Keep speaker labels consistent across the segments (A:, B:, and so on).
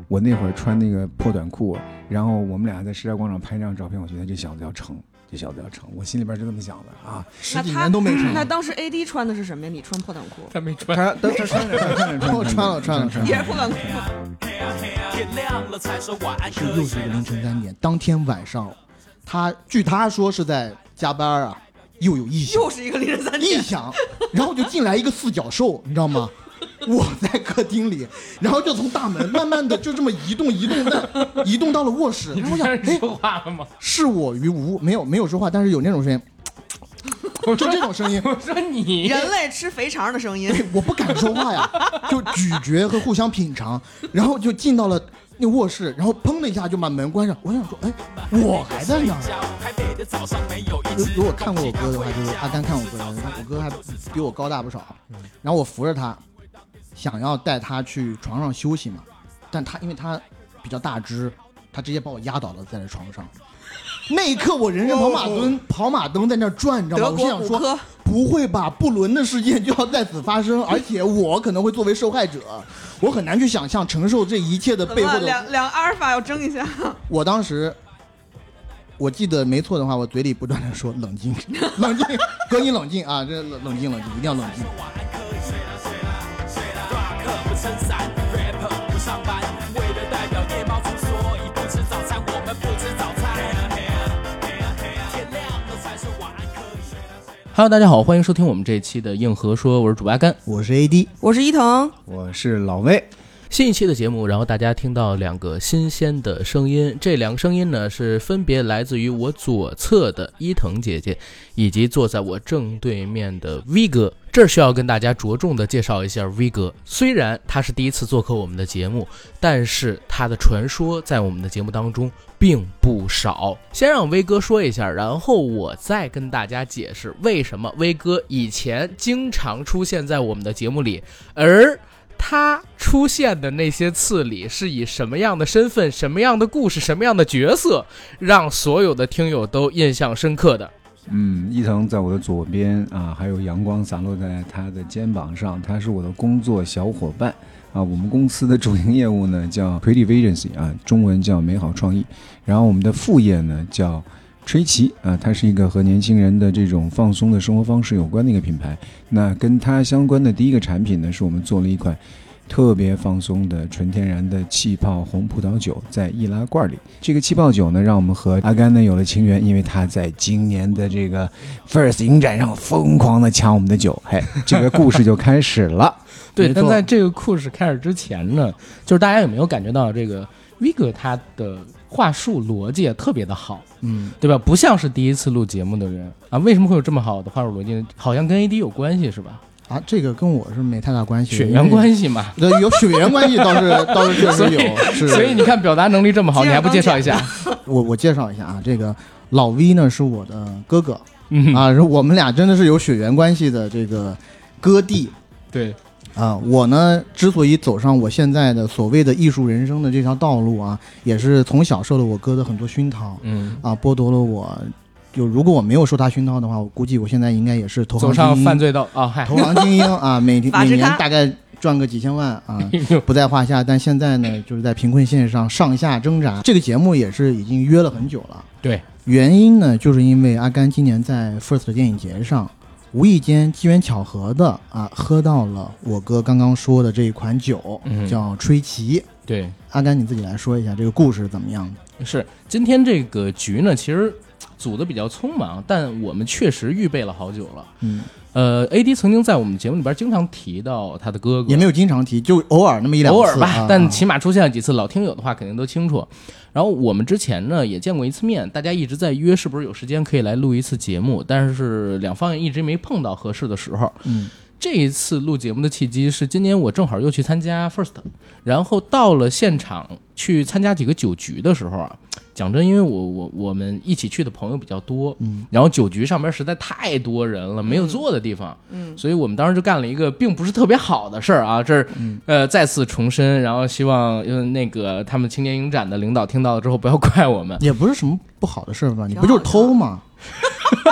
A: 我那会儿穿那个破短裤，然后我们俩在时代广场拍张照片，我觉得这小子要成，我心里边就这么想的啊。
B: 10几年都没成。
C: 那当时 AD 穿的是什么呀？你穿破短裤？
D: 他没穿，
A: 他穿了，
C: 也是破短裤。
B: 是又是一个凌晨3点，当天晚上，据他说是在加班啊，又有异响，
C: 又是一个凌晨3点
B: 异响，然后就进来一个4脚兽，你知道吗？我在客厅里，然后就从大门慢慢的就这么移动到了卧室。
D: 你
B: 然后我想，
D: 说话了吗？
B: 视我于无，没有说话，但是有那种声音，就这种声音。
D: 我说你
C: 人类吃肥肠的声音，
B: 我不敢说话呀，就咀嚼和互相品尝，然后就进到了那卧室，然后砰的一下就把门关上。我想说，哎，我还在那儿。如果看过我哥的话，就是阿甘看我哥，我哥还比我高大不少。然后我扶着他，想要带他去床上休息嘛，但他因为他比较大只，他直接把我压倒了在那床上。那一刻我人生跑马灯在那转，你知道吗？我心想说，不会吧，不伦的事件就要在此发生，而且我可能会作为受害者，我很难去想象承受这一切的背后的。
C: 两阿尔法要争一下。
B: 我当时我记得没错的话，我嘴里不断的说冷静，冷静，哥你冷静啊，这冷静，一定要冷静。
D: Hello， 大家好，欢迎收听我们这一期的硬核说，我是主播阿甘，
B: 我是 AD，
C: 我是伊藤，
A: 我是老魏。
D: 新一期的节目，然后大家听到2个新鲜的声音，这2个声音呢是分别来自于我左侧的伊藤姐姐，以及坐在我正对面的 V 哥。这儿需要跟大家着重的介绍一下 V 哥，虽然他是第一次做客我们的节目，但是他的传说在我们的节目当中并不少。先让 V 哥说一下，然后我再跟大家解释为什么 V 哥以前经常出现在我们的节目里，而他出现的那些次里是以什么样的身份、什么样的故事、什么样的角色，让所有的听友都印象深刻的。
A: 伊藤在我的左边啊，还有阳光洒落在他的肩膀上，他是我的工作小伙伴啊。我们公司的主营业务呢叫 Creative Agency 啊，中文叫美好创意，然后我们的副业呢叫吹奇啊，它是一个和年轻人的这种放松的生活方式有关的一个品牌。那跟它相关的第一个产品呢，是我们做了一款特别放松的纯天然的气泡红葡萄酒，在易拉罐里。这个气泡酒呢，让我们和阿甘呢有了情缘，因为他在今年的这个 First 影展上疯狂的抢我们的酒，这个故事就开始了。
D: 对，但在这个故事开始之前呢，就是大家有没有感觉到这个 V 哥他的话术逻辑特别的好，对吧？不像是第一次录节目的人啊。为什么会有这么好的话术逻辑？好像跟 AD 有关系是吧？
B: 啊，这个跟我是没太大关系，
D: 血缘关系嘛。
B: 有血缘关系倒是确实有，
D: 所以你看表达能力这么好，你还不介绍一下？
B: 我介绍一下啊，这个老 V 呢是我的哥哥，啊，我们俩真的是有血缘关系的这个哥弟。
D: 对
B: 啊，我呢之所以走上我现在的所谓的艺术人生的这条道路啊，也是从小受了我哥的很多熏陶，剥夺了我。就如果我没有受他熏陶的话，我估计我现在应该也是投行精英，
D: 走上犯罪道啊，
B: 投行精英啊，每年大概赚个几千万啊，不在话下。但现在呢，就是在贫困线上上下挣扎。这个节目也是已经约了很久了。
D: 对，
B: 原因呢，就是因为阿甘今年在 First 电影节上，无意间机缘巧合的啊，喝到了我哥刚刚说的这一款酒，叫吹奇。
D: 对，
B: 阿甘你自己来说一下这个故事怎么样？
D: 是今天这个局呢，其实组的比较匆忙，但我们确实预备了好久了。AD 曾经在我们节目里边经常提到他的哥哥，
B: 也没有经常提，就偶尔那么一两次，
D: 偶尔吧，但起码出现了几次，老听友的话肯定都清楚。然后我们之前呢也见过一次面，大家一直在约是不是有时间可以来录一次节目，但是两方也一直没碰到合适的时候。这一次录节目的契机是今年我正好又去参加 First， 然后到了现场去参加几个酒局的时候啊，讲真，因为我们一起去的朋友比较多，然后酒局上边实在太多人了，没有坐的地方，所以我们当时就干了一个并不是特别好的事儿啊，这儿再次重申，然后希望那个他们青年影展的领导听到了之后不要怪我们，
B: 也不是什么不好的事儿吧？你不就是偷吗？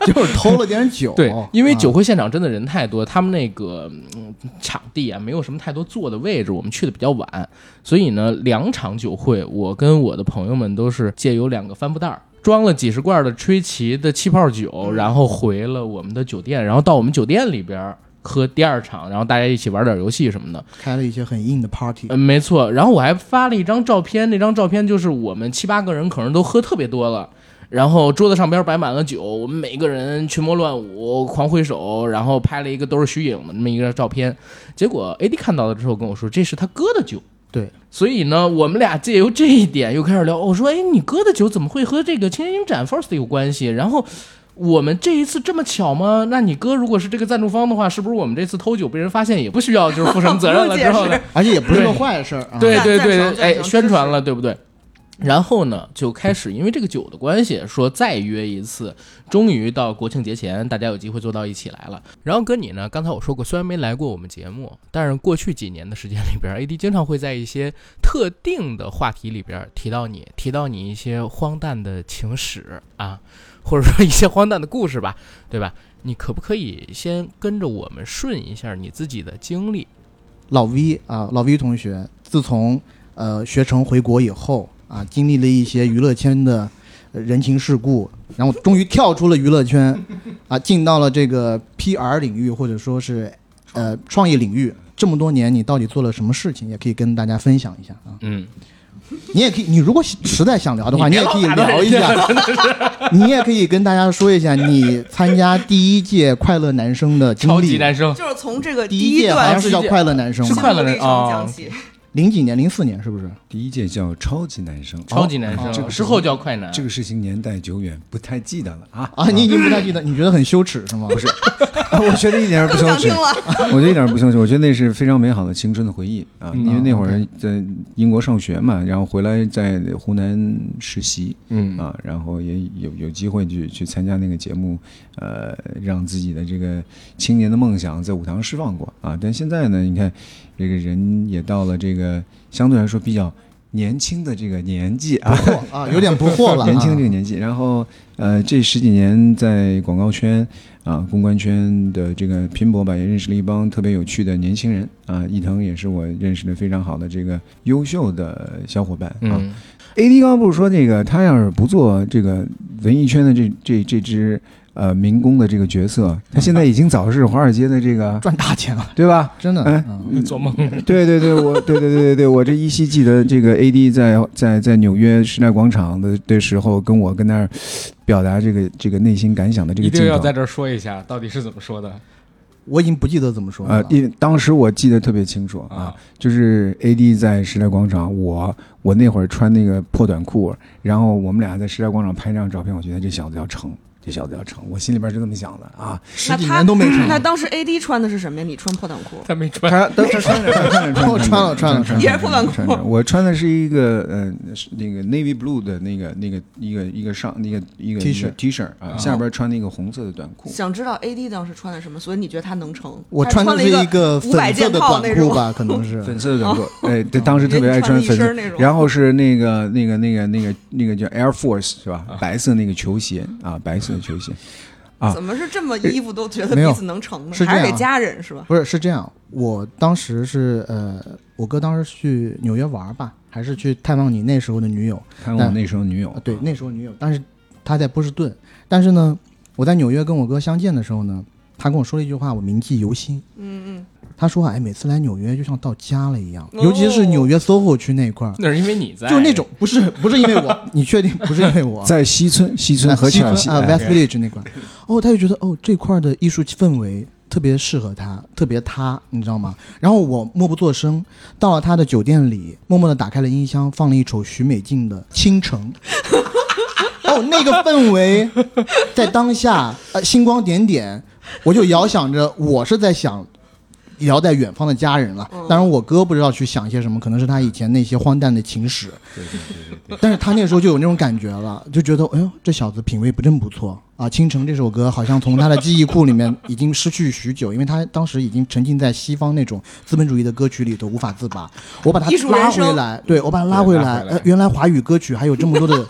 B: 就是偷了点酒。
D: 对，因为酒
B: 啊
D: 会现场真的人太多，他们那个场地啊没有什么太多坐的位置，我们去的比较晚，所以呢2场酒会，我跟我的朋友们都是借由2个帆布袋装了几十罐的吹奇的气泡酒，然后回了我们的酒店，然后到我们酒店里边喝第2场，然后大家一起玩点游戏什么的，
B: 开了一些很硬的 party。
D: 没错。然后我还发了一张照片，那张照片就是我们7、8个人可能都喝特别多了。然后桌子上边摆满了酒，我们每个人群魔乱舞、狂挥手，然后拍了一个都是虚影的那么一个照片。结果 AD 看到了之后跟我说，这是他哥的酒。
B: 对，
D: 所以呢，我们俩借由这一点又开始聊。我说，哎，你哥的酒怎么会和这个青年影展 First 有关系？然后我们这一次这么巧吗？那你哥如果是这个赞助方的话，是不是我们这次偷酒被人发现也不需要就是负什么责任了之后呢？
B: 而且也不是个坏事啊。
D: 对对对，
C: 赞成
D: 哎，宣传了，对不对？然后呢，就开始因为这个酒的关系，说再约一次，终于到国庆节前，大家有机会坐到一起来了。然后跟你呢，刚才我说过，虽然没来过我们节目，但是过去几年的时间里边 ，AD 经常会在一些特定的话题里边提到你一些荒诞的情史啊，或者说一些荒诞的故事吧，对吧？你可不可以先跟着我们顺一下你自己的经历？
B: 老 V 啊，老 V 同学，自从学成回国以后啊，经历了一些娱乐圈的人情世故，然后终于跳出了娱乐圈啊，进到了这个 PR 领域或者说是创业领域。这么多年，你到底做了什么事情？也可以跟大家分享一下啊。你也可以，你如果实在想聊的话，你也可以聊一下。你也可以跟大家说一下你参加第1届快乐男生的经历。
D: 超级男生
C: 就是从这个
B: 第一届好像是叫快乐男生
D: 是
B: 吗？
D: 快乐男生
C: 讲起。
B: 零几年，04年是不是？
A: 第1届叫超级男生，
D: 超级男生，
A: 这个
D: 之后叫快男。
A: 这个事情年代久远，不太记得了啊。
B: 你已经不太记得，你觉得很羞耻是吗？不是，
A: 我觉得一点也不羞耻
C: 不想听，了。
A: 我觉得一点也不羞耻，我觉得那是非常美好的青春的回忆啊。因为那会儿在英国上学嘛，然后回来在湖南实习，然后也有机会去参加那个节目，让自己的这个青年的梦想在舞台上释放过啊。但现在呢，你看这个人也到了这个相对来说比较年轻的这个年纪啊，
B: 有点不惑了。
A: 年轻的这个年纪，然后这10几年在广告圈啊、公关圈的这个拼搏吧，也认识了一帮特别有趣的年轻人啊。伊藤也是我认识的非常好的这个优秀的小伙伴啊。AD 刚刚不是说这个他要是不做这个文艺圈的这支民工的这个角色，他现在已经早是华尔街的这个
B: 赚大钱了，
A: 对吧？
B: 真的，
D: 做梦。
A: 对，我这依稀记得这个 AD 在纽约时代广场的时候，跟那儿表达这个内心感想的这个镜头，
D: 一定要在这儿说一下，到底是怎么说的？
B: 我已经不记得怎么说了。
A: 当时我记得特别清楚啊，就是 AD 在时代广场，我那会儿穿那个破短裤，然后我们俩在时代广场拍张照片，我觉得这小子要成。我心里边是这么想的啊
B: ，10几年都没成。
C: 那当时 AD 穿的是什么呀？你穿破短裤？
D: 他没穿，
A: 他穿了，
C: 也是破短裤。
A: 我穿的是一个那个 navy blue 的那个一个上一个 T 恤啊，下边穿那个红色的短裤。
C: 想知道 AD 当时穿的什么？所以你觉得他能成？
B: 我穿的是一个粉色的短裤吧，可能是
A: 粉色的短裤。哎，当时特别爱穿粉色，然后是那个叫 Air Force 是吧？白色那个球鞋啊，白色的球鞋啊。
C: 怎么是这么衣服都觉得彼此能成呢？还是给家人是吧？
B: 不是，是这样。我当时是我哥当时去纽约玩吧，还是去探望你那时候的女友？
A: 探望我那时候女友。
B: 对，那时候女友，但是他在波士顿。但是呢，我在纽约跟我哥相见的时候呢，他跟我说了一句话，我铭记犹新。他说：“哎，每次来纽约就像到家了一样，尤其是纽约 SOHO 区那一块。”
D: 那是因为你在，
B: 就是那种不是因为我，你确定不是因为我
A: 在西村和切尔西
B: West Village 那块。他就觉得这块的艺术氛围特别适合他，特别他，你知道吗？然后我默不作声，到了他的酒店里，默默地打开了音箱，放了一首许美静的《倾城》。那个氛围在当下星光点点，我就遥想着我是在想遥在远方的家人了。当然我哥不知道去想些什么，可能是他以前那些荒诞的情史。对，但是他那时候就有那种感觉了，就觉得哎呦，这小子品味不真不错啊。倾城这首歌好像从他的记忆库里面已经失去许久，因为他当时已经沉浸在西方那种资本主义的歌曲里头无法自拔。我把他拉回来，对，我把他拉回来。原来华语歌曲还有这么多的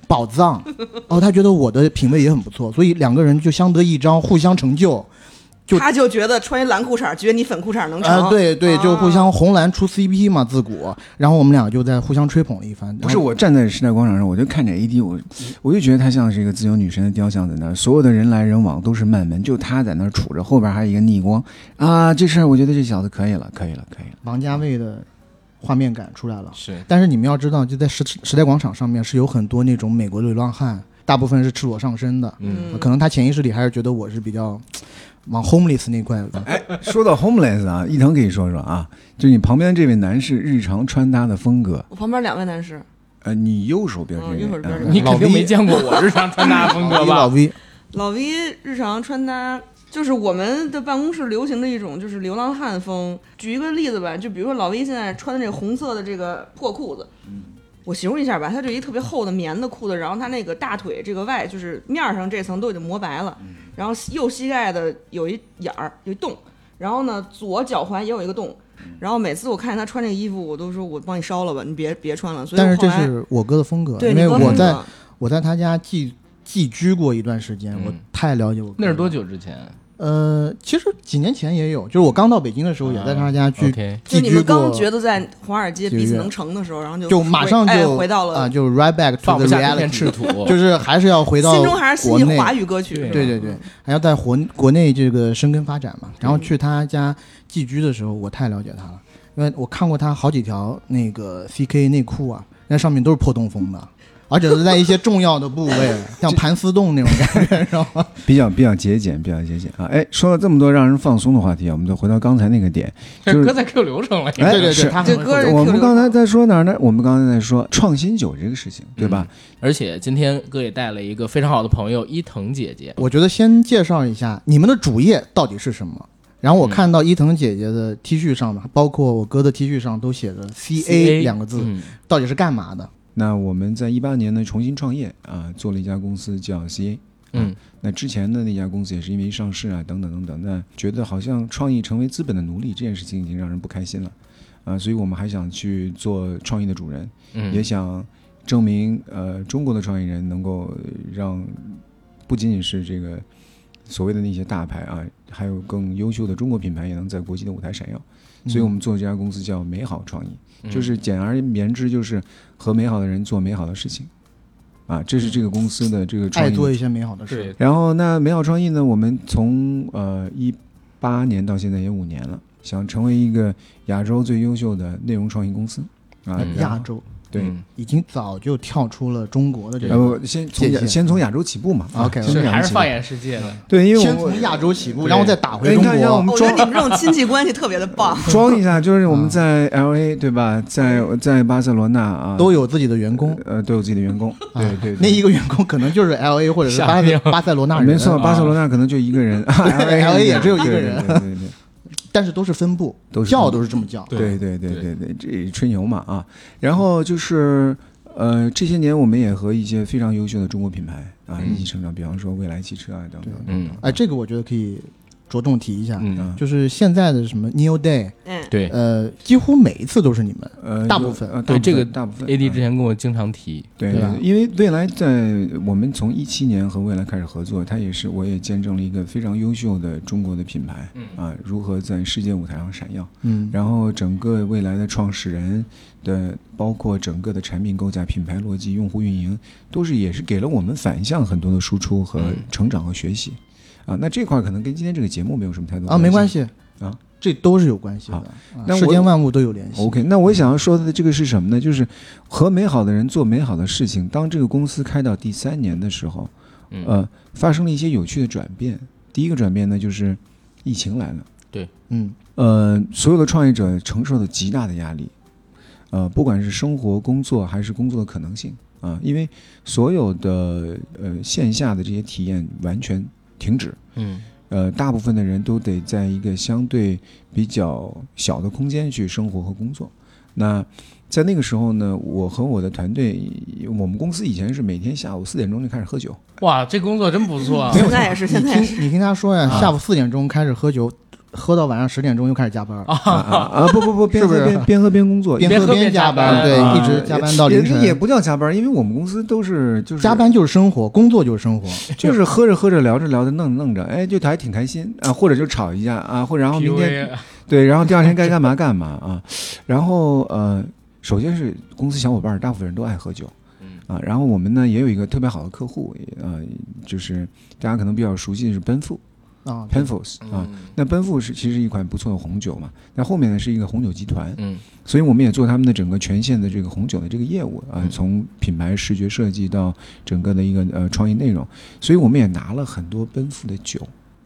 B: 宝藏。他觉得我的品味也很不错，所以2个人就相得益彰，互相成就。
C: 他就觉得穿一蓝裤衩，觉得你粉裤衩能成。
B: 对，就互相红蓝出 CP 嘛，自古。然后我们俩就在互相吹捧了一番。
A: 不是我站在时代广场上，我就看着 AD， 我就觉得他像是一个自由女神的雕像在那儿，所有的人来人往都是慢门，就他在那儿杵着，后边还有一个逆光啊！这事儿我觉得这小子可以了。
B: 王家卫的画面感出来了。
D: 是，
B: 但是你们要知道，就在时代广场上面是有很多那种美国流浪汉，大部分是赤裸上身的。可能他潜意识里还是觉得我是比较往 homeless 那块的。
A: 说到 homeless 啊，一腾可以说说啊，就你旁边这位男士日常穿搭的风格。
C: 我旁边2位男士。
A: 你右手边这位，
D: 你肯定没见过我日常穿搭风格吧？
C: 老 V 日常穿搭就是我们的办公室流行的一种就是流浪汉风。举一个例子吧，就比如说老 V 现在穿的这个红色的这个破裤子，我形容一下吧，它就一特别厚的棉的裤子，然后它那个大腿这个外就是面上这层都已经磨白了，然后右膝盖的有一眼儿有一洞，然后呢左脚踝也有一个洞，然后每次我看见他穿这个衣服，我都说我帮你烧了吧，你别穿了。所以
B: 但是这是我哥的风格，
C: 对，
B: 因为我在他家寄居过一段时间，我太了解我哥了。
D: 那是多久之前？
B: 其实几年前也有，就是我刚到北京的时候，也在他家去寄居过。
C: 就你们刚觉得在华尔街彼此能成的时候，然后就
B: 马上就
C: 回到了
B: 就 right back to the reality，
D: 赤土，
B: 就是还是要回到
C: 心中还是吸引华语歌曲。
B: 对，还要在国内这个生根发展嘛。然后去他家寄居的时候，我太了解他了，因为我看过他好几条那个 CK 内裤啊，那上面都是破洞风的。而且是在一些重要的部位，像盘丝洞那种感觉，知道吗？
A: 比较节俭啊！说了这么多让人放松的话题啊，我们再回到刚才那个点，就是
D: 歌在 Q 流程了。
B: 对，
C: 这歌
A: 我们刚才在说哪儿呢？我们刚才在说创新酒这个事情，对吧？
D: 而且今天哥也带了一个非常好的朋友伊藤姐姐。
B: 我觉得先介绍一下你们的主业到底是什么。然后我看到伊藤姐姐的 T 恤上包括我哥的 T 恤上都写着 CA 2个字，到底是干嘛的？
A: 那我们在18年呢重新创业啊，做了一家公司叫 CA。那之前的那家公司也是因为上市啊等等，那觉得好像创意成为资本的奴隶这件事情已经让人不开心了啊，所以我们还想去做创意的主人，也想证明中国的创意人能够让不仅仅是这个所谓的那些大牌啊，还有更优秀的中国品牌也能在国际的舞台闪耀。所以我们做这家公司叫美好创意，就是简而言之就是和美好的人做美好的事情啊，这是这个公司的这个创意，
B: 爱做一些美好的事。
A: 然后那美好创意呢，我们从18年到现在也5年了，想成为一个亚洲最优秀的内容创意公司啊，
B: 亚洲。
A: 对，
B: 已经早就跳出了中国的这个
A: 先从亚洲起步嘛。
B: OK，
D: 还是放眼世界的。
A: 对，因为
B: 先从亚洲起步，然后再打回中国。
C: 我觉得你们这种亲戚关系特别的棒。
A: 装一下，就是我们在 LA 对吧，在巴塞罗那啊，
B: 都有自己的员工，
A: 都有自己的员工。对，
B: 那一个员工可能就是 LA 或者是巴塞罗那人。
A: 没错，巴塞罗那可能就一个人
B: ，LA 也只有一个人。
A: 对。
B: 但是都是分部，都是这么叫。
A: 对，这吹牛嘛啊。然后就是这些年我们也和一些非常优秀的中国品牌啊一起成长，比方说蔚来汽车啊等等。
B: 这个我觉得可以着重提一下，就是现在的什么 Neo Day，
D: 对，
B: 几乎每一次都是你们，大部分，
D: 对这个
A: 大部分
D: AD 之前跟我经常提，
A: 对，因为蔚来在我们从17年和蔚来开始合作，我也见证了一个非常优秀的中国的品牌啊，如何在世界舞台上闪耀，然后整个蔚来的创始人的，包括整个的产品构架、品牌逻辑、用户运营，也是给了我们反向很多的输出和成长和学习。那这块可能跟今天这个节目没有什么太多
B: 没关系
A: 啊，
B: 这都是有关系的。那世间万物都有联系。
A: OK， 那我想要说的这个是什么呢？就是和美好的人做美好的事情。当这个公司开到第3年的时候，发生了一些有趣的转变。第一个转变呢，就是疫情来了。
D: 对，
A: 所有的创业者承受了极大的压力，不管是生活、工作还是工作的可能性啊，因为所有的线下的这些体验完全停止，大部分的人都得在一个相对比较小的空间去生活和工作。那在那个时候呢，我和我的团队，我们公司以前是每天下午4点钟就开始喝酒。
D: 哇，这工作真不错啊！
C: 现在也是，
B: 你听他说呀，下午4点钟开始喝酒， 喝到晚上10点钟又开始加班
A: 不，边喝边喝边工作，
B: 边喝边加班，对，一直加班到凌晨。
A: 也不叫加班，因为我们公司都是就是
B: 加班就是生活，工作就是生活，
A: 就是喝着喝着聊着聊着弄着，哎，就还挺开心啊，或者就吵一架啊，或者然后明天对，然后第二天该干嘛干嘛啊，然后首先是公司小伙伴大部分人都爱喝酒。然后我们呢也有一个特别好的客户，就是大家可能比较熟悉的是奔富Penfolds 那奔富是其实一款不错的红酒嘛，那后面呢是一个红酒集团，所以我们也做他们的整个全线的这个红酒的这个业务从品牌视觉设计到整个的一个创意内容，所以我们也拿了很多奔富的酒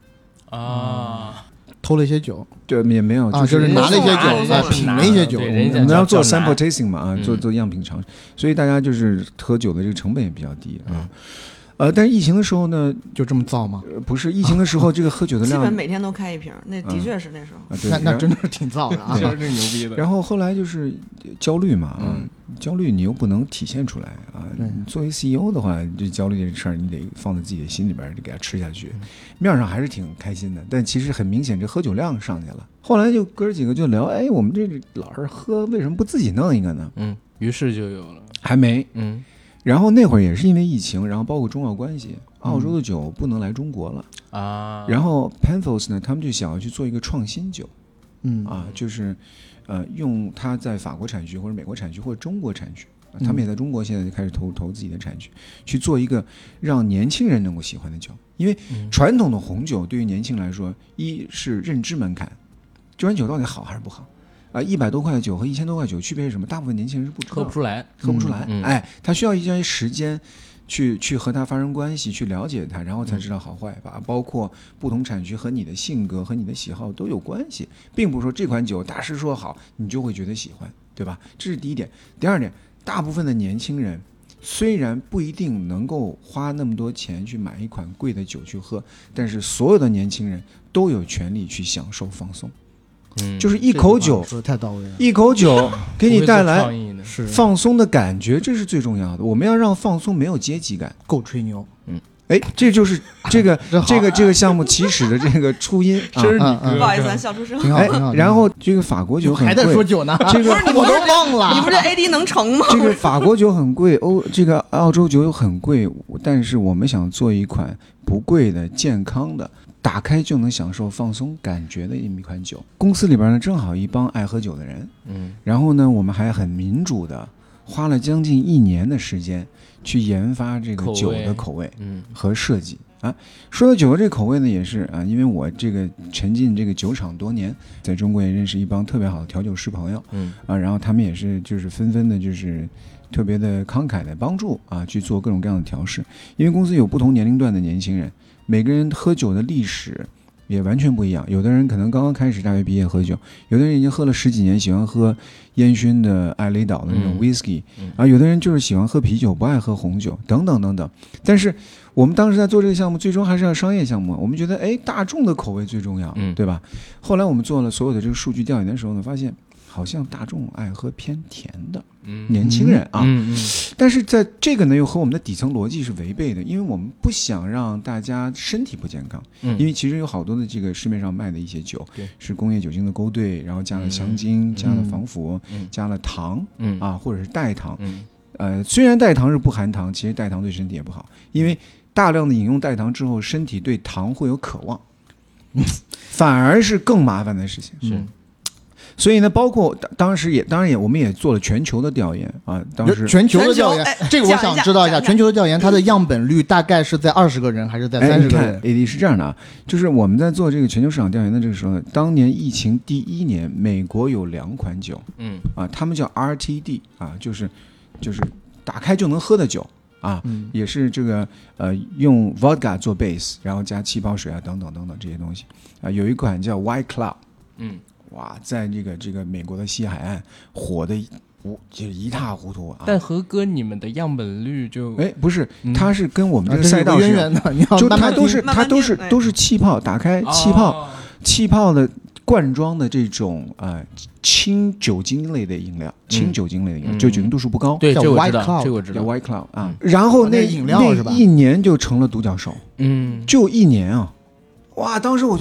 B: 偷了一些酒，
A: 对，也没有，
B: 就是拿了一些酒，品了一些酒，
A: 我们要做 sample tasting 嘛，做样品尝，所以大家就是喝酒的这个成本也比较低但是疫情的时候呢，
B: 就这么造吗？
A: 不是，疫情的时候这个喝酒的量，
C: 基本每天都开一瓶，那的确是那时
B: 候，那真的是挺造的啊，
D: 这是牛逼的。
A: 然后后来就是焦虑嘛，焦虑你又不能体现出来啊。作为 CEO 的话，这焦虑这个事儿你得放在自己的心里边，就给它吃下去。面上还是挺开心的，但其实很明显，这喝酒量上去了。后来就哥几个就聊，哎，我们这老是喝，为什么不自己弄一个呢？
D: 于是就有了，
A: 还没，然后那会儿也是因为疫情，然后包括中澳关系，澳洲的酒不能来中国了然后 Penfolds 呢，他们就想要去做一个创新酒，就是用它在法国产区或者美国产区或者中国产区，他们也在中国现在就开始投自己的产区，去做一个让年轻人能够喜欢的酒，因为传统的红酒对于年轻人来说，一是认知门槛，这款酒到底好还是不好。100多块的酒和1000多块酒区别是什么？大部分年轻人是不知道，
D: 喝不出
A: 来。他需要一些时间去和他发生关系，去了解他，然后才知道好坏吧。包括不同产区和你的性格和你的喜好都有关系，并不是说这款酒大师说好你就会觉得喜欢，对吧？这是第一点。第二点，大部分的年轻人虽然不一定能够花那么多钱去买一款贵的酒去喝，但是所有的年轻人都有权利去享受放松。就是一口酒
B: 说得太到位了，
A: 一口酒给你带来
B: 放
A: 松的感觉，这是最重要的。我们要让放松没有阶级感，
B: 够吹牛。
A: 这就是这个项目起始的这个初因。
D: 真是你
C: 不好意思，咱笑出声。
A: 然后这个法国酒很贵，
B: 还在说酒呢，
A: 这个
B: 我都忘了。
C: 你不是 AD 能成吗？
A: 这个法国酒很贵，这个澳洲酒又很贵，但是我们想做一款不贵的、健康的。打开就能享受放松感觉的一款酒。公司里边呢，正好一帮爱喝酒的人，然后呢，我们还很民主的花了将近1年的时间去研发这个酒的口味，和设计说到酒的这个口味呢，也是因为我这个沉浸这个酒厂多年，在中国也认识一帮特别好的调酒师朋友，然后他们也是就是纷纷的就是特别的慷慨的帮助去做各种各样的调试，因为公司有不同年龄段的年轻人。每个人喝酒的历史也完全不一样，有的人可能刚刚开始大学毕业喝酒，有的人已经喝了10几年，喜欢喝烟熏的艾雷岛的那种 whisky，有的人就是喜欢喝啤酒，不爱喝红酒，等等等等。但是我们当时在做这个项目，最终还是要商业项目，我们觉得大众的口味最重要，对吧？后来我们做了所有的这个数据调研的时候呢，发现好像大众爱喝偏甜的年轻人但是在这个呢又和我们的底层逻辑是违背的，因为我们不想让大家身体不健康，因为其实有好多的这个市面上卖的一些酒是工业酒精的勾兑，然后加了香精，加了防腐，加了糖或者是代糖，虽然代糖是不含糖，其实代糖对身体也不好，因为大量的饮用代糖之后，身体对糖会有渴望，反而是更麻烦的事情。
D: 是。
A: 所以呢，包括当然也，我们也做了全球的调研当时
B: 全球的调研，这个我想知道一下，全球的调研它的样本率大概是在20个人还是在30个人
A: ？AD 是这样的就是我们在做这个全球市场调研的这个时候呢，当年疫情第1年，美国有2款酒，他们叫 RTD 就是打开就能喝的酒也是这个用 vodka 做 base， 然后加气泡水等等等等这些东西有一款叫 White Cloud，哇，在这个美国的西海岸火的就一塌糊涂
D: 但和哥你们的样本率就
A: 不是，它是跟我们这个赛道是就它都是气泡，打开气泡的罐装的这种轻酒精类的饮料，就酒精度数不高，
D: 对，
B: 叫
D: White
A: White Cloud 然后那
B: 饮料是吧？
A: 1年就成了独角兽，就1年哇，当时我就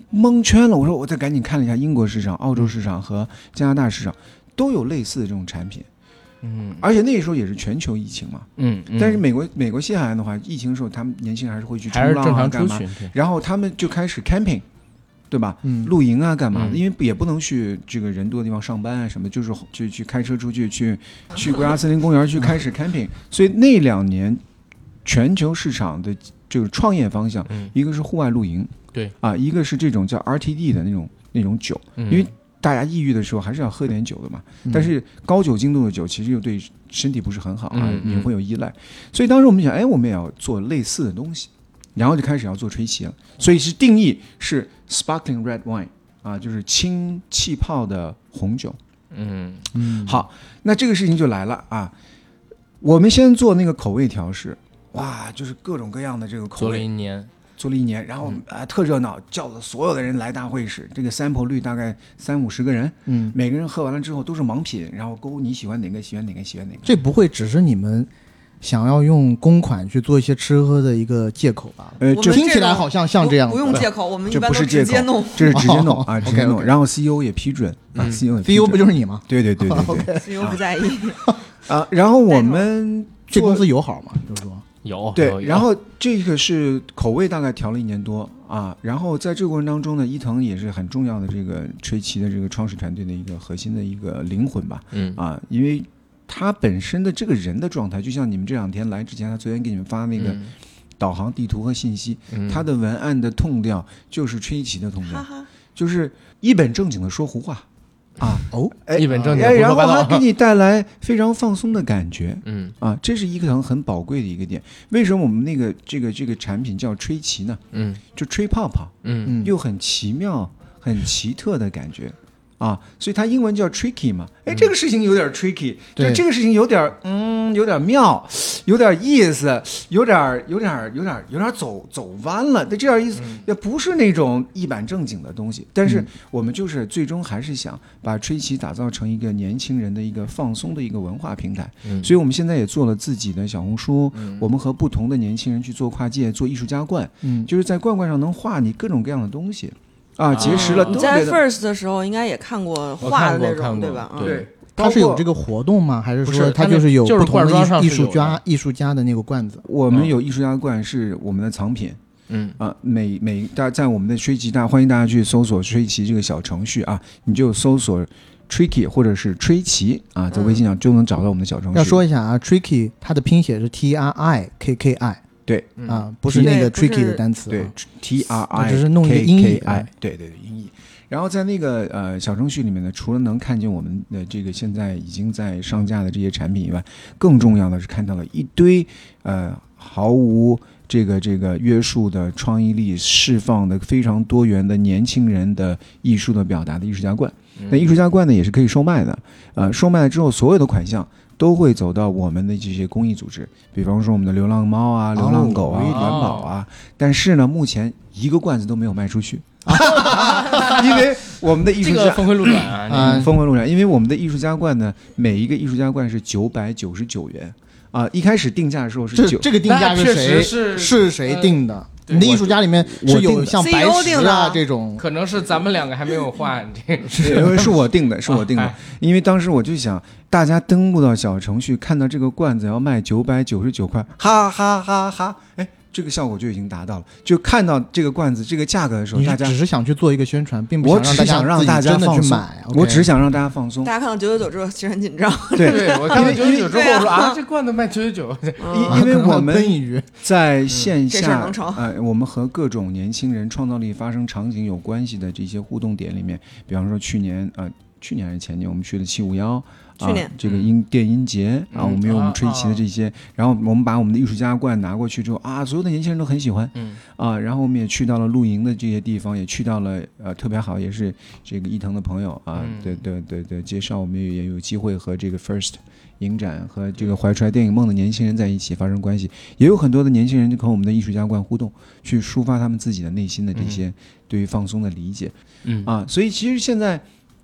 A: 蒙圈了。我说我再赶紧看了一下英国市场、澳洲市场和加拿大市场都有类似的这种产品。而且那个时候也是全球疫情嘛，但是美国西海岸的话，疫情的时候他们年轻人还是会去冲浪啊干嘛，然后他们就开始 camping， 对吧？露营啊干嘛的？因为也不能去这个人多的地方上班啊什么，就是去开车出去去国家森林公园去开始 camping， 所以那2年全球市场的这个创业方向，一个是户外露营，
D: 对
A: 啊，一个是这种叫 RTD 的那种酒，因为大家抑郁的时候还是要喝点酒的嘛，但是高酒精度的酒其实又对身体不是很好啊，也会有依赖。所以当时我们想，我们也要做类似的东西，然后就开始要做吹奇了。所以是定义是 sparkling red wine 啊，就是轻气泡的红酒。好，那这个事情就来了啊。我们先做那个口味调试，哇，就是各种各样的这个口味。做了一年，然后特热闹，叫了所有的人来大会室，这个 sample 率大概30-50个人，每个人喝完了之后都是盲品，然后勾你喜欢哪个，喜欢哪个，喜欢哪个。
B: 这不会只是你们想要用公款去做一些吃喝的一个借口吧？
C: 就
B: 听起来好像这样。
C: 不用借口，我们一般都
A: 直
C: 接弄，
A: 这是直接弄啊，直接弄。
B: okay.
A: 然后 CEO 也批准啊 ，CEO
B: 不就是你吗？
A: 对
C: ，CEO 不在意
A: 啊。然后我们
B: 这公司友好嘛，就是说。
A: 对，然后这个是口味大概调了1年多啊，然后在这个过程当中呢，伊藤也是很重要的这个吹奇的这个创始团队的一个核心的一个灵魂吧，因为他本身的这个人的状态，就像你们这2天来之前，他昨天给你们发那个导航地图和信息，他的文案的痛调就是吹奇的痛调，就是一本正经的说胡话。
D: 一本正经，
A: 然后还给你带来非常放松的感觉，这是一个很宝贵的一个点。为什么我们那个这个产品叫吹奇呢？就吹泡泡，又很奇妙、很奇特的感觉啊，所以它英文叫 tricky 嘛。这个事情有点 tricky，就这个事情有点妙，有点意思，有点走弯了的这样意思，也不是那种一板正经的东西。但是我们就是最终还是想把吹奇打造成一个年轻人的一个放松的一个文化平台。所以我们现在也做了自己的小红书，我们和不同的年轻人去做跨界，做艺术家冠，就是在罐上能画你各种各样的东西。结识了。
C: 你在 First 的时候应该也看过画的那种，对吧？
D: 对，
B: 它是有这个活动吗？还是说它就是有不同的艺术家的那个罐子？
A: 我们有艺术家冠是我们的藏品。每在我们的吹奇欢迎大家去搜索吹奇这个小程序啊，你就搜索 Tricky 或者是吹奇啊，在微信上就能找到我们的小程序。
B: 要说一下啊 ，Tricky 它的拼写是 TRIKKI。
A: 对
B: 不是那个 tricky 的单词，
A: 对 TRIKKI，
B: 只是弄一个音译，
A: 对音译。然后在那个小程序里面呢，除了能看见我们的这个现在已经在上架的这些产品以外，更重要的是看到了一堆毫无这个约束的创意力释放的非常多元的年轻人的艺术的表达的艺术家冠。那艺术家冠呢也是可以售卖的，售卖了之后所有的款项都会走到我们的这些公益组织，比方说我们的流浪猫啊、流浪狗啊、环保啊。但是呢，目前一个罐子都没有卖出去，因为我们的艺术家
D: 这个峰回路转啊，
A: 峰回路转。因为我们的艺术家冠呢，每一个艺术家冠是999元啊。一开始定价的时候是
B: 这个定价是谁定的？你的艺术家里面是有像白石啊这种，
D: 可能是咱们2个还没有换，
A: 是我定的，因为当时我就想，大家登录到小程序看到这个罐子要卖999块，哈哈哈哈！这个效果就已经达到了。就看到这个罐子这个价格的时候，大家
B: 只是想去做一个宣传，并不
A: 想让大家放松。我只想让大家放松。
C: 大家看到999之后其实很紧张。
A: 对，
D: 我看到999之后我说这罐子卖999，
A: 因为我们在线下我们和各种年轻人创造力发生场景有关系的这些互动点里面，比方说去年还是前年我们去的751。
C: 去年
A: 这个电音节我们有我们吹奇的这些，然后我们把我们的艺术家冠拿过去之后所有的年轻人都很喜欢，然后我们也去到了露营的这些地方，也去到了特别好，也是这个伊藤的朋友的介绍，我们也有机会和这个 First 影展和这个怀揣电影梦的年轻人在一起发生关系，也有很多的年轻人和我们的艺术家冠互动，去抒发他们自己的内心的这些对于放松的理解，所以其实现在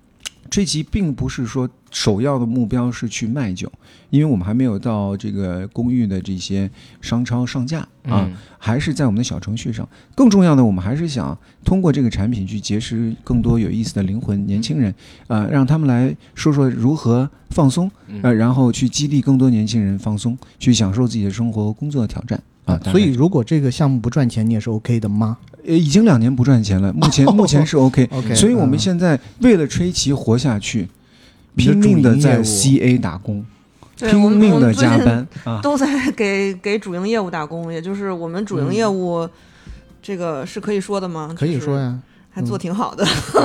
A: 这期并不是说首要的目标是去卖酒，因为我们还没有到这个公寓的这些商超上架啊，还是在我们的小程序上。更重要的，我们还是想通过这个产品去结识更多有意思的灵魂年轻人，让他们来说说如何放松，然后去激励更多年轻人放松，去享受自己的生活和工作的挑战啊。
B: 所以如果这个项目不赚钱，你也是 OK 的吗？
A: 已经2年不赚钱了，目前是 OK， 所以我们现在为了吹奇活下去，拼命的在 CA 打工，拼命的加班啊，
C: 都在给主营业务打工，也就是我们主营业务，这个是可以说的吗？
B: 可以说呀，
C: 还做挺好的。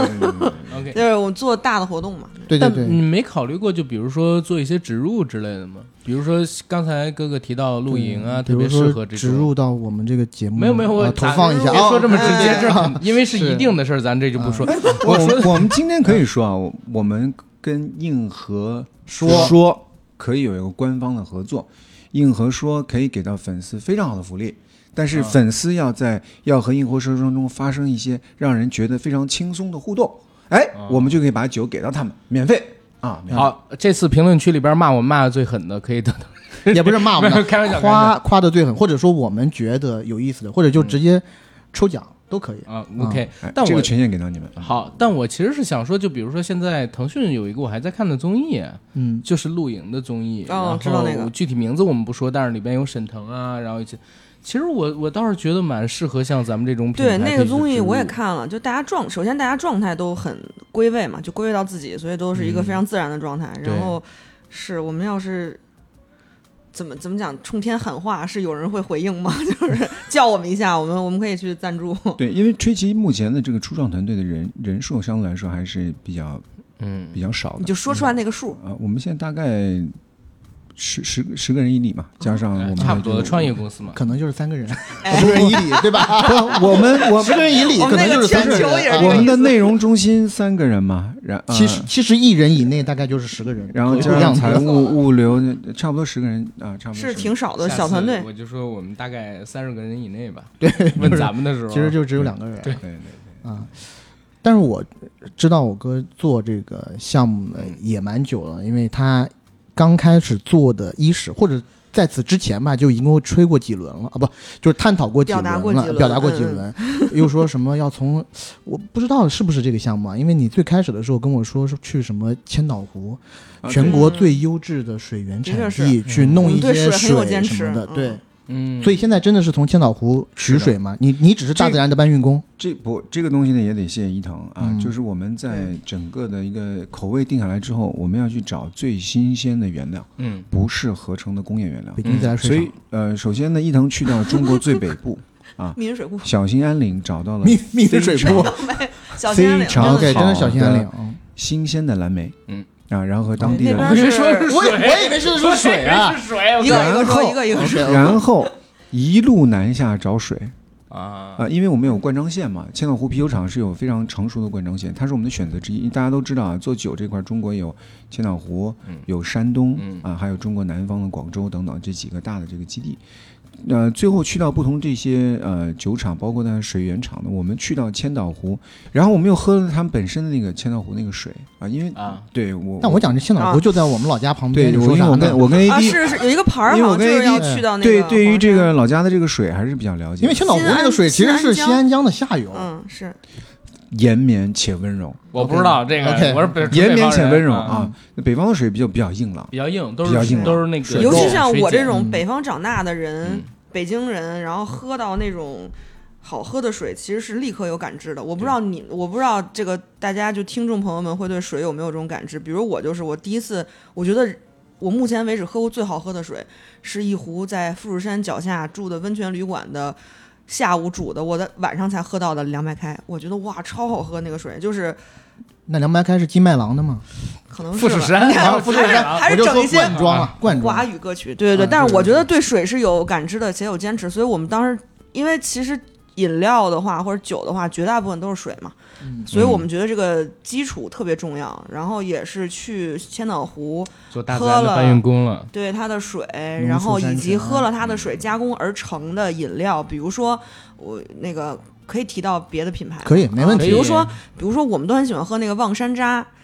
D: OK，
C: 就是我们做大的活动嘛。
B: 对对对。
D: 但你没考虑过，就比如说做一些植入之类的吗？比如说刚才哥哥提到露营啊，特别适合这种
B: 植入到我们这个节目。
D: 没有，我
B: 投放一下。
D: 别说这么直接，这因为是一定的事儿，咱这就不说。
A: 我们今天可以说啊，我们跟硬核说可以有一个官方的合作，硬核说可以给到粉丝非常好的福利。但是粉丝要和硬核说中发生一些让人觉得非常轻松的互动，我们就可以把酒给到他们，免费啊！
D: 好，这次评论区里边骂我骂的最狠的，可以得到，
B: 也不是骂我们，
D: 开玩笑，
B: 夸的最狠，或者说我们觉得有意思的，或者就直接抽奖都可以
D: 啊。OK， 但
A: 这个权限给到你们。
D: 好，但我其实是想说，就比如说现在腾讯有一个我还在看的综艺，就是露营的综艺，
C: 知道那个，
D: 具体名字我们不说，但是里边有沈腾啊，然后一些。其实我倒是觉得蛮适合像咱们这种品牌。
C: 对，那个综艺我也看了，就首先大家状态都很归位嘛，就归位到自己，所以都是一个非常自然的状态。然后是我们要是怎么讲，冲天喊话，是有人会回应吗？就是叫我们一下，我们可以去赞助。
A: 对，因为吹奇目前的这个初创团队的人数相对来说还是比较少的。
C: 你就说出来那个数
A: 我们现在大概10个人以里嘛，加上我们
D: 差不多的创业公司嘛，
B: 可能就是3个人，10个人以里，对吧？
A: 我们
B: 10个人以里，可能就是3个人。
A: 我们的内容中心3个人嘛，
B: 其实1人以内大概就是10个人，
A: 然后加上财务、物流，差不多10个人啊，差不多
C: 是挺少的小团队。
D: 我就说我们大概30个人以内吧。
B: 对，
D: 问咱们的时候，
B: 其实就只有2个人。
D: 对
B: 啊。但是我知道我哥做这个项目呢也蛮久了，因为他刚开始做的或者在此之前吧，就已经吹过几轮了啊，不就是探讨过几轮了，表达过几轮，又说什么要从我不知道是不是这个项目啊，因为你最开始的时候跟我说是去什么千岛湖，全国最优质的水源产地去弄一些水什么的，对。所以现在真的是从千岛湖取水吗？你只是大自然的搬运工？
A: 这个东西呢也得谢谢伊藤啊，就是我们在整个的一个口味定下来之后，我们要去找最新鲜的原料，不是合成的工业原料。
B: 北京自来水厂。
A: 所以首先呢，伊藤去到中国最北部啊，
C: 密云水库，
A: 小兴安岭找到了
B: 密云水库，
A: 非常好的
B: 真的小兴安岭，
A: 新鲜的蓝莓，然后和当地的
B: 我以为是说水啊，
C: 一个，
A: 然后一路南下找水因为我们有灌装线嘛，千岛湖啤酒厂是有非常成熟的灌装线，它是我们的选择之一。大家都知道啊，做酒这块中国有千岛湖，有山东还有中国南方的广州等等这几个大的这个基地。最后去到不同这些酒厂，包括它水源厂的，我们去到千岛湖，然后我们又喝了他们本身的那个千岛湖那个水因为对我，
B: 但我讲这千岛湖就在我们老家旁边，
A: 对，我跟 AD
C: 是有一个牌儿，
A: 因为我跟 AD
C: 要去到那个
A: 对于这个老家的这个水还是比较了解，
B: 因为千岛湖那个水其实是西安江的下游，
C: 是
A: 延绵且温柔。
D: 我不知道这个，我是
A: 延绵且温柔北方的水比较硬朗，
D: 比较硬，
A: 都是
D: 那个，
C: 尤其像我这种北方长大的人，北京人，然后喝到那种好喝的水，其实是立刻有感知的。我不知道这个大家就听众朋友们会对水有没有这种感知？比如我第一次，我觉得我目前为止喝过最好喝的水，是一壶在富士山脚下住的温泉旅馆的。下午煮的，我的晚上才喝到的凉白开，我觉得哇超好喝那个水，就是
B: 那凉白开是金麦郎的吗？
C: 可能是
D: 富士山，
C: 还是整一些
B: 罐装
C: 华语歌曲，对，但是我觉得对水是有感知的且有坚持，所以我们当时因为其实饮料的话或者酒的话，绝大部分都是水嘛，所以我们觉得这个基础特别重要。然后也是去千岛湖
D: 做大自然的搬运工了，
C: 对它的水，然后以及喝了它的水加工而成的饮料，比如说我那个可以提到别的品牌，
B: 可以没问题。
C: 比如说我们都很喜欢喝那个望山楂。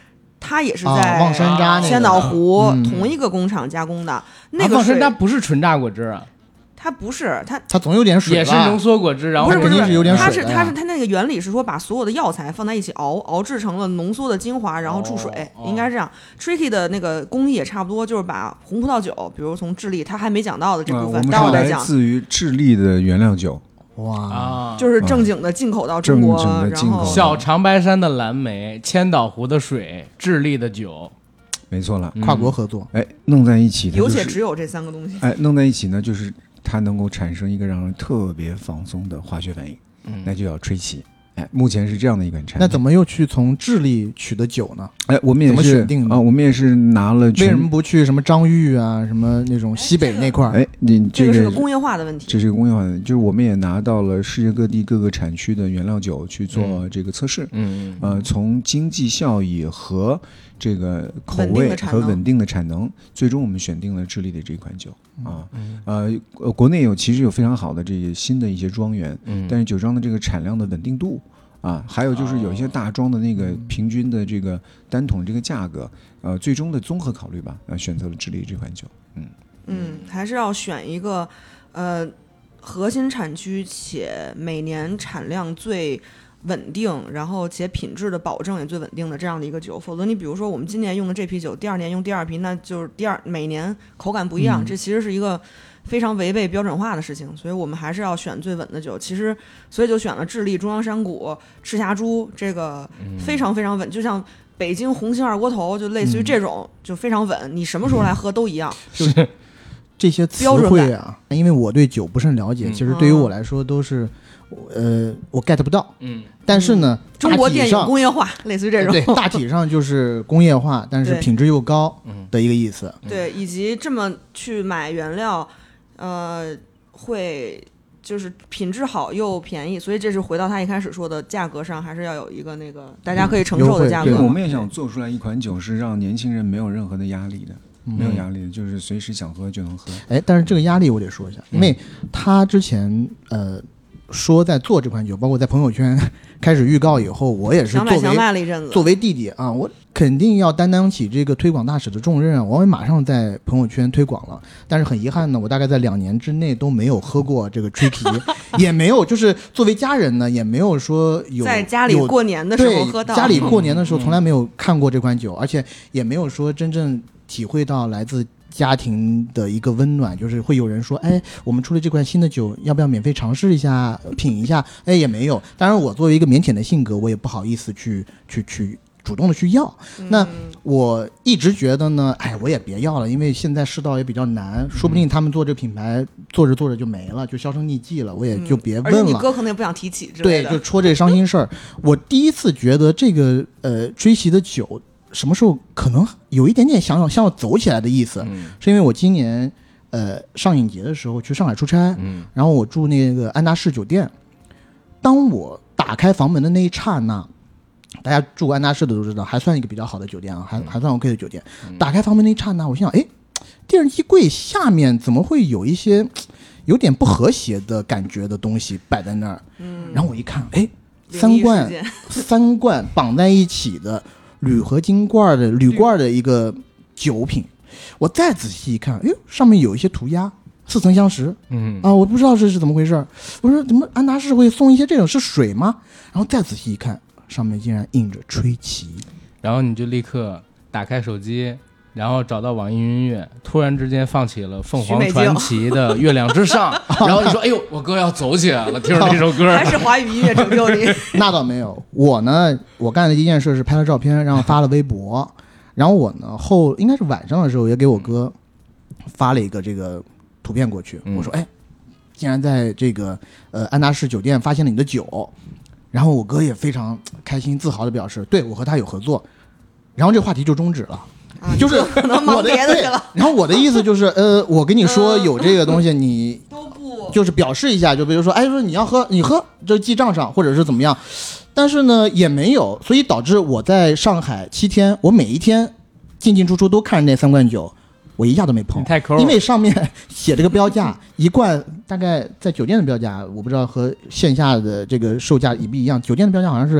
C: 它也是
B: 啊
C: 在
B: 望山楂那个
C: 千岛湖
B: 嗯
C: 同一个工厂加工的。那个水
D: 望山楂不是纯榨果汁啊，
C: 它不是它。
B: 它总有点水吧，
D: 也是浓缩果汁，然后
C: 不是
B: 肯定是有点水的呀
C: 它那个原理是说把所有的药材放在一起熬制成了浓缩的精华，然后注水，应该是这样。Tricky 的那个工艺也差不多，就是把红葡萄酒，比如从智利，它还没讲到的这部分，
A: 我们是来
C: 待会儿再讲。
A: 自于智利的原料酒，
B: 哇，
D: 啊，
C: 就是正经的进口到中国，
A: 正经的进口
C: 然后
D: 小长白山的蓝莓，千岛湖的水，智利的酒，
A: 没错了。
B: 跨国合作，
A: 哎，弄在一起，它
C: 有
A: 就是
C: 且只有这3个东西。
A: 哎，弄在一起呢，就是它能够产生一个让人特别放松的化学反应，那就叫吹奇。哎，目前是这样的一款产品。
B: 那怎么又去从智利取的酒呢？
A: 哎，我们也
B: 怎么
A: 是
B: 选定的
A: 啊，我们也是拿了
B: 为
A: 全
B: 什么不去什么张裕啊，什么那种西北那块儿？
A: 哎，你
C: 这
A: 个
C: 是个工业化的问题。
A: 这是个工业化的，就是我们也拿到了世界各地各个产区的原料酒去做这个测试。从经济效益和这个口味和稳定的产能，最终我们选定了智利的这款酒啊。国内其实有非常好的这个新的一些庄园，但是酒庄的这个产量的稳定度啊，还有就是有一些大庄的那个平均的这个单桶这个价格，最终的综合考虑吧，选择了智利这款酒。
C: 还是要选一个核心产区且每年产量最稳定，然后且品质的保证也最稳定的这样的一个酒。否则你比如说我们今年用的这批酒，第2年用第2批，那就是每年口感不一样，这其实是一个非常违背标准化的事情。所以我们还是要选最稳的酒。其实所以就选了智利中央山谷赤霞珠，这个非常非常稳，就像北京红星二锅头，就类似于这种，就非常稳，你什么时候来喝都一样。
B: 就是这些词汇啊，因为我对酒不是很了解，其实对于我来说都是我 get 不到。但是呢，
C: 中国电影工业化类似于这种，
B: 对，大体上就是工业化，但是品质又高的一个意思。
C: 对，以及这么去买原料，会就是品质好又便宜，所以这是回到他一开始说的，价格上还是要有一个那个大家可以承受的价格。
A: 我们也想做出来一款酒是让年轻人没有任何的压力的。没有压力的，就是随时想喝就能喝。
B: 哎，但是这个压力我得说一下，因为他之前说在做这款酒，包括在朋友圈开始预告以后，我也是作为弟弟啊，我肯定要担当起这个推广大使的重任啊，我也马上在朋友圈推广了。但是很遗憾呢，我大概在2年之内都没有喝过这个 Tricky， 也没有就是作为家人呢，也没有说
C: 在家里过年的时候喝到，
B: 家里过年的时候从来没有看过这款酒，而且也没有说真正体会到来自家庭的一个温暖，就是会有人说，哎，我们出了这款新的酒，要不要免费尝试一下品一下？哎，也没有。当然我作为一个腼腆的性格，我也不好意思去主动的去要。那我一直觉得呢，哎，我也别要了，因为现在世道也比较难，说不定他们做这个品牌做着做着就没了，就销声匿迹了，我也就别问了。
C: 而且你哥可能也不想提起之类的。
B: 对，就戳这伤心事儿。我第一次觉得这个追袭的酒什么时候可能有一点点想要走起来的意思，是因为我今年上影节的时候去上海出差，然后我住那个安达仕酒店，当我打开房门的那一刹那，大家住过安达仕的都知道，还算一个比较好的酒店啊，还算 OK 的酒店。打开房门那一刹那，我心想，哎，电视衣柜下面怎么会有一些有点不和谐的感觉的东西摆在那儿？然后我一看，哎，3罐绑在一起的铝合金铝罐的一个酒品，我再仔细一看，哎，上面有一些涂鸦，似曾相识。我不知道是怎么回事。我说怎么安达仕会送一些这种，是水吗？然后再仔细一看，上面竟然印着吹奇。
D: 然后你就立刻打开手机，然后找到网易云音乐，突然之间放起了凤凰传奇的《月亮之上》，然后你说：“哎呦，我哥要走起来了！”听着这首歌，
C: 还是华语音乐拯救你？
B: 那倒没有，我呢，我干的第一件事是拍了照片，然后发了微博，然后我呢应该是晚上的时候也给我哥发了一个这个图片过去，我说：“哎，竟然在这个安达仕酒店发现了你的酒。”然后我哥也非常开心自豪的表示：“对，我和他有合作。”然后这个话题就终止了。就是
C: 可能忙别的去了。
B: 然后我的意思就是，我跟你说有这个东西，你
C: 都不
B: 就是表示一下，就比如说，哎，说你要喝，你喝，就记账上，或者是怎么样。但是呢，也没有，所以导致我在上海7天，我每一天进出出都看着那3罐酒，我一下都没碰，
D: 太抠，
B: 因为上面写这个标价，一罐大概在酒店的标价，我不知道和线下的这个售价一不一样，酒店的标价好像是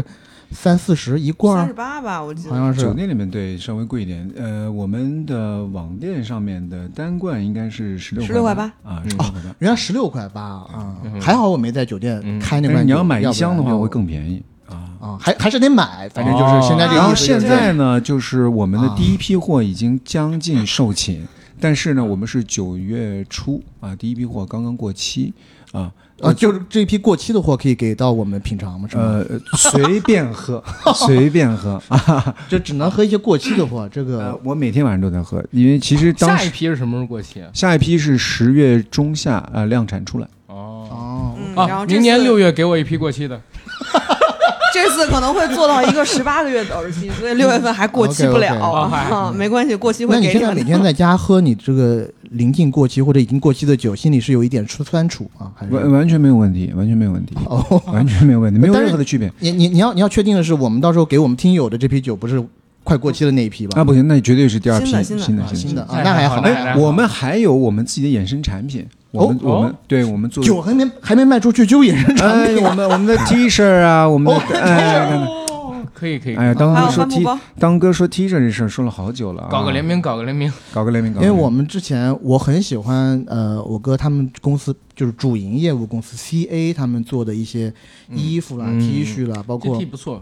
B: 30-40一罐
C: 38吧，我记得
B: 好像是
A: 酒店里面对稍微贵一点，我们的网店上面的单罐应该是16块8啊，16块8。
B: 原来16块8啊，还好我没在酒店开那罐酒。
A: 你要买一箱的话会更便宜
B: 啊，还是得买，反正就是现在这个意思。
A: 然后现在呢，就是我们的第一批货已经将近售罄，但是呢，我们是9月初啊，第一批货刚刚过期啊。
B: 就是这一批过期的货可以给到我们品尝吗？是吗？
A: 随便喝，随便喝啊，
B: 就只能喝一些过期的货。这个
A: 我每天晚上都在喝，因为其实当时
D: 下一批是什么时候过期啊？
A: 下一批是10月中下量产出来。
C: 然后
D: 明年6月给我一批过期的。
C: 这次可能会做到一个18个月保质期，所以6月份还过期不了。没关系，过期会给你。
B: 那你现在每天在家喝你这个临近过期或者已经过期的酒，心里是有一点酸楚啊？还是
A: 完全没有问题，完全没有问题，完全没有问题，没有任何的区别。
B: 你要确定的是，我们到时候给我们听友的这批酒不是快过期的那一批吧？
A: 不行，那绝对是第二批
C: 新的
B: 啊，那还好。
A: 我们还有我们自己的衍生产品。我们做
B: 酒还没卖出去就衍生产品。
A: 我们的 T 恤啊，我们的
D: 可以。
A: 哎呀，当哥说 T 恤这事儿说了好久了啊，
D: 搞个联名。
B: 因为我们之前我很喜欢我哥他们公司就是主营业务公司 CA 他们做的一些衣服啦、T 恤啦，包括
D: T 不错。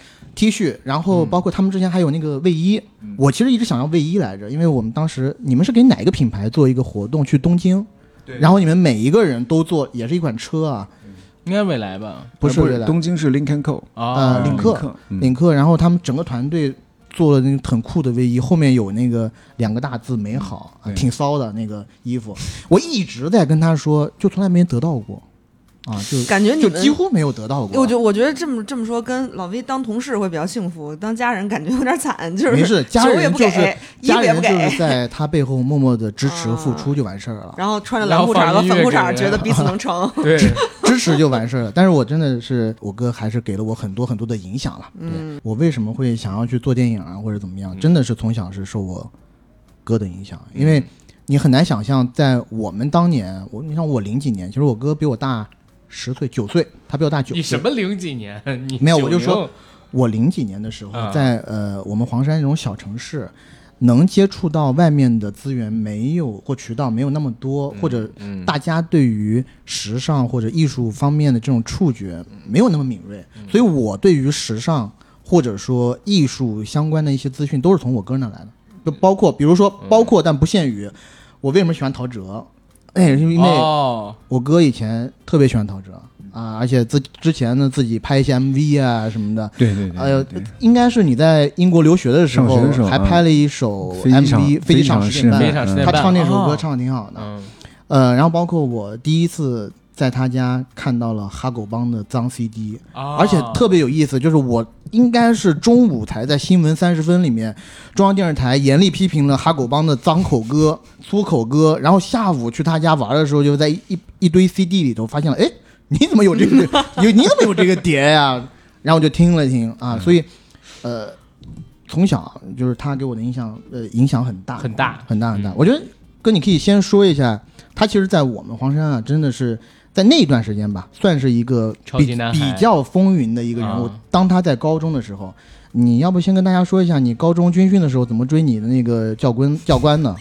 B: T 恤，然后包括他们之前还有那个卫衣，我其实一直想要卫衣来着，因为我们当时你们是给哪一个品牌做一个活动去东京？然后你们每一个人都做，也是一款车啊，
D: 应该未来吧？
B: 不是未来，
A: 东京是 Link & Co
B: 领克，然后他们整个团队做了那个很酷的卫衣，后面有那个2个大字美好，挺骚的那个衣服，我一直在跟他说，就从来没得到过。就
C: 感觉你
B: 就几乎没有得到过。
C: 我觉得这么说，跟老 V 当同事会比较幸福，当家人感觉有点惨。就是
B: 没事，家人
C: 就是
B: 在他背后默默的支持和付出就完事儿了。
C: 然后穿着蓝裤衩和粉裤衩，觉得彼此能成。
D: 对，
B: 支持就完事儿了。但是我真的是我哥还是给了我很多很多的影响了。我为什么会想要去做电影啊或者怎么样？真的是从小是受我哥的影响，因为你很难想象，在我们当年，你像我00几年，其实我哥比我大10岁9岁，他比我大9岁。
D: 你什么00几年？你
B: 没有，我就说我00几年的时候，在我们黄山这种小城市，能接触到外面的资源没有或渠道没有那么多，或者大家对于时尚或者艺术方面的这种触觉没有那么敏锐，所以我对于时尚或者说艺术相关的一些资讯都是从我哥那来的，就包括比如说但不限于我为什么喜欢陶喆。是因为我哥以前特别喜欢陶喆啊，而且之前呢自己拍一些 MV 啊什么的。
A: 对。
B: 应该是你在英国留学的时候还拍了一首 MV《飞机场10点半》，他唱那首歌唱的挺好的。然后包括我第一次在他家看到了哈狗帮的脏 CD，而且特别有意思，就是我应该是中午才在新闻30分里面，中央电视台严厉批评了哈狗帮的脏口歌、粗口歌，然后下午去他家玩的时候，就在一堆 CD 里头发现了，哎，你怎么有这个？你怎么有这个碟呀？然后我就听了听啊，所以从小就是他给我的影响很大。我觉得哥，你可以先说一下，他其实在我们黄山啊，真的是在那一段时间吧，算是一个比较风云的一个人物。当他在高中的时候，你要不先跟大家说一下，你高中军训的时候怎么追你的那个教官呢？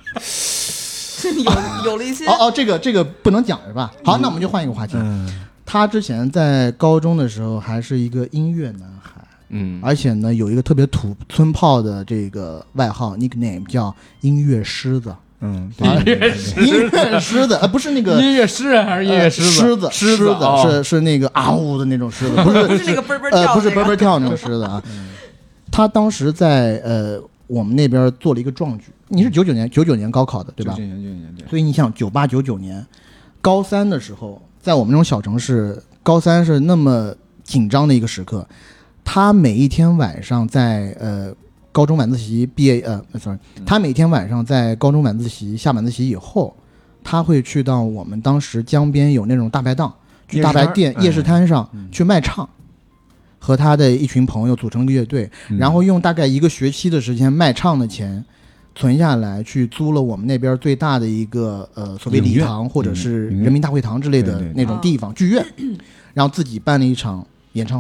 C: 有了一些
B: 这个不能讲是吧？好，那我们就换一个话题。他之前在高中的时候还是一个音乐男孩，而且呢有一个特别土村炮的这个外号 nickname 叫音乐狮子。音乐狮子，不是那个
D: 音乐狮还是音乐狮子？
B: 狮子是那个啊呜的那种狮子，不是
C: 那个啵跳，
B: 不是啵跳那种狮子啊。他当时在我们那边做了一个壮举。你是99年高考的对吧？99
A: 年对。
B: 所以你想98、99年高3的时候，在我们这种小城市，高3是那么紧张的一个时刻。他每一天晚上在高中晚自习他每天晚上在高中晚自习下晚自习以后，他会去到我们当时江边有那种大排档，去大排店夜市摊上去卖唱，和他的一群朋友组成一个乐队，然后用大概1个学期的时间卖唱的钱存下来，去租了我们那边最大的一个所谓礼堂或者是人民大会堂之类的那种地方剧院，然后自己办了一场演唱会，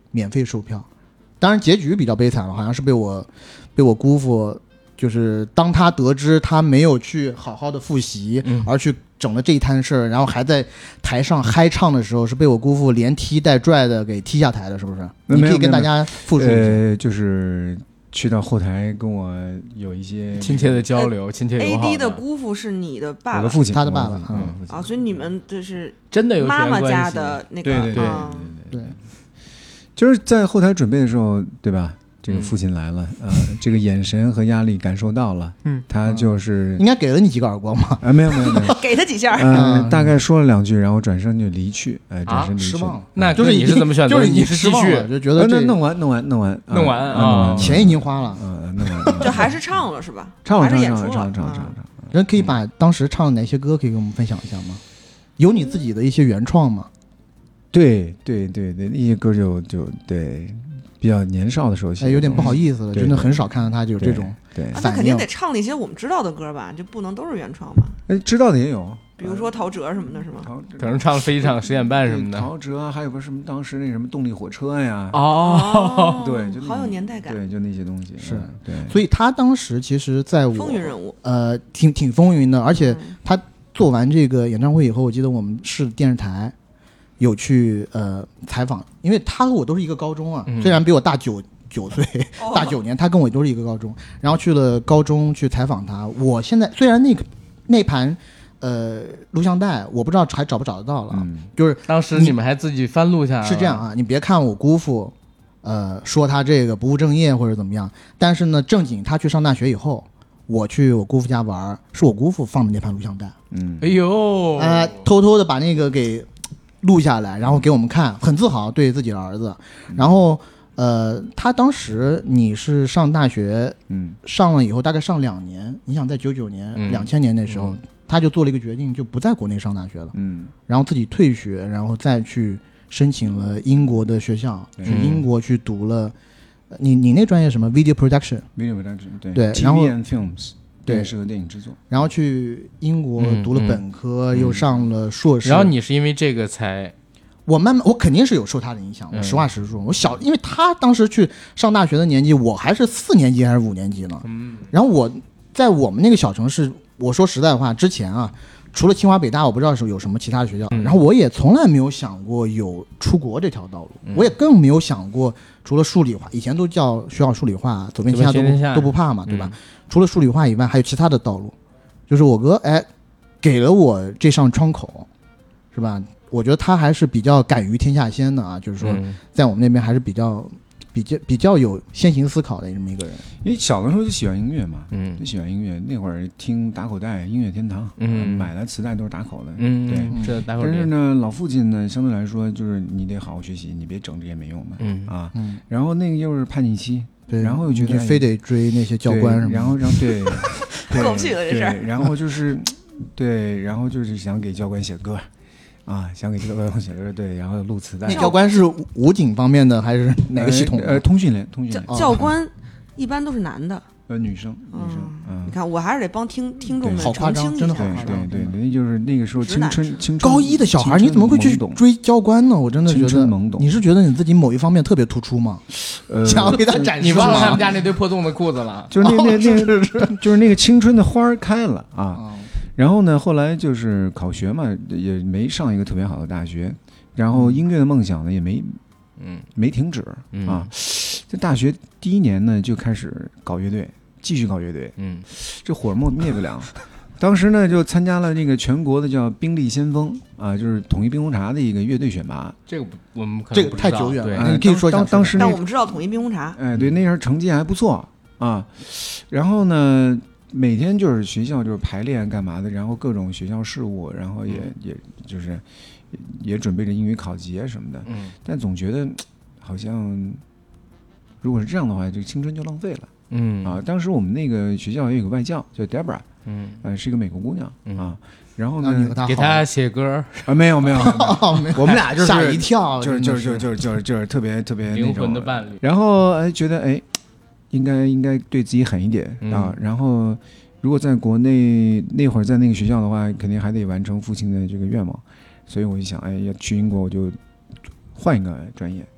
B: 免费售票。当然结局比较悲惨了，好像是被我姑父，就是当他得知他没有去好好的复习，而去整了这一摊事儿，然后还在台上嗨唱的时候，是被我姑父连踢带拽的给踢下台的，是不是？你可以跟大家复述一下。
A: 就是去到后台跟我有一些
D: 亲切的交流，亲切友好。
C: AD 的姑父是你的爸爸，
A: 我的父亲，
B: 他的爸爸
C: 啊，所以你们这是
D: 真的有血缘
C: 妈妈
D: 关系
C: 家的那个，
B: 对，
A: 就是在后台准备的时候，对吧？这个父亲来了，这个眼神和压力感受到了，他就是
B: 应该给了你几个耳光吗？
A: 没有，
C: 给他几下，
A: 大概说了2句，然后转身就离去，转身离去。
B: 失望了，
D: 那
B: 就是
D: 你是怎么选择？
B: 就是
D: 你是继续，
B: 就觉得
A: 那弄完
D: 啊，
B: 钱已经花了，
A: 弄完，
C: 就还是唱了是吧？
A: 唱，
B: 人可以把当时唱的哪些歌可以跟我们分享一下吗？有你自己的一些原创吗？
A: 对，那些歌就对，比较年少的时候写，
B: 有点不好意思了，真的很少看到他有这种
C: 那
B: 反应。
C: 肯定得唱那些我们知道的歌吧，就不能都是原创吧？
A: 知道的也有，
C: 比如说陶喆什么的，是吗？
D: 可能唱飞机场10点半什么的。
A: 陶喆还有个什么当时那什么动力火车呀，对，就
C: 好有年代感，
A: 对，就那些东西
B: 是，
A: 对。
B: 所以他当时其实在我
C: 风云人物，
B: 挺风云的，而且他做完这个演唱会以后，我记得我们市电视台有去采访，因为他和我都是一个高中啊，虽然比我大9岁，大9年，他跟我都是一个高中，然后去了高中去采访他。我现在虽然那盘录像带我不知道还找不找得到了，就是
D: 当时你们还自己翻录下来。
B: 是这样啊，你别看我姑父说他这个不务正业或者怎么样，但是呢，正经他去上大学以后，我去我姑父家玩，是我姑父放的那盘录像带，
D: 哎呦，
B: 偷偷的把那个给录下来，然后给我们看，很自豪对自己的儿子。然后他当时你是上大学，上了以后大概上2年，你想在99年、2000年那时候，他就做了一个决定，就不在国内上大学了，然后自己退学，然后再去申请了英国的学校，去英国去读了。你那专业什么 video production 对，然后
A: TV and films 对，是个电影制作，
B: 然后去英国读了本科，又上了硕士。
D: 然后你是因为这个才，
B: 我肯定是有受他的影响，我实话实说，因为他当时去上大学的年纪，我还是4年级还是5年级呢。然后我在我们那个小城市，我说实在话，之前啊，除了清华北大，我不知道是有什么其他的学校，然后我也从来没有想过有出国这条道路，我也更没有想过除了数理化，以前都叫学校数理化，走遍天下都不怕嘛，对吧？除了数理化以外，还有其他的道路，就是我哥给了我这扇窗口，是吧？我觉得他还是比较敢于天下先的啊，就是说在我们那边还是比较有先行思考的这么一个人。
A: 因为小的时候就喜欢音乐嘛，就喜欢音乐。那会儿听打口袋，音乐天堂，买的磁带都是打口的，对，
D: 这打口。
A: 但是呢，老父亲呢，相对来说就是你得好好学习，你别整这些没用的，然后那个又是叛逆期，
B: 对，
A: 然后又觉得
B: 非得追那些教官什么的，
A: 然后对，
C: 过不去了这事儿。
A: 然后就是对，然后就是想给教官写歌。想给教官写歌，对，然后录磁带。
B: 那教官是武警方面的还是哪个系统？
A: 通讯连。
C: 教官一般都是男的，
A: 女生。
C: 你看，我还是得帮听众们
B: 好夸张，真的好夸张。
A: 对，那就是那个时候青春。
B: 高1的小孩，你怎么会去追教官呢？我真的觉得
A: 懵懂。
B: 你是觉得你自己某一方面特别突出吗？想要给他展示？
D: 你忘了他们家那堆破洞的裤子了？
A: 就是就是那个青春的花开了啊。然后呢，后来就是考学嘛，也没上一个特别好的大学，然后音乐的梦想呢也没停止啊。在大学第1年呢就开始搞乐队，继续搞乐队，这火灭不了。当时呢就参加了那个全国的叫兵力先锋啊，就是统一冰红茶的一个乐队选拔。
D: 这个我们可能
B: 这个太久远了，
A: 你可以说当时
C: 但我们知道统一冰红茶，
A: 对，那时候成绩还不错啊。然后呢，每天就是学校就是排练干嘛的，然后各种学校事务，然后也就是也准备着英语考级什么的，但总觉得好像如果是这样的话，这个青春就浪费了。当时我们那个学校也有个外教叫 Debra，是一个美国姑娘啊。然后呢，
D: 给她写歌
A: 没有，我们俩就是
B: 吓一跳，
A: 就是特别
D: 灵魂的伴侣。
A: 然后觉得应该对自己狠一点啊。然后如果在国内那会儿在那个学校的话，肯定还得完成父亲的这个愿望，所以我就想，要去英国我就换一个专业。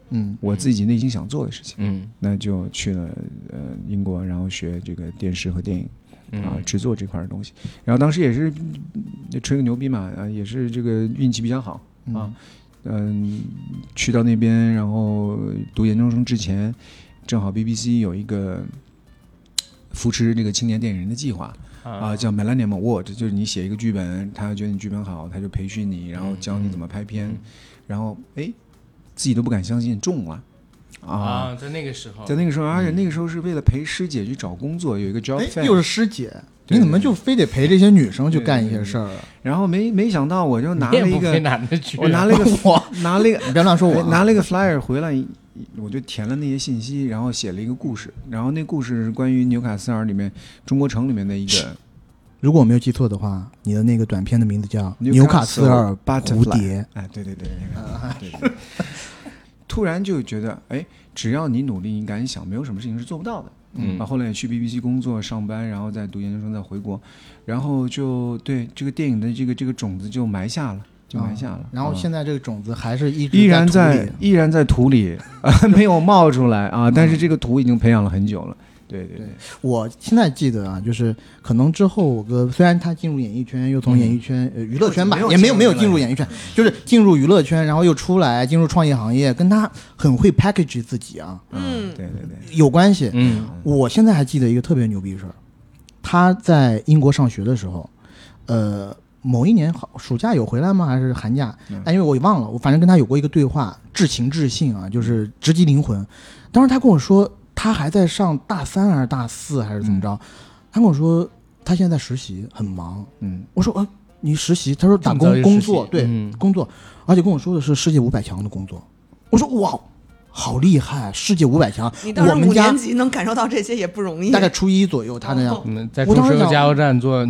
A: 我自己内心想做的事情，那就去了英国，然后学这个电视和电影。制作这块的东西，然后当时也是吹个牛逼嘛，也是这个运气比较好啊，去到那边，然后读研究生之前，正好 BBC 有一个扶持这个青年电影人的计划叫 Millennium Award， 就是你写一个剧本，他觉得你剧本好，他就培训你，然后教你怎么拍片，然后自己都不敢相信中了。
D: 在那个时候，
A: 而且那个时候是为了陪师姐去找工作，有一个 job fair，
B: 又是师姐，你怎么就非得陪这些女生去干一些事儿啊？
A: 然后没想到，我就拿了一个，我拿了一个，
B: 你别乱说我，
A: 拿了一个 flyer 回来，我就填了那些信息，然后写了一个故事，然后那故事是关于纽卡斯尔里面中国城里面的一个。
B: 如果我没有记错的话，你的那个短片的名字叫《纽卡斯尔蝴蝶》。
A: 对，突然就觉得，只要你努力，你敢想，没有什么事情是做不到的。后来也去 BBC 工作上班，然后再读研究生，再回国，然后就对这个电影的这个种子就埋下了。
B: 然后现在这个种子还是
A: 依然在土里没有冒出来啊，但是这个土已经培养了很久了。对，
B: 我现在记得啊，就是可能之后我哥虽然他进入演艺圈，又从演艺圈娱乐圈吧，也没有进入演艺圈，就是进入娱乐圈，然后又出来进入创业行业，跟他很会 package 自己啊，
A: 对，
B: 有关系。我现在还记得一个特别牛逼的事儿，他在英国上学的时候，某一年暑假有回来吗？还是寒假？因为我也忘了，我反正跟他有过一个对话，至情至性啊，就是直击灵魂。当时他跟我说。他还在上大3还是大4还是怎么着？他跟我说他现在在实习，很忙。我说你实习？他说打工作，对，工作，而且跟我说的是世界500强的工作。我说哇，好厉害，世界500强！
C: 你当时5年级能感受到这些也不容易。
B: 大概初1左右，他那样。
D: 在中石油加油站做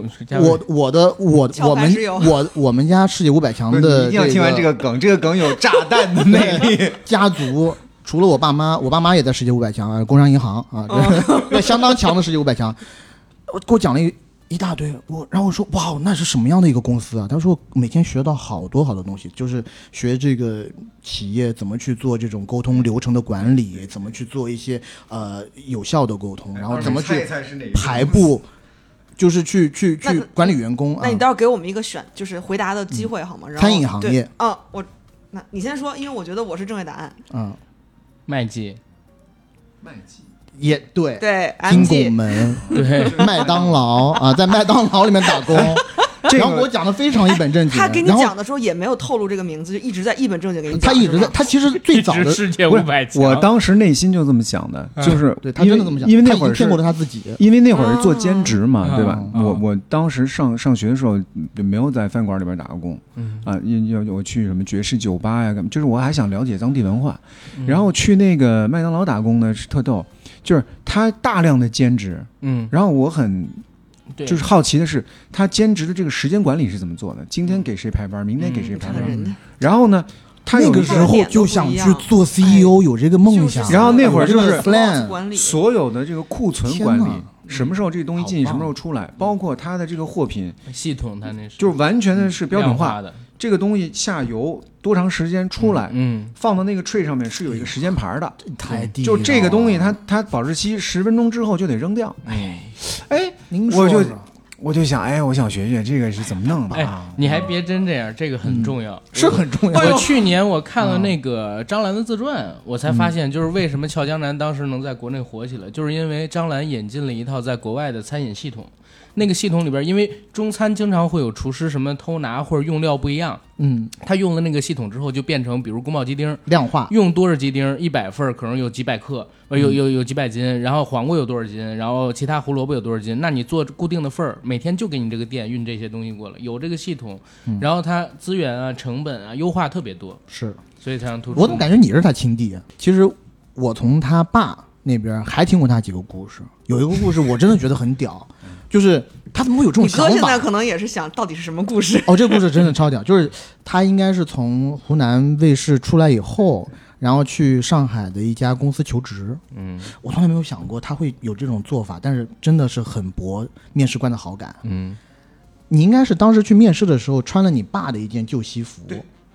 B: 我们家世界500强的，
A: 一定要听完这个梗，这个梗有炸弹的魅力。
B: 家族。除了我爸妈也在世界500强啊，工商银行啊，相当强的世界500强。给我讲了一大堆，然后我说哇，那是什么样的一个公司啊？他说每天学到好多东西，就是学这个企业怎么去做这种沟通流程的管理，怎么去做一些有效的沟通，然后怎么去排布。就是去管理员工。
C: 那你倒是给我们一个就是回答的机会好吗？然后
B: 餐饮行业
C: 那你先说，因为我觉得我是正确答案。
D: 麦记
B: 也对，
C: 金
B: 拱门，对，麦当劳啊，在麦当劳里面打工。然后我讲的非常一本正经。
C: 他给你讲的时候也没有透露这个名字，就一直在一本正经给你讲。
B: 他一直在，他其实最早的
D: 世界500强。
A: 我当时内心就这么想的，就是
B: 对他真的这么想，
A: 因为那会儿
B: 骗过了他自己。
A: 因为那会儿是做兼职嘛，对吧？我当时上学的时候就没有在饭馆里边打过工，我去什么爵士酒吧呀，就是我还想了解当地文化。然后去那个麦当劳打工呢是特逗，就是他大量的兼职，然后我很。就是好奇的是，他兼职的这个时间管理是怎么做的？今天给谁排班，明天给谁排班？然后呢，他
B: 那个时候就想去做 CEO，有这个梦想。
A: 然后那会儿就是
B: plan，
A: 所有的这个库存管理，什么时候这个东西进，什么时候出来，包括他的这个货品
D: 系统，他那是
A: 就是完全的是标准化
D: 的。
A: 这个东西下游多长时间出来，放到那个 tray 上面是有一个时间牌的，
B: 太低了。
A: 就这个东西它保质期10分钟之后就得扔掉。我就想，我想学学这个是怎么弄的啊！
D: 你还别真这样，这个很重要，
B: 是很重要。
D: 我去年我看了那个张兰的自传，我才发现，就是为什么俏江南当时能在国内火起来，就是因为张兰引进了一套在国外的餐饮系统。那个系统里边，因为中餐经常会有厨师什么偷拿或者用料不一样，他用了那个系统之后，就变成比如宫保鸡丁
B: 量化，
D: 用多少鸡丁100份可能有几百克，有几百斤，然后黄瓜有多少斤，然后其他胡萝卜有多少斤，那你做固定的份儿，每天就给你这个店运这些东西过来，有这个系统，然后它资源啊、成本啊优化特别多，
B: 是，
D: 所以才能突出。
B: 我怎么感觉你是他亲弟啊？其实我从他爸那边还听过他几个故事，有一个故事我真的觉得很屌。就是他怎么会有这种想法？
C: 你哥现在可能也是想到底是什么故事？
B: 这个故事真的超屌，就是他应该是从湖南卫视出来以后，然后去上海的一家公司求职。我从来没有想过他会有这种做法，但是真的是很博面试官的好感。你应该是当时去面试的时候穿了你爸的一件旧西服。
A: 对，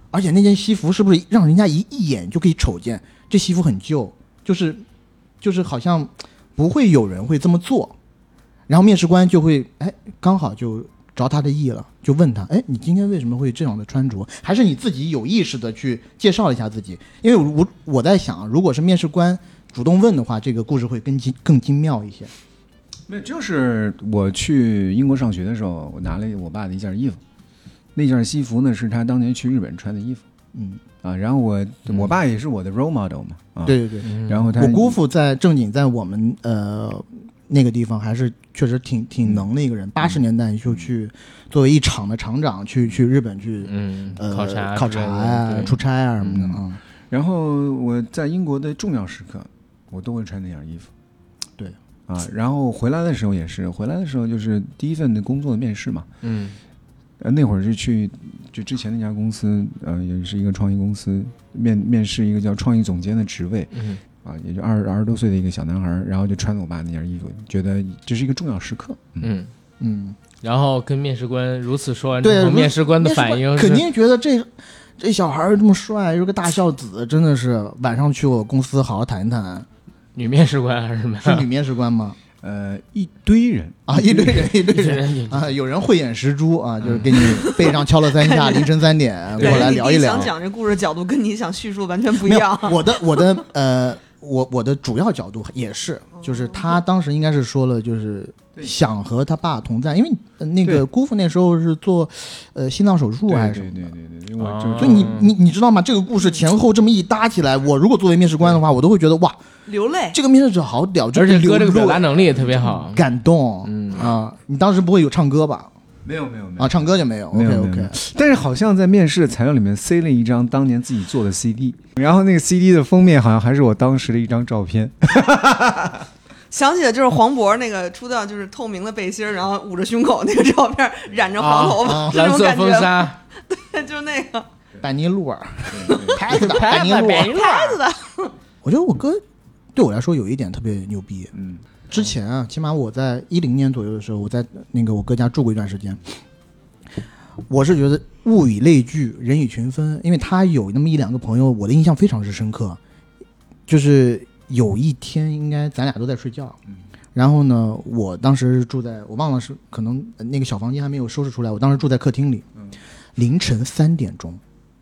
B: 而且那件西服是不是让人家一眼就可以瞅见？这西服很旧，就是好像不会有人会这么做。然后面试官就会刚好就着他的意了，就问他你今天为什么会这样的穿着？还是你自己有意识的去介绍一下自己？因为我在想，如果是面试官主动问的话，这个故事会更精妙一些。
A: 没，就是我去英国上学的时候，我拿了我爸的一件衣服，那件西服呢是他当年去日本穿的衣服。然后我爸也是我的 role model 嘛。
B: 对对
A: 对。然后
B: 我姑父正经在我们那个地方还是确实挺能的一个人。80年代就去作为一厂的厂长去日本去考察啊、出差啊什么的。
A: 然后我在英国的重要时刻，我都会穿那件衣服。
B: 对。
A: 然后回来的时候也是，回来的时候就是第一份的工作的面试嘛。那会儿是去就之前那家公司，也是一个创意公司，面试一个叫创意总监的职位。也就20多岁的一个小男孩，然后就穿了我爸那件衣服，觉得这是一个重要时刻。
D: 然后跟面试官如此说完之后，面试官的反应
B: 肯定觉得这小孩这么帅，是个大孝子，真的是晚上去我公司好好谈谈。
D: 女面试官还是什么？
B: 是女面试官吗？
A: 一堆人
B: 一堆人啊！有人慧眼识珠啊，就是给你背上敲了3下，凌晨3点过来聊一聊。
C: 你想讲这故事角度跟你想叙述完全不一样。
B: 我的主要角度也是，就是他当时应该是说了，就是想和他爸同在，因为那个姑父那时候是做心脏手术还是什么的。对，所以你知道吗？这个故事前后这么一搭起来，我如果作为面试官的话，我都会觉得哇，
C: 流泪。
B: 这个面试者好屌，
D: 而且哥这个表达能力也特别好，
B: 感动。你当时不会有唱歌吧？
A: 没有
B: 唱歌就没有。OK。
A: 但是好像在面试的材料里面塞了一张当年自己做的 CD， 然后那个 CD 的封面好像还是我当时的一张照片。
C: 想起来就是黄渤那个出道就是透明的背心，然后捂着胸口那个照片，染着黄头发，
D: 蓝色风纱。
C: 对，就是那个
B: 班尼路尔，拍子的。我觉得我哥对我来说有一点特别牛逼。之前啊，起码我在10年左右的时候，我在那个我哥家住过一段时间。我是觉得物以类聚，人以群分，因为他有那么1-2个朋友，我的印象非常之深刻。就是有一天，应该咱俩都在睡觉，然后呢，我当时住在，我忘了是可能那个小房间还没有收拾出来，我当时住在客厅里，凌晨3点钟，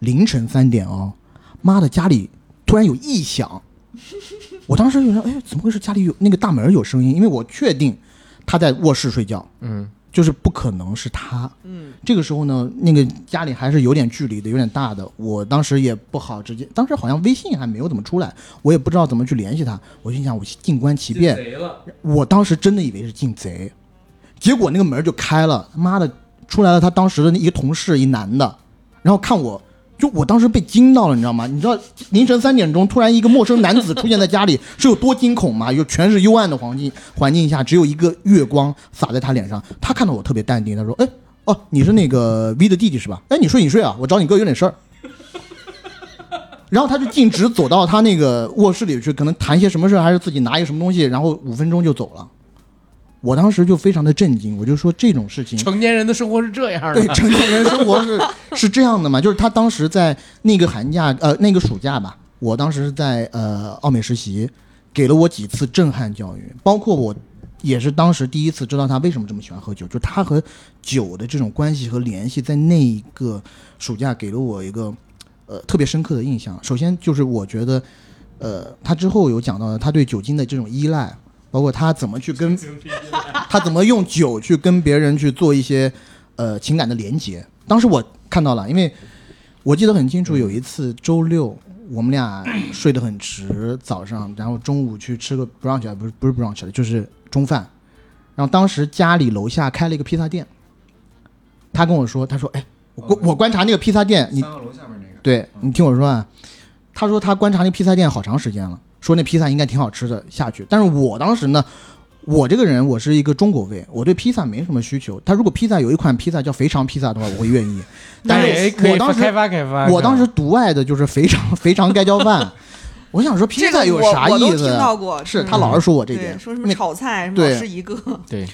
B: 妈的，家里突然有异响。我当时就说，怎么回事？家里有那个大门有声音，因为我确定他在卧室睡觉，就是不可能是他。这个时候呢，那个家里还是有点距离的，有点大的。我当时也不好直接，当时好像微信还没有怎么出来，我也不知道怎么去联系他。我心想，我静观其变。我当时真的以为是进贼，结果那个门就开了，妈的，出来了他当时的一个同事，一男的，然后看我。就我当时被惊到了，你知道吗？你知道凌晨3点钟突然一个陌生男子出现在家里是有多惊恐吗？又全是幽暗的环境下，只有一个月光洒在他脸上。他看到我特别淡定，他说：“你是那个 V 的弟弟是吧？你睡啊，我找你哥有点事儿。”然后他就径直走到他那个卧室里去，可能谈些什么事，还是自己拿一个什么东西，然后5分钟就走了。我当时就非常的震惊，我就说这种事情，
D: 成年人的生活是这样的。
B: 对，成年人生活是这样的嘛？就是他当时在那个那个暑假吧，我当时在奥美实习，给了我几次震撼教育，包括我也是当时第一次知道他为什么这么喜欢喝酒，就是他和酒的这种关系和联系，在那一个暑假给了我一个特别深刻的印象。首先就是我觉得他之后有讲到他对酒精的这种依赖，包括他怎么去他怎么用酒去跟别人去做一些情感的连结。当时我看到了，因为我记得很清楚，有一次周六我们俩睡得很迟，早上然后中午去吃个 brunch， 不是 brunch 就是中饭，然后当时家里楼下开了一个披萨店，他跟我说，他说我观察那个披萨店，
A: 3号楼下面那个，
B: 对，你听我说啊，他说他观察那个披萨店好长时间了，说那披萨应该挺好吃的下去。但是我当时呢，我这个人我是一个中国胃，我对披萨没什么需求。他如果披萨有一款披萨叫肥肠披萨的话，我会愿意。但是我当时
D: 开发
B: 我当时独爱的就是肥肠盖浇饭。我想说披萨有啥意思？
C: 我都听到过，
B: 是他老是说我这点，
C: 说什么炒菜什么老是一个。
B: 对，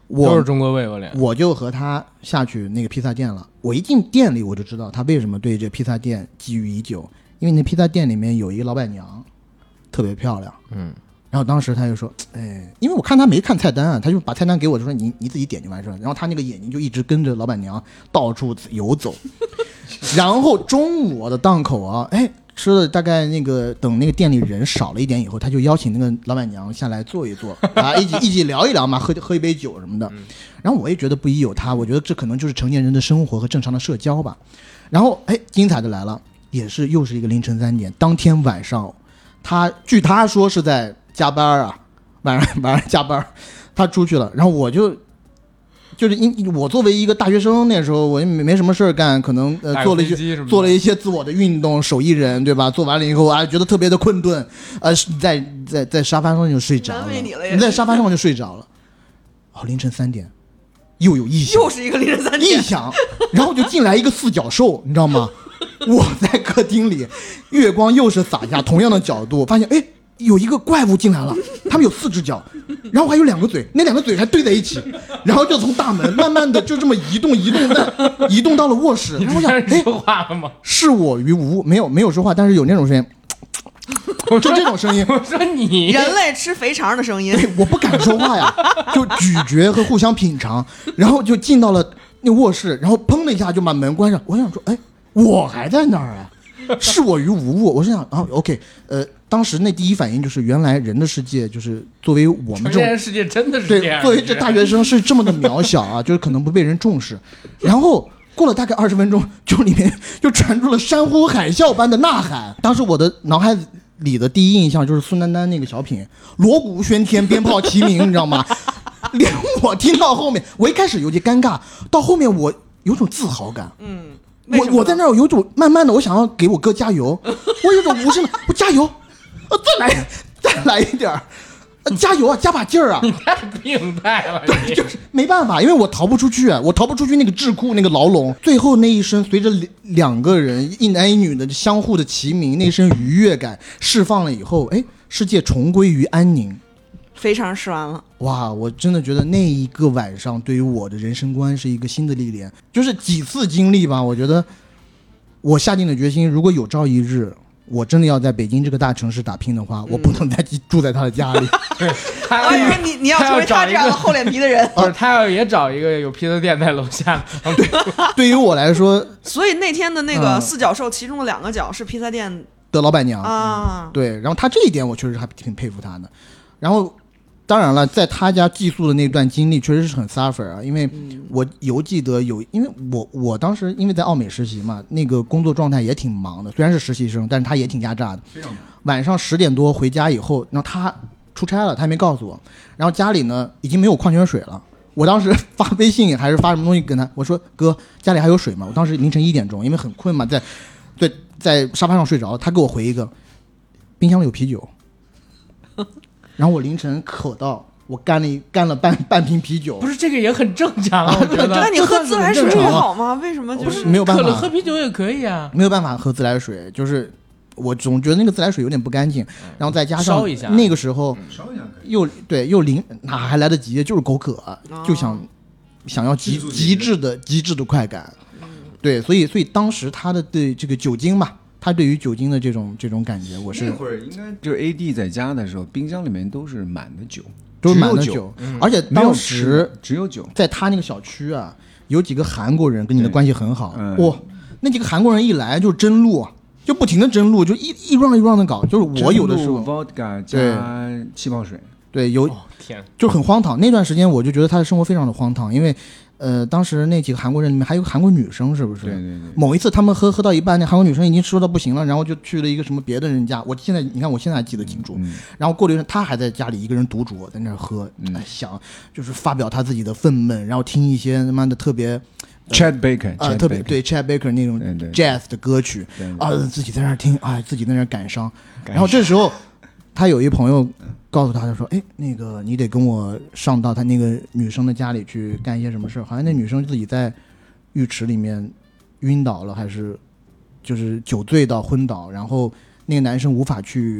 D: 都是中国胃，
B: 我就和他下去那个披萨店了。我一进店里，我就知道他为什么对这披萨店觊觎已久，因为那披萨店里面有一个老板娘，特别漂亮。然后当时他就说，因为我看他没看菜单啊，他就把菜单给我，就说你自己点就完事了。然后他那个眼睛就一直跟着老板娘到处游走。然后中午的档口啊，吃了大概等那个店里人少了一点以后，他就邀请那个老板娘下来坐一坐啊，一起聊一聊嘛，喝一杯酒什么的。然后我也觉得不疑有他，我觉得这可能就是成年人的生活和正常的社交吧。然后精彩的来了，又是一个凌晨3点，当天晚上，据他说是在加班啊，晚上加班，他出去了，然后就是我作为一个大学生，那时候我也没什么事干，可能做了一些自我的运动，手艺人对吧？做完了以后啊，觉得特别的困顿，在沙发上就睡着了，在沙发上就睡着了。凌晨3点，又有异响，
C: 又是一个凌晨3点
B: 异响，然后就进来一个四脚兽，你知道吗？我在客厅里，月光又是洒下，同样的角度，发现有一个怪物进来了，他们有4只脚，然后还有2个嘴，那2个嘴还对在一起，然后就从大门慢慢的就这么移动到了卧室。然后我想，
D: 说话了吗？
B: 视我于无，没有说话，但是有那种声音，就这种声音。
D: 我说你
C: 人类吃肥肠的声音，
B: 对，我不敢说话呀，就咀嚼和互相品尝，然后就进到了那卧室，然后砰的一下就把门关上。我想说，我还在那儿啊，视我于无物。我是想OK，当时那第一反应就是，原来人的世界就是作为我们这种
D: 世界真的是这样，
B: 对，作为这大学生是这么的渺小啊，就是可能不被人重视。然后过了大概20分钟，就里面就传出了山呼海啸般的呐喊。当时我的脑海里的第一印象就是孙丹丹那个小品，锣鼓喧天，鞭炮齐鸣，你知道吗？连我听到后面，我一开始有点尴尬，到后面我有种自豪感。我在那儿有种慢慢的，我想要给我哥加油，我有种无声的，我加油，再来一点，加油啊，加把劲儿啊！
D: 你太病态了，
B: 对，就是没办法，因为我逃不出去，那个智库那个牢笼。最后那一声，随着2个人一男一女的相互的齐鸣，那声愉悦感释放了以后，世界重归于安宁。
C: 非常吃完了，
B: 哇！我真的觉得那一个晚上对于我的人生观是一个新的历练，就是几次经历吧。我觉得我下定了决心，如果有朝一日我真的要在北京这个大城市打拼的话，我不能再住在他的家里。
C: 我以为你要成为他这样的厚脸皮的人。
D: 不是，他要也找一个有披萨店在楼下。
B: 对于我来说，
C: 所以那天的那个4脚兽，其中的2个脚是披萨店
B: 的老板娘
C: 啊。
B: 对，然后他这一点我确实还挺佩服他的。然后当然了，在他家寄宿的那段经历确实是很 suffer 啊，因为我犹记得因为我当时因为在奥美实习嘛，那个工作状态也挺忙的，虽然是实习生，但是他也挺压榨的。晚上10点多回家以后，然后他出差了，他还没告诉我，然后家里呢已经没有矿泉水了。我当时发微信还是发什么东西跟他，我说哥，家里还有水吗？我当时凌晨1点钟，因为很困嘛，在沙发上睡着了。他给我回一个，冰箱里有啤酒。然后我凌晨渴到，我干了半瓶啤酒。
D: 不是，这个也很正常啊，我觉得。
C: 那你喝自来水不好吗？为什么就是
B: 没有办法？
D: 渴了喝啤酒也可以啊。
B: 没有办法喝自来水，就是我总觉得那个自来水有点不干净，然后再加上
D: 烧一下
B: 那个时候又哪还来得及，就是口渴，就想要极致的快感。对，所以当时他的对这个酒精吧。他对于酒精的这种感觉，我是
A: 那会儿应该就 AD 在家的时候，冰箱里面都是满的酒，
B: 都是满的酒，而且当时
A: 只有酒，
B: 在他那个小区啊，有几个韩国人跟你的关系很好，哇，那几个韩国人一来就争路，就不停的争路，就一 round 一 round 的搞，就是我有的时候
A: vodka 加气泡水，
B: 对，就很荒唐。那段时间我就觉得他的生活非常的荒唐，因为当时那几个韩国人里面还有韩国女生，是不是？
A: 对对对。
B: 某一次他们喝到一半，那韩国女生已经说到不行了，然后就去了一个什么别的人家。我现在还记得清楚。然后过了一阵，他还在家里一个人独酌，在那儿喝，想就是发表他自己的愤懑，然后听一些他妈的特别。
A: Chad Baker
B: 特别对 Chad Baker 那种 jazz 的歌曲自己在那儿听自己在那儿感伤。然后这时候他有一朋友告诉他，他说：“那个你得跟我上到他那个女生的家里去干一些什么事，好像那女生自己在浴池里面晕倒了，还是就是酒醉到昏倒，然后那个男生无法去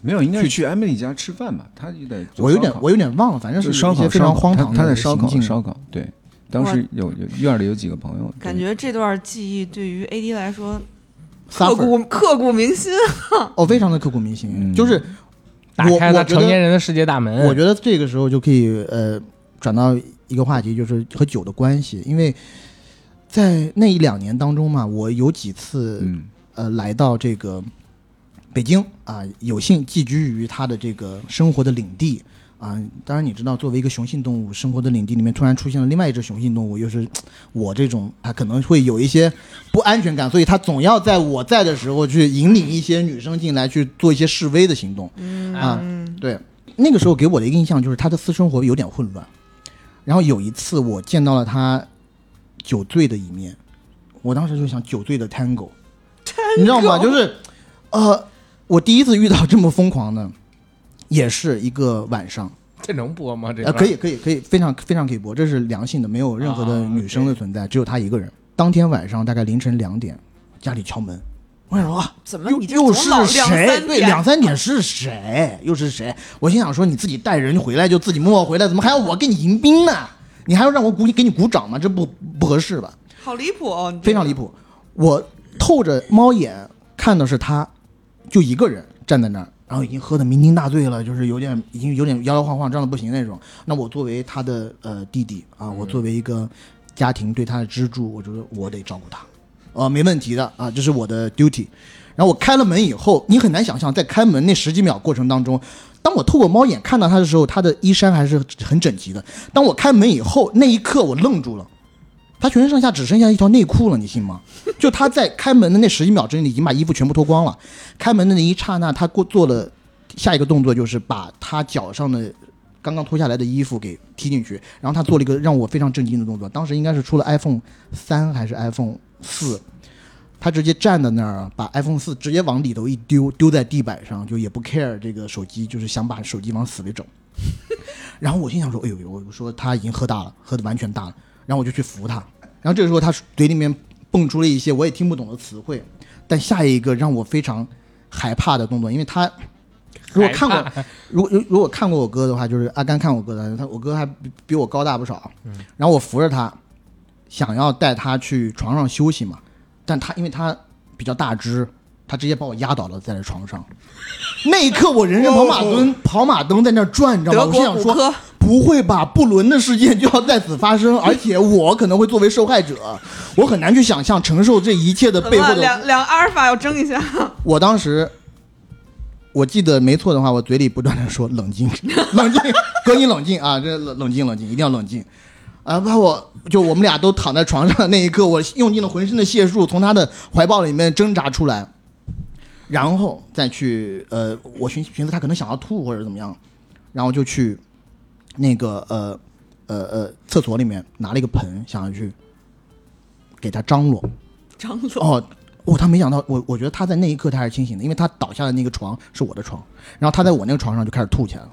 A: 没有，应该是去艾米丽家吃饭吧？他就得
B: 我有点忘了，反正是
A: 烧烤
B: 非常荒唐的
A: 他在烧
B: 行
A: 烤，对。当时有院里有几个朋友，
C: 感觉这段记忆对于 AD 来说
B: 刻
C: 骨铭心
B: 哦，非常的刻骨铭心，就是
E: 打开了成年人的世界大门。
B: 我觉得这个时候就可以转到一个话题，就是和酒的关系，因为在那1-2年当中嘛，我有几次来到这个北京啊，有幸寄居于他的这个生活的领地。当然你知道，作为一个雄性动物，生活的领地里面突然出现了另外一只雄性动物，又是我这种，它可能会有一些不安全感，所以它总要在我在的时候去引领一些女生进来去做一些示威的行动。对，那个时候给我的一个印象就是他的私生活有点混乱。然后有一次我见到了他酒醉的一面，我当时就想酒醉的 tango， 你知道吗？就是我第一次遇到这么疯狂的。也是一个晚上，
E: 这能播吗？这
B: 可以，非常非常可以播，这是良性的，没有任何的女生的存在，只有他一个人。当天晚上大概凌晨2点，家里敲门，我想说
C: 怎么
B: 又是谁？对，2-3点是谁？又是谁？我心想说你自己带人回来就自己默默回来，怎么还要我给你迎宾呢？你还要让我给你鼓掌吗？这不合适吧？
C: 好离谱哦，
B: 非常离谱。我透着猫眼看的是他，就一个人站在那儿。然后已经喝得酩酊大醉了，就是已经有点摇摇晃晃，这样的不行那种。那我作为他的弟弟啊，我作为一个家庭对他的支柱，我觉得我得照顾他，没问题的啊，这是我的 duty。然后我开了门以后，你很难想象，在开门那10几秒过程当中，当我透过猫眼看到他的时候，他的衣衫还是很整齐的。当我开门以后，那一刻我愣住了。他全身上下只剩下一条内裤了，你信吗？就他在开门的那10几秒之内已经把衣服全部脱光了。开门的那一刹那，他做了下一个动作，就是把他脚上的刚刚脱下来的衣服给踢进去，然后他做了一个让我非常震惊的动作。当时应该是出了 iPhone 3还是 iPhone 4，他直接站在那儿，把 iPhone 4直接往里头一丢在地板上，就也不 care 这个手机，就是想把手机往死里整。然后我心想说，哎呦，我说他已经喝大了，喝得完全大了。然后我就去扶他，然后这个时候他嘴里面蹦出了一些我也听不懂的词汇，但下一个让我非常害怕的动作，因为他如果看过如果看过我哥的话，就是阿甘看我哥的，我哥还比我高大不少，然后我扶着他，想要带他去床上休息嘛，但他因为他比较大只，他直接把我压倒了在这床上。那一刻我人生跑马灯在那转，你知道吗？我心想说不会吧，不伦的事件就要在此发生，而且我可能会作为受害者，我很难去想象承受这一切的背后的
C: 两阿尔法要争一下。
B: 我当时我记得没错的话，我嘴里不断的说冷静冷静，哥你冷静啊，这冷静一定要冷静啊！把我们俩都躺在床上的那一刻，我用尽了浑身的解数从他的怀抱里面挣扎出来，然后再去我寻思他可能想要吐或者怎么样，然后就去那个厕所里面拿了一个盆，想要去给他张罗。他没想到，我觉得他在那一刻他还是清醒的，因为他倒下的那个床是我的床，然后他在我那个床上就开始吐起来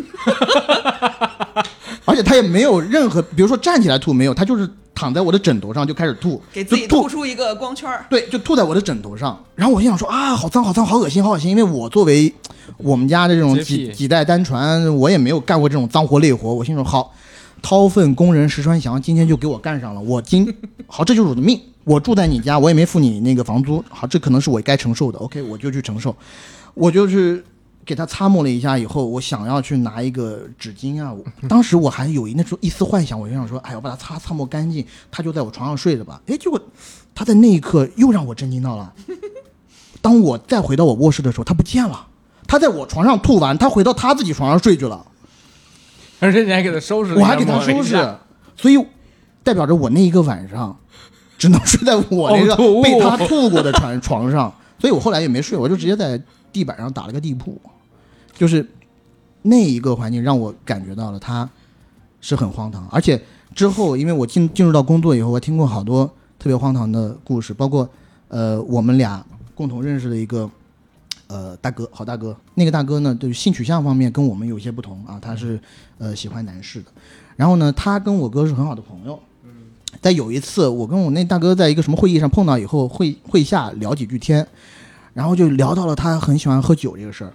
B: 了，而且他也没有任何，比如说站起来吐没有，他就是躺在我的枕头上就开始吐，
C: 给自己吐出一个光圈。
B: 对，就吐在我的枕头上。然后我心想说啊，好脏好脏，好恶心好恶心，因为我作为我们家的这种几代单传，我也没有干过这种脏活累活。我心说好，掏粪工人石川祥今天就给我干上了，好，这就是我的命。我住在你家，我也没付你那个房租，好，这可能是我该承受的。OK， 我就去承受，我就去给他擦抹了一下以后，我想要去拿一个纸巾啊，当时我还有那时候一丝幻想，我就想说，哎，我把它擦抹干净，他就在我床上睡着吧。哎，结果他在那一刻又让我震惊到了。当我再回到我卧室的时候，他不见了，他在我床上吐完，他回到他自己床上睡去了，
E: 而且你还给他收拾了，
B: 我还给他收拾，所以代表着我那一个晚上只能睡在我那个被他吐过的床上，所以我后来也没睡，我就直接在地板上打了个地铺。就是那一个环境让我感觉到了他是很荒唐，而且之后因为我进入到工作以后，我听过好多特别荒唐的故事，包括我们俩共同认识的一个大哥，好大哥。那个大哥呢，对性取向方面跟我们有些不同啊，他是喜欢男士的。然后呢，他跟我哥是很好的朋友。在有一次，我跟我那大哥在一个什么会议上碰到以后，会下聊几句天，然后就聊到了他很喜欢喝酒这个事儿。然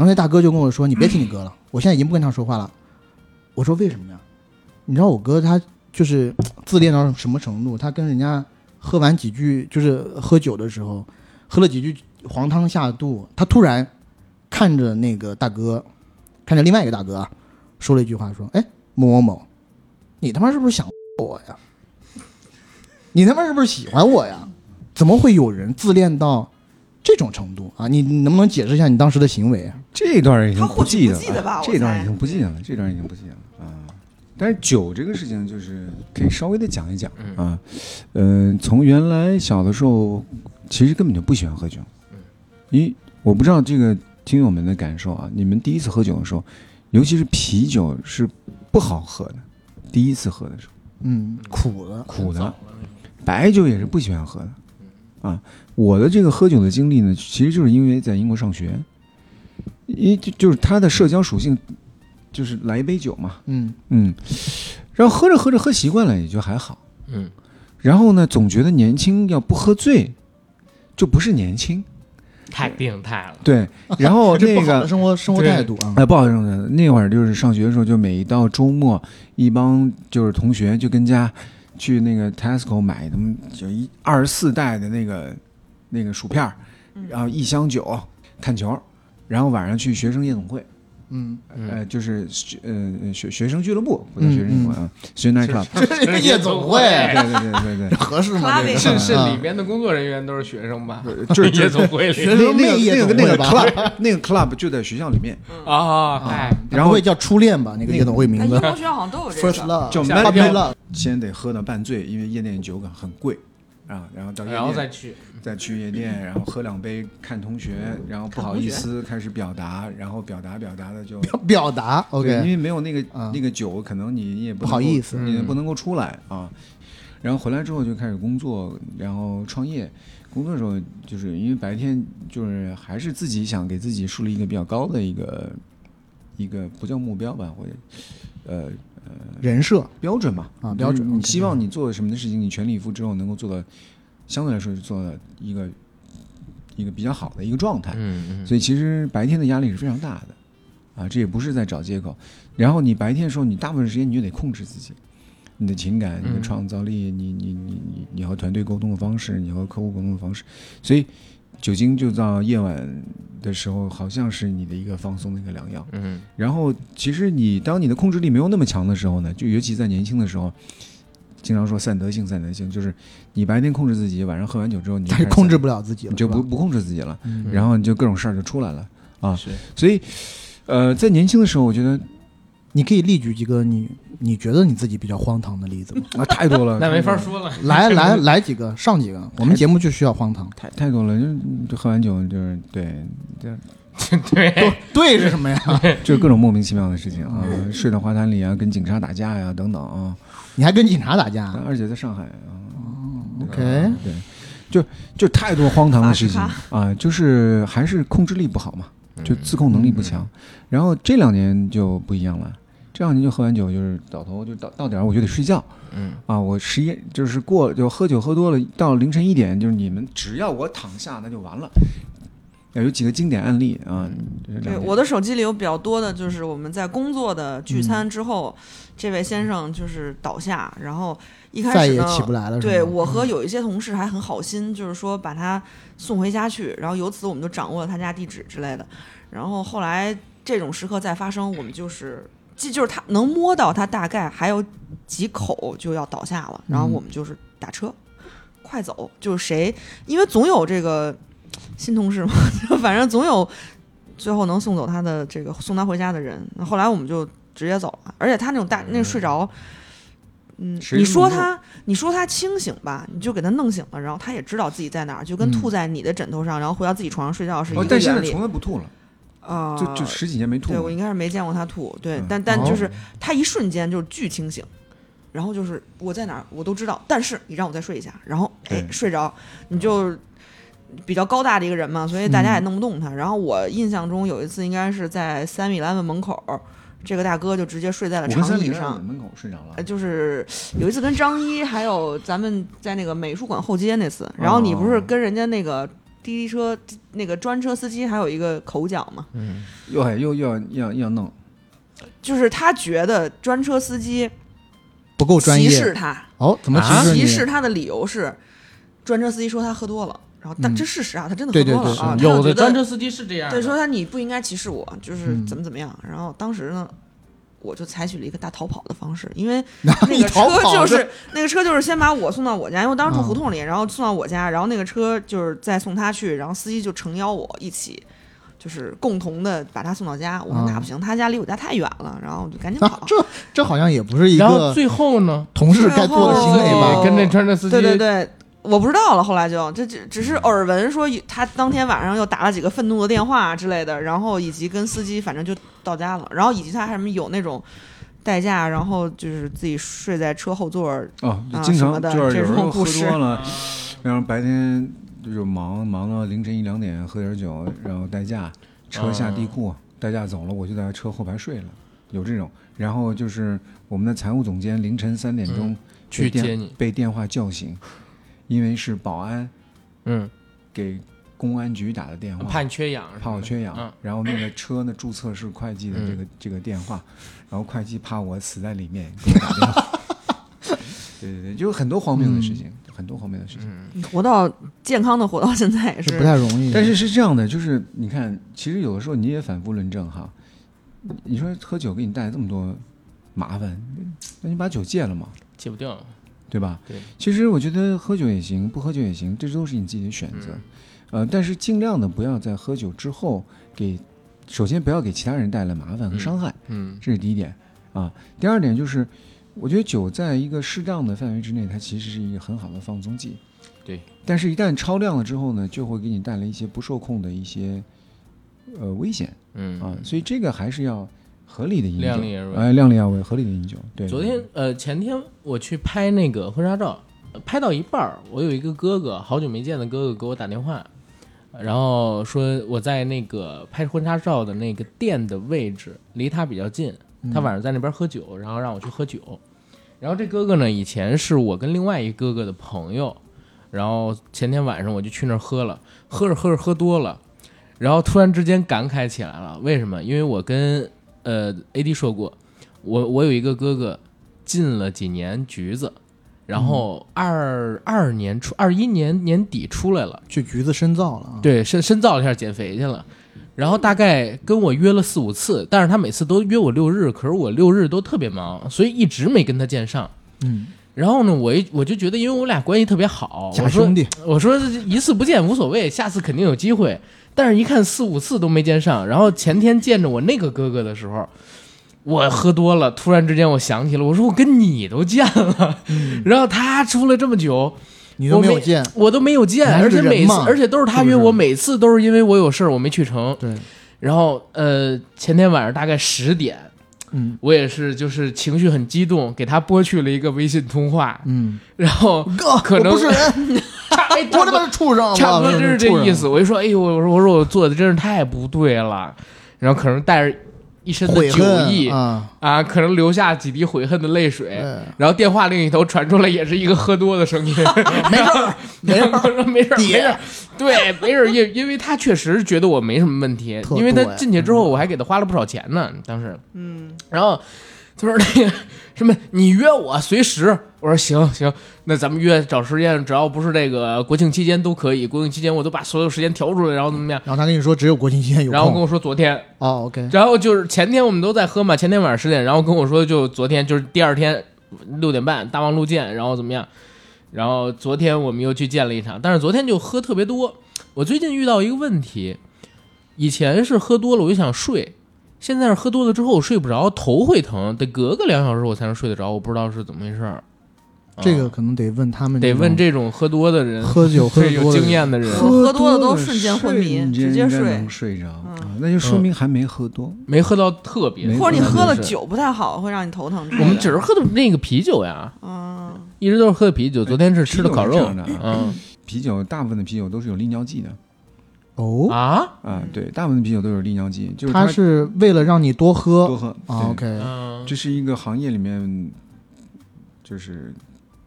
B: 然后那大哥就跟我说：“你别听你哥了，我现在已经不跟他说话了。”我说：“为什么呀？”你知道我哥他就是自恋到什么程度？他跟人家喝完几句，就是喝酒的时候，喝了几句黄汤下肚，他突然看着那个大哥，看着另外一个大哥，说了一句话，说：“哎，某某某，你他妈是不是想我呀？你他妈是不是喜欢我呀？怎么会有人自恋到这种程度啊？你能不能解释一下你当时的行为？”
A: 这段已经不记得
C: 他或许不记得吧
A: 了，
C: 我
A: 这段
C: 猜
A: 已经不记得了，这段已经不记得了啊。但是酒这个事情，就是可以稍微的讲一讲啊。从原来小的时候，其实根本就不喜欢喝酒，因为我不知道这个听友们的感受啊。你们第一次喝酒的时候，尤其是啤酒是不好喝的，第一次喝的时候，苦的，白酒也是不喜欢喝的啊。我的这个喝酒的经历呢，其实就是因为在英国上学，因为就是它的社交属性，就是来一杯酒嘛，然后喝着喝着喝习惯了，也就还好，然后呢，总觉得年轻要不喝醉，就不是年轻，
E: 太病态了。
A: 对，然后
B: 这不
A: 那个
B: 好的生活态度啊。
A: 不好意思，那会儿就是上学的时候，就每一到周末，一帮就是同学就跟家去那个 Tesco 买他们就24袋的那个薯片，然后1箱酒，看球，然后晚上去学生夜总会。就是学生俱乐部，不叫学生夜总会啊，学生 night club，
B: 这是夜总会，
A: 对，
B: 这合适吗？这个
E: 是里面的工作人员都是学生吧？
A: 就是
E: 夜总会里
B: 学生妹夜总会吧？
A: 那个 club 就在学校里面
E: 啊，
B: 然后会叫初恋吧？那个夜总会名字
C: 英国学校好像都有这个。
B: ，First Love，
A: 叫
B: Puppy Love。
A: 先得喝到半醉，因为夜店酒很贵啊，然后到夜店
E: 然后再
A: 去夜店，然后喝2杯，看同学，然后不好意思开始表达，然后表达的就
B: 表达
A: 对，因
B: ，OK，
A: 为没有那个酒，可能你也
B: 不好意思，
A: 你也不能够出来啊。然后回来之后就开始工作，然后创业。工作的时候，就是因为白天就是还是自己想给自己树立一个比较高的一个不叫目标吧，或者
B: 人设
A: 标准嘛
B: 啊，标准。
A: 你希望你做什么的事情，你全力以赴之后能够做到，相对来说是做到一个比较好的一个状态。所以其实白天的压力是非常大的，啊，这也不是在找借口。然后你白天的时候，你大部分时间你就得控制自己，你的情感、你的创造力、你和团队沟通的方式、你和客户沟通的方式，所以酒精就到夜晚的时候，好像是你的一个放松的一个良药。然后其实当你的控制力没有那么强的时候呢，就尤其在年轻的时候，经常说散得性，就是你白天控制自己，晚上喝完酒之后，你就
B: 控制不了自己了，
A: 你就不控制自己了，然后你就各种事儿就出来了啊。
E: 是，
A: 所以在年轻的时候，我觉得
B: 你可以列举几个你觉得你自己比较荒唐的例子吗？
A: 啊，太多了，
E: 那没法说了。
B: 来几个，上几个，我们节目就需要荒唐。
A: 太多了，就喝完酒就是对，
B: 对是什么呀？
A: 就是各种莫名其妙的事情啊，睡到花坛里啊，跟警察打架呀，等等啊。
B: 你还跟警察打架？
A: 而且在上海啊。
B: OK，
A: 对，就太多荒唐的事情啊，就是还是控制力不好嘛，就自控能力不强。然后这2年就不一样了，这2年就喝完酒就是倒头，就到点我就得睡觉。我11就是就喝酒喝多了，到凌晨1点，就是你们只要我躺下那就完了。有几个经典案例啊。
C: 对，我的手机里有比较多的，就是我们在工作的聚餐之后，这位先生就是倒下，然后一开始呢
B: 再也起不来了。
C: 对，我和有一些同事还很好心，就是说把他送回家去，然后由此我们就掌握了他家地址之类的。然后后来这种时刻再发生，我们就是他能摸到他大概还有几口就要倒下了，然后我们就是打车快走，就是因为总有这个新同事嘛，反正总有最后能送走他的这个送他回家的人。那后来我们就直接走了，而且他那种那睡着，你说他清醒吧，你就给他弄醒了，然后他也知道自己在哪儿，就跟吐在你的枕头上，然后回到自己床上睡觉是一个原理。
A: 但现在从来不吐了。就10几年没吐。
C: 对，我应该是没见过他吐。对，但就是他一瞬间就是巨清醒，然后就是我在哪儿我都知道，但是你让我再睡一下，然后睡着，你就比较高大的一个人嘛，所以大家也弄不动他。然后我印象中有一次应该是在3-11门口，这个大哥就直接睡在了长椅上，
A: 门口睡着了。
C: 就是有一次跟张一还有咱们在那个美术馆后街那次，然后你不是跟人家那个滴滴车那个专车司机还有一个口角嘛，
A: 又要弄，
C: 就是他觉得专车司机
B: 不够专业，
C: 歧视他。
B: 哦，怎么歧视你？
C: 歧视他的理由是，专车司机说他喝多了，然后但这事实啊，他真的喝多了
B: 对对对
C: 啊。
D: 有的专车司机是这样的，
C: 对，说你不应该歧视我，就是怎么样。然后当时呢，我就采取了一个大逃跑的方式，因为那个车就是先把我送到我家，因为我当时住胡同里，然后送到我家，然后那个车就是再送他去，然后司机就诚邀我一起。就是共同的把他送到家，我说那不行，他家离我家太远了，然后我就赶紧跑。
B: 这好像也不是一
D: 然后
B: 个
D: 最后呢，
B: 同事该做的行为吧？
E: 跟这专车司机，
C: 对，我不知道了。后来就这只是耳闻说他当天晚上又打了几个愤怒的电话之类的，然后以及跟司机反正就到家了，然后以及他还有那种代驾，然后就是自己睡在车后座
A: 经常就是有
C: 这
A: 时候喝
C: 种故事
A: 多了，然后白天就忙到凌晨1-2点喝点酒，然后代驾车下地库，代驾走了，我就在车后排睡了，有这种。然后就是我们的财务总监凌晨3点钟
D: 去接你，
A: 被电话叫醒，因为是保安给公安局打的电话，
D: 怕你缺氧，
A: 怕我缺氧。然后那个车呢注册是会计的这个电话，然后会计怕我死在里面给我打电话。对，就很多荒谬的事情，很多荒谬的事情。
C: 活到健康的活到现在也是
B: 不太容易。
A: 但是是这样的，就是你看，其实有的时候你也反复论证哈，你说喝酒给你带来这么多麻烦，那你把酒戒了嘛？
D: 戒不掉，
A: 对吧？
D: 对。
A: 其实我觉得喝酒也行，不喝酒也行，这都是你自己的选择。但是尽量的不要在喝酒之后首先不要给其他人带来麻烦和伤害。这是第一点啊。第二点就是。我觉得酒在一个适当的范围之内，它其实是一个很好的放松剂。
D: 对，
A: 但是一旦超量了之后呢，就会给你带来一些不受控的一些危险。所以这个还是要合理的饮酒，
D: 量力而为。
A: 量力而为，合理的饮酒。对。
D: 昨天前天我去拍那个婚纱照，拍到一半，我有一个哥哥，好久没见的哥哥给我打电话，然后说我在那个拍婚纱照的那个店的位置离他比较近。他晚上在那边喝酒，然后让我去喝酒。然后这哥哥呢，以前是我跟另外一哥哥的朋友，然后前天晚上我就去那儿喝了，喝着喝多了，然后突然之间感慨起来了。为什么？因为我跟AD 说过，我有一个哥哥进了几年局子，然后21年年底出来了，
B: 去局子深造了。
D: 对，深造了一下，减肥去了。然后大概跟我约了4-5次，但是他每次都约我6日，可是我6日都特别忙，所以一直没跟他见上。然后呢，我就觉得，因为我俩关系特别好，
B: 假兄弟，
D: 我说一次不见无所谓，下次肯定有机会。但是一看4-5次都没见上，然后前天见着我那个哥哥的时候，我喝多了，突然之间我想起了，我说我跟你都见了，然后他出来这么久。
B: 你都没有见，
D: 我都没有见，而且而且都是他约我，每次都是因为我有事我没去成。
B: 对，
D: 然后前天晚上大概10点，我也是就是情绪很激动，给他拨去了一个微信通话，然后可能
B: 我不是人，我他妈是畜生，
D: 差不多就是这意思。我就说，哎呦，我说我做的真是太不对了，然后可能带着一身的酒意啊，可能留下几滴悔恨的泪水，然后电话另一头传出来也是一个喝多的声音，没事，对，没事，因为他确实觉得我没什么问题，因为他进去之后我还给他花了不少钱呢，当时，然后他说那个什么你约我随时，我说行，那咱们约找时间，只要不是这个国庆期间都可以，国庆期间我都把所有时间调出来，然后怎么样？
B: 然后他跟你说只有国庆期间有空，
D: 然后跟我说昨天
B: OK，
D: 然后就是前天我们都在喝嘛，前天晚上10点，然后跟我说就昨天就是第二天6点半大望路见，然后怎么样？然后昨天我们又去见了一场，但是昨天就喝特别多。我最近遇到一个问题，以前是喝多了我就想睡，现在是喝多了之后我睡不着，头会疼，得隔个2小时我才能睡得着，我不知道是怎么回事。
B: 这个可能得问他们，
D: 得问这种喝多的人，
B: 喝酒喝
D: 有经验的人，
C: 喝多了都瞬间昏迷，直接
A: 睡着，那就说明还没喝多，
D: 没喝到特别，
C: 或者你喝了酒不太好，会让你头疼。
D: 我们只是喝的那个啤酒呀，一直都是喝的啤酒。昨天是吃的烤肉，
A: 啤酒大部分的啤酒都是有利尿剂的。对，大部分的啤酒都有利尿剂，就是
B: 它是为了让你多喝
A: ，OK，
B: 这
A: 是一个行业里面就是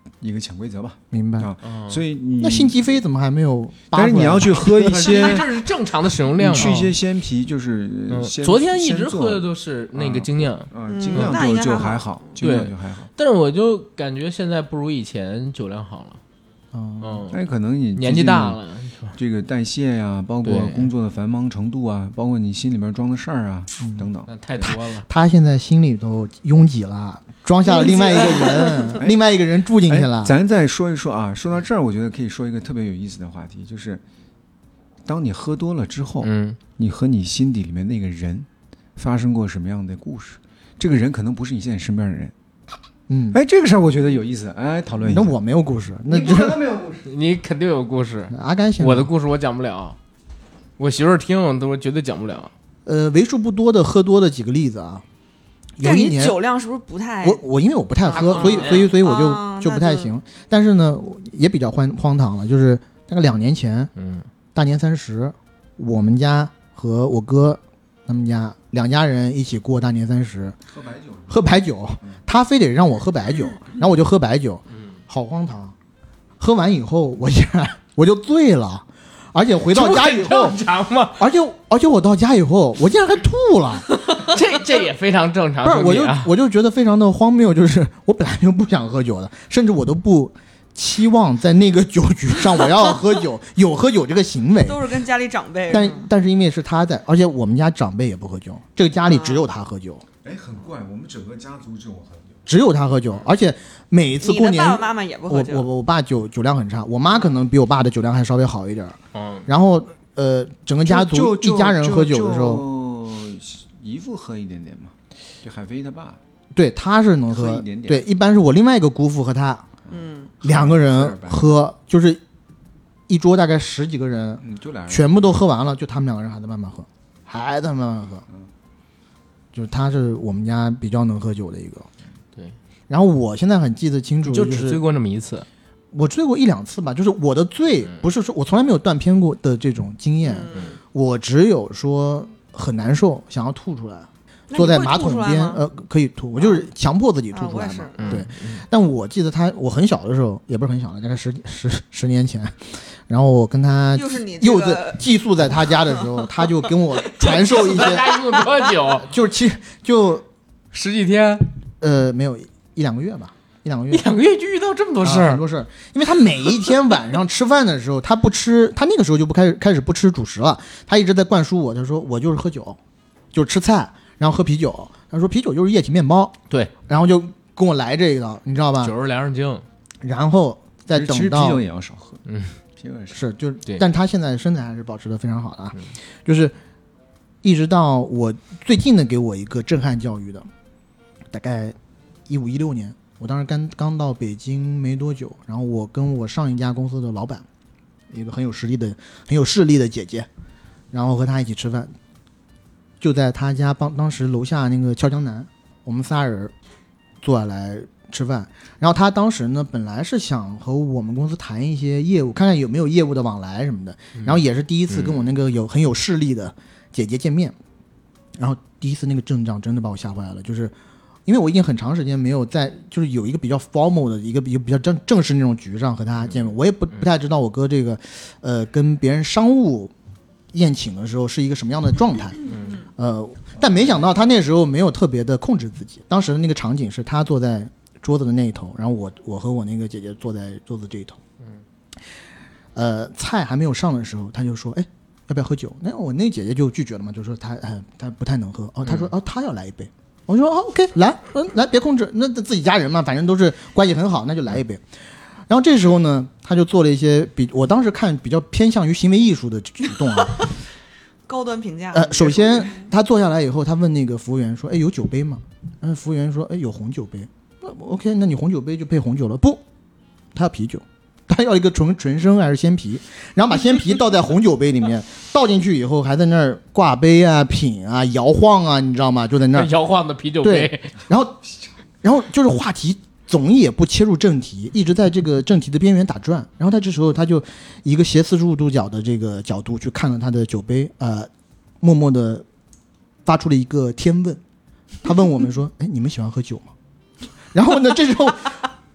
A: 一个潜规则吧。
B: 明白。
A: 啊，所以你
B: 那辛吉飞怎么还没有？
A: 但是你要去喝一些，
E: 这是正常的使用量嘛。
A: 去一些鲜啤，就是
E: 昨天一直喝的都是那个精酿，
A: 精酿就还好，精酿就还好。
E: 但是我就感觉现在不如以前酒量好了。
A: 那可能你
E: 年纪大了，
A: 这个代谢呀，包括工作的繁忙程度啊，包括你心里边装的事儿啊，等等，
E: 那太多了。
B: 他现在心里头拥挤了，装下了另外一个人，另外一个人住进去了。
A: 咱再说一说啊，说到这儿，我觉得可以说一个特别有意思的话题，就是当你喝多了之后，你和你心底里面那个人发生过什么样的故事？这个人可能不是你现在身边的人。这个事儿我觉得有意思，讨论一下。
B: 那我没有故事，那
A: 你不可能没有故事，
E: 你肯定有故事。
B: 阿甘先，
E: 我的故事我讲不了，我媳妇儿听都绝对讲不了。
B: 为数不多的喝多的几个例子啊。有一年
C: 你酒量是不是不太？
B: 我因为我不太喝，所以我就不太行。但是呢，也比较荒唐了，就是大概2年前，大年30，我们家和我哥他们家2家人一起过大年30，喝白酒，他非得让我喝白酒，然后我就喝白酒，好荒唐。喝完以后，我就醉了，而且回到家以后，
E: 正常吗？
B: 而且我到家以后，我竟然还吐了，
E: 这也非常正常。
B: 不是，我就觉得非常的荒谬，就是我本来就不想喝酒的，甚至我都不期望在那个酒局上我要喝酒，有喝酒这个行为，
C: 都是跟家里长辈。
B: 但是因为是他在，而且我们家长辈也不喝酒，这个家里只有他喝酒。
A: 很怪，我们整个家族只有我喝酒。
B: 只有他喝酒，而且每一次过年，
C: 你的爸爸妈妈也不喝酒。
B: 我爸酒量很差，我妈可能比我爸的酒量还稍微好一点。然后整个家族一家人喝酒的时候，
A: 姨父喝一点点嘛，就海飞他爸，
B: 对，他是能喝
A: 一点点。
B: 对，一般是我另外一个姑父和他，2个人喝，就是一桌大概10几个人，
A: 就俩人
B: 全部都喝完了，就他们2个人还在慢慢喝，还在慢慢喝。就是他是我们家比较能喝酒的一个。
E: 对，
B: 然后我现在很记得清楚，
E: 就只醉过那么一次。
B: 我醉过1-2次吧，就是我的醉不是说我从来没有断片过的这种经验，我只有说很难受，想要吐出来，坐在马桶边，可以吐，我就是强迫自己吐出来嘛。对，但我记得我很小的时候，也不是很小了，大概十年前，然后我跟他柚子寄宿在他家的时候，他就跟我传授一些。
E: 他用多久？
B: 就
E: 10几天，
B: 没有1-2个月吧。1-2个月
E: ，1-2个月就遇到这么多事儿，
B: 很多事儿。因为他每一天晚上吃饭的时候，他不吃，他那个时候就不开始不吃主食了，他一直在灌输我，他说我就是喝酒，就是吃菜，然后喝啤酒。他说啤酒就是液体面包，
E: 对，
B: 然后就跟我来这个，你知道吧？
E: 酒是良人精，
B: 然后再等到
A: 其实啤酒也要少喝，啤酒
B: 是就，但他现在身材还是保持得非常好的啊，就是一直到我最近的给我一个震撼教育的，大概15、16年。我当时刚到北京没多久，然后我跟我上一家公司的老板，一个很有势力的姐姐，然后和她一起吃饭，就在她家当时楼下那个俏江南，我们仨人坐下来吃饭。然后她当时呢，本来是想和我们公司谈一些业务，看看有没有业务的往来什么的。然后也是第一次跟我那个很有势力的姐姐见面，然后第一次那个阵仗真的把我吓坏了，就是。因为我已经很长时间没有就是有一个比较 formal 的一个比较正式那种局上和他见面，我也不太知道我哥这个跟别人商务宴请的时候是一个什么样的状态，但没想到他那时候没有特别的控制自己。当时的那个场景是他坐在桌子的那一头，然后我和我那个姐姐坐在桌子这一头，菜还没有上的时候，他就说，哎，要不要喝酒？那我那姐姐就拒绝了嘛，就说他不太能喝。他说他要来一杯。我说OK， 来，别控制，那自己家人嘛，反正都是关系很好，那就来一杯。然后这时候呢，他就做了一些我当时看比较偏向于行为艺术的举动啊，
C: 高端评价。
B: 首先他坐下来以后，他问那个服务员说：“哎，有酒杯吗？”服务员说：“哎，有红酒杯。”OK， 那你红酒杯就配红酒了。不，他要啤酒。他要一个纯生还是鲜啤，然后把鲜啤倒在红酒杯里面，倒进去以后还在那儿挂杯啊、品啊、摇晃啊，你知道吗？就在那儿
E: 摇晃的啤酒杯。
B: 对，然后就是话题总也不切入正题，一直在这个正题的边缘打转。然后他这时候他就一个斜45度角的这个角度去看了他的酒杯，默默的发出了一个天问。他问我们说：“哎，你们喜欢喝酒吗？”然后呢，这时候。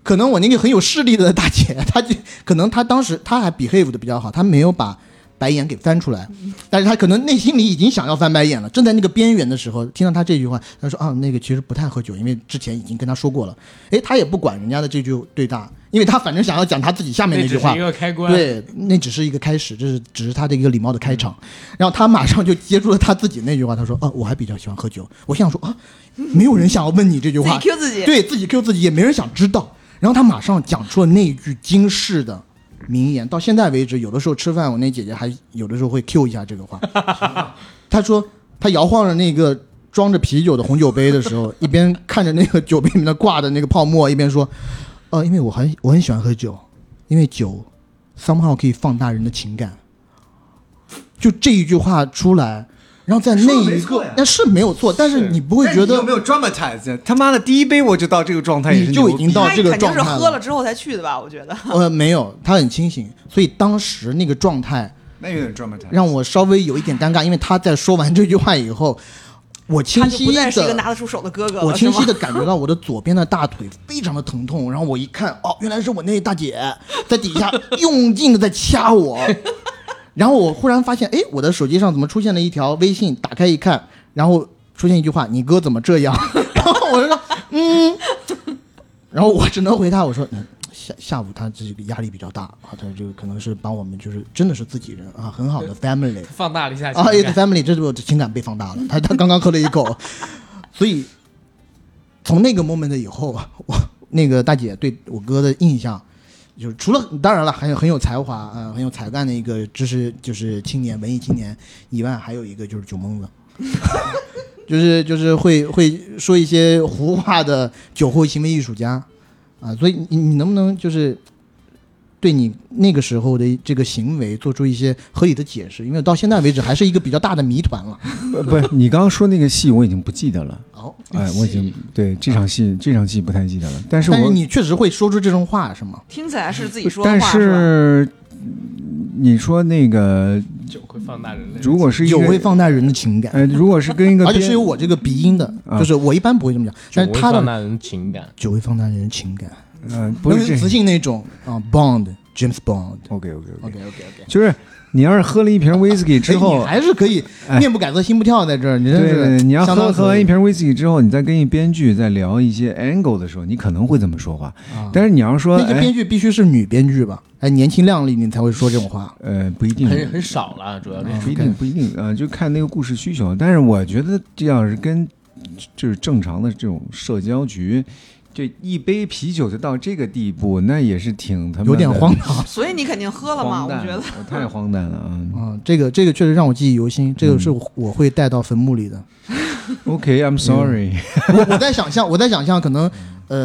B: 可能我那个很有势力的大姐，可能她当时她还 behave 的比较好，她没有把白眼给翻出来，但是她可能内心里已经想要翻白眼了，正在那个边缘的时候，听到她这句话，她说啊，那个其实不太喝酒，因为之前已经跟她说过了。哎，她也不管人家的这句对答，因为她反正想要讲她自己下面那句话，
E: 那只是一个开关，
B: 对，那只是一个开始，只是她的一个礼貌的开场。然后她马上就接住了她自己那句话，她说啊，我还比较喜欢喝酒。我想说啊，没有人想要问你这句话，
C: 自己 Q 自己，
B: 对自己 Q 自己，也没人想知道。然后她马上讲出了那句惊世的名言，到现在为止，有的时候吃饭，我那姐姐还有的时候会 Q 一下这个话。她说，她摇晃着那个装着啤酒的红酒杯的时候，一边看着那个酒杯里面的挂的那个泡沫，一边说，因为我很喜欢喝酒，因为酒 somehow 可以放大人的情感。就这一句话出来，然后在那一个，那是没有错，但是你不会觉得
A: 有没有 dramatize？ 他妈的第一杯我就到这个状态，
B: 你就已经到这个状态了。
C: 他肯定是喝了之后才去的吧？我觉得。
B: 没有，他很清醒，所以当时那个状态
A: 那有点 dramatize，
B: 让我稍微有一点尴尬，因为他在说完这句话以后，我清晰
C: 他就不再是一个
B: 的，
C: 拿得出手的哥哥了，
B: 我清晰
C: 是吗
B: 的感觉到我的左边的大腿非常的疼痛，然后我一看，原来是我那大姐在底下用劲的在掐我。然后我忽然发现，我的手机上怎么出现了一条微信？打开一看，然后出现一句话：“你哥怎么这样？”然后我就说：“然后我只能回他，我说：“下午他这个压力比较大啊，他这个可能是帮我们就是真的是自己人啊，很好的 family，
E: 放大了一下
B: 啊，family， 这是我的情感被放大了。他刚刚喝了一口，所以从那个 moment 以后，我那个大姐对我哥的印象。”就是除了当然了，还有很有才华很有才干的一个知识就是青年文艺青年以外，还有一个就是酒蒙子，就是会说一些胡话的酒后行为艺术家啊，所以你能不能就是对你那个时候的这个行为做出一些合理的解释？因为到现在为止还是一个比较大的谜团了。
A: 不是你刚刚说那个戏我已经不记得了。我已经对这场戏不太记得了，但是
B: 你确实会说出这种话是吗？
C: 听起来是自己说的
A: 但
C: 话，
A: 是你说那个
E: 酒会放大人类，
A: 如果是
B: 酒会放大人的情感，
A: 如果是跟一个
B: 而且是有我这个鼻音的，就是我一般不会这么讲，但是他的
E: 酒会放大人的情感，
B: 酒会放大人的情感，
A: 不是
B: 磁性那种Bond James Bond。OK，
A: 就是你要是喝了一瓶 whisky 之后，
B: 你还是可以面不改色心不跳在这儿。你
A: 对，你要喝完一瓶 whisky 之后，你再跟一编剧在聊一些 angle 的时候，你可能会这么说话。但是你要说
B: 那个编剧必须是女编剧吧？年轻靓丽你才会说这种话。
A: 不一定，
E: 很少了，主要
A: 不一定就看那个故事需求。但是我觉得这要是跟就是正常的这种社交局。就一杯啤酒就到这个地步，那也是挺他妈
B: 有点荒唐。
C: 所以你肯定喝了嘛？我觉得
A: 太荒诞了啊！
B: 这个确实让我记忆犹新，这个是我会带到坟墓里的。
A: OK，I'm sorry。
B: 我在想象，可能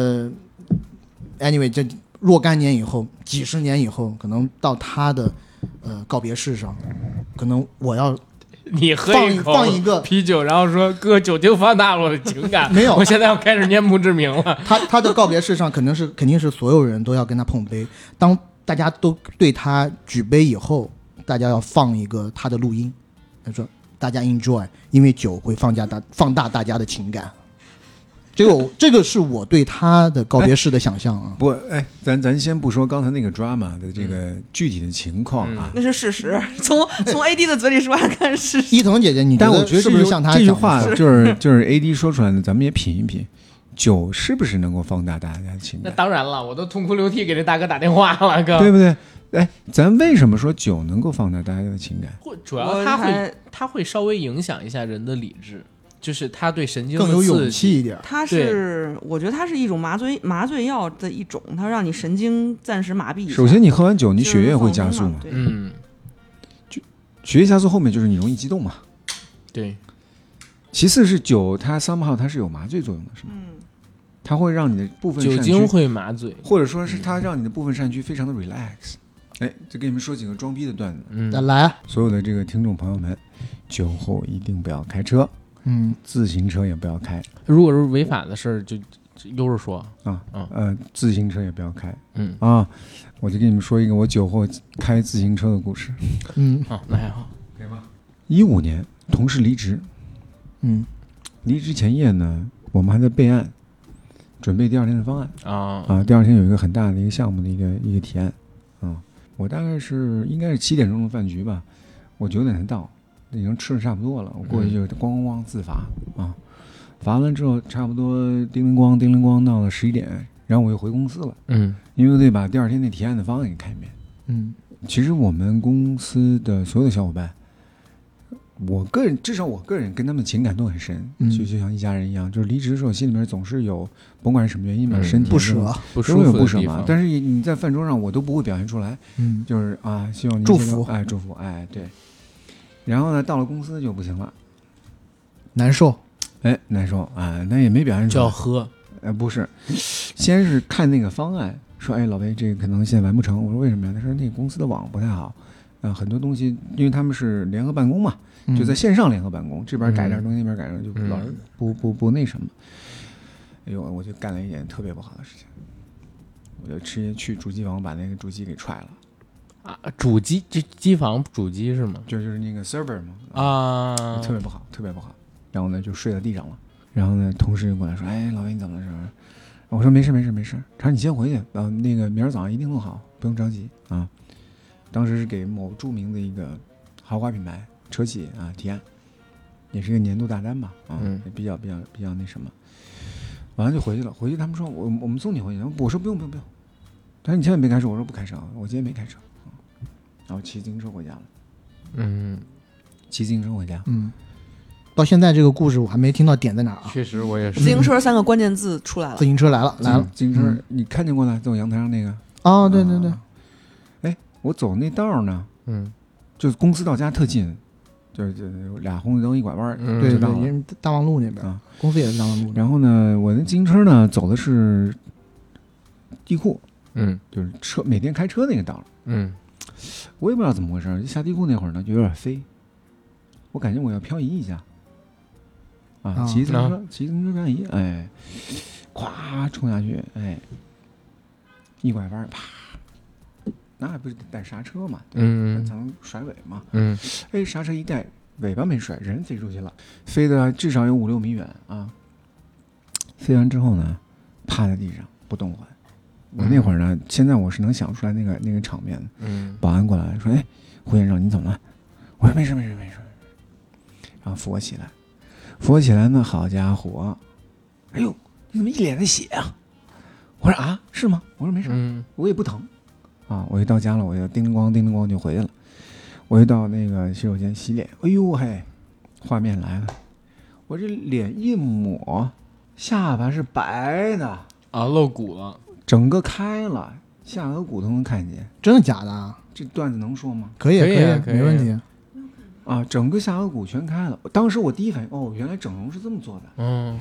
B: anyway， 这若干年以后，几十年以后，可能到他的告别式上，可能我要。
E: 你喝一口
B: 放一个
E: 啤酒，然后说哥，酒精放大了我的情感。
B: 没有，
E: 我现在要开始念墓志铭了。
B: 他的告别式上肯定是所有人都要跟他碰杯。当大家都对他举杯以后，大家要放一个他的录音，他说大家 enjoy， 因为酒会放大大家的情感。这个是我对他的告别式的想象啊。
A: 不，咱先不说刚才那个 drama 的这个具体的情况啊，
C: 那是事实。从 AD 的嘴里说来看是事实。
B: 伊藤姐姐，你觉得是不是像他
A: 这句话就是 AD 说出来的？咱们也品一品，酒是不是能够放大大家的情感？
E: 那当然了，我都痛哭流涕给这大哥打电话了，哥，
A: 对不对？咱为什么说酒能够放大大家的情感？
E: 主要它会稍微影响一下人的理智。就是他对神经
B: 更有勇气一点，
C: 我觉得它是一种麻醉药的一种，它让你神经暂时麻痹一下。
A: 首先，你喝完酒，你血液会加速嘛？
C: 就
A: 血液加速后面就是你容易激动嘛。
E: 对。
A: 其次是酒，它 somehow 它是有麻醉作用的，是吗？它会让你的部分
E: 酒精会麻醉，
A: 或者说是它让你的部分疝区非常的 relax。就跟你们说几个装逼的段子。
B: 来，
A: 所有的这个听众朋友们，酒后一定不要开车。自行车也不要开。
E: 如果是违法的事儿，就悠着说
A: 自行车也不要开。我就跟你们说一个我酒后开自行车的故事。
E: 那还好，
A: 可以吗？15年，同事离职。离职前夜呢，我们还在备案， 准备第二天的方案
E: 啊
A: 第二天有一个很大的一个项目的一个提案我大概应该是7点钟的饭局吧，我9点才到，已经吃的差不多了，我过去就咣咣咣自罚罚完了之后差不多叮铃咣叮铃咣到了11点，然后我又回公司了，因为得把第二天那提案的方案给看一遍。其实我们公司的所有的小伙伴，至少我个人跟他们情感都很深，就像一家人一样。就是离职的时候，心里面总是有，甭管是什么原因吧，身体
B: 不舍，
E: 不舒服
A: 不舍嘛。
E: 的地方。
A: 但是你在饭桌上，我都不会表现出来。就是希望你
B: 祝福，
A: 祝福，对。然后呢，到了公司就不行了，
B: 难受，
A: 难受那也没表现出来，
E: 就要喝，
A: 不是，先是看那个方案，说老魏这个可能现在完不成。我说为什么呀？他说那个公司的网不太好，很多东西，因为他们是联合办公嘛。就在线上联合办公，这边改点东西，那边改点，就老是不那什么。哎呦，我就干了一件特别不好的事情，我就直接去主机房把那个主机给踹了。
E: 主机机房主机是吗？
A: 就是那个 server 嘛特别不好，特别不好。然后呢就睡在地上了。然后呢同事就过来说：“老魏你怎么了？”我说：“没事。”他说：“你先回去，那个明儿早上一定弄好，不用着急啊。”当时是给某著名的一个豪华品牌。车企提案，也是一个年度大单吧也比较那什么，完了就回去了。回去他们说我们送你回去，我说不用，他说你千万别开车，我说不开车，我今天没开车然后骑自行车回家了。骑自行车回家。
B: 到现在这个故事我还没听到点在哪啊？
E: 确实我也是。
C: 自行车3个关键字出来了。
B: 自行车来了。
A: 自行车你看见过了，在我阳台上那个对。我走那道呢就是公司到家特近。就是俩红绿灯一拐弯，
B: 对，人大望路那边公司也是大望路。
A: 然后呢，我那自行车呢走的是地库，就是每天开车那个道，我也不知道怎么回事，下地库那会儿呢就有点飞，我感觉我要漂移一下，骑自行车漂移，咵冲下去，一拐弯，啪。那还不是得带刹车嘛？才能甩尾嘛。刹车一带，尾巴没甩，人飞出去了，飞的至少有5-6米远飞完之后呢，趴在地上不动弹。我那会儿呢，现在我是能想出来那个场面的。保安过来说：“胡先生，你怎么了？”我说：“没事。”然后扶我起来呢，好家伙，哎呦，你怎么一脸的血啊？我说：“是吗？”我说：“没事，我也不疼。”我一到家了，我就叮铃咣就回去了。我一到那个洗手间洗脸，哎呦嘿，画面来了，我这脸一抹，下巴是白的
E: 露骨了，
A: 整个开了，下颌骨都能看见。
B: 真的假的？
A: 这段子能说吗？
B: 可以，没问题。
A: 整个下颌骨全开了。当时我第一反应，原来整容是这么做的。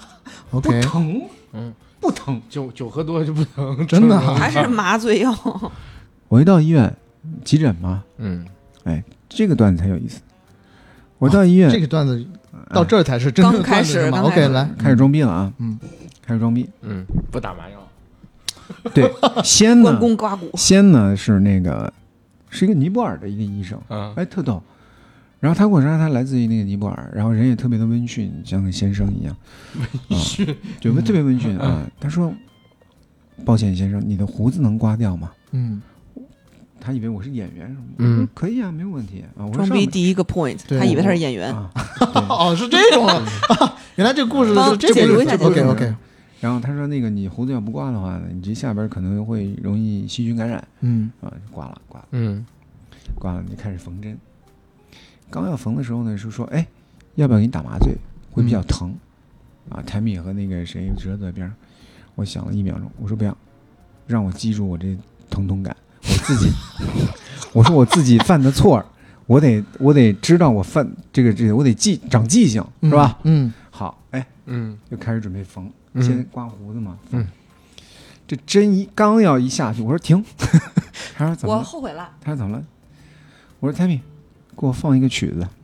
B: OK，
A: 不疼，不疼，
E: 酒喝多了就不疼，
B: 真的
C: 还是麻醉药。
A: 我一到医院，急诊嘛，这个段子才有意思。我到医院，
B: 这个段子到这儿才是真正的段子嘛。OK， 来，
A: 开始装逼了啊！开始装逼。
E: 不打麻药。
A: 对，先呢，
C: 关公刮骨。
A: 先呢是那个，是一个尼泊尔的一个医生，特逗。然后他跟我说他来自于那个尼泊尔，然后人也特别的温驯，像个先生一样。
E: 温驯，
A: 对，特别温驯他说：“抱歉，先生，你的胡子能刮掉吗？”他以为我是演员什么的。我说可以啊，没有问题啊。
C: 装逼第一个 point， 他以为他是演员。
B: 是这种啊！原来这个故事是这个。OK。
A: 然后他说那个你胡子要不刮的话呢，你这下边可能会容易细菌感染。刮了。刮了，你开始缝针。刚要缝的时候呢，是说要不要给你打麻醉，会比较疼泰米和那个谁折在边上。我想了1秒钟，我说不要，让我记住我这疼痛感，我说我自己犯的错，我得知道我犯这个我得长记性，是吧？好，就开始准备缝，先刮胡子嘛。这针刚要一下去，我说停。他说怎么了？
C: 我后悔了。
A: 他说怎么了？我说 Tammy， 给我放一个曲子。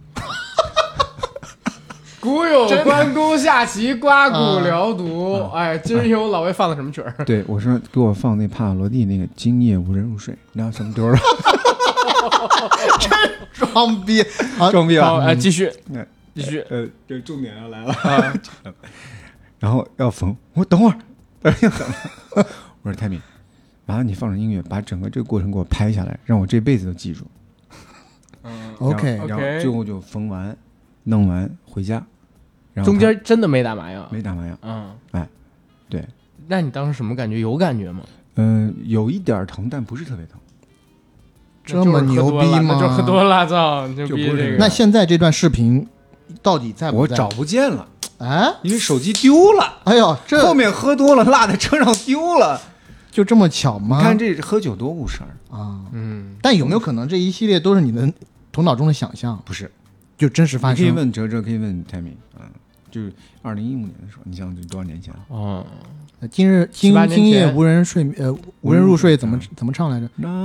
E: 古有关公下棋，刮骨疗毒。今儿有老魏放的什么曲儿？
A: 对，我说给我放那帕瓦罗蒂那个《今夜无人入睡》，你知道什么歌了？
B: 真装逼，
A: 装逼啊！
E: 继续。
A: 这重点要来了。然后要缝，我说等会儿， 我说泰米，麻烦你放上音乐，把整个这个过程给我拍下来，让我这辈子都记住。
B: OK，
A: 然后最后就缝完、弄完回家，然后
E: 中间真的没打麻药，
A: 没打麻药。对。
E: 那你当时什么感觉？有感觉吗？
A: 有一点疼，但不是特别疼。
B: 这么牛逼吗？
E: 那就喝多了，操！牛逼这个。
B: 那现在这段视频到底在不在？
A: 我找不见了，
B: 哎，
A: 因为手机丢了。
B: 哎呦，这
A: 后面喝多了，落在车上丢了，
B: 就这么巧吗？
A: 你看这喝酒多误事儿
B: 啊！但有没有可能这一系列都是你的头脑中的想象？
A: 不是，
B: 就真实发生。
A: 你可以问哲哲，可以问泰米，就是2015年的时候，你想这多少年前了？
E: 哦。
B: 今夜无人入睡怎么唱来着？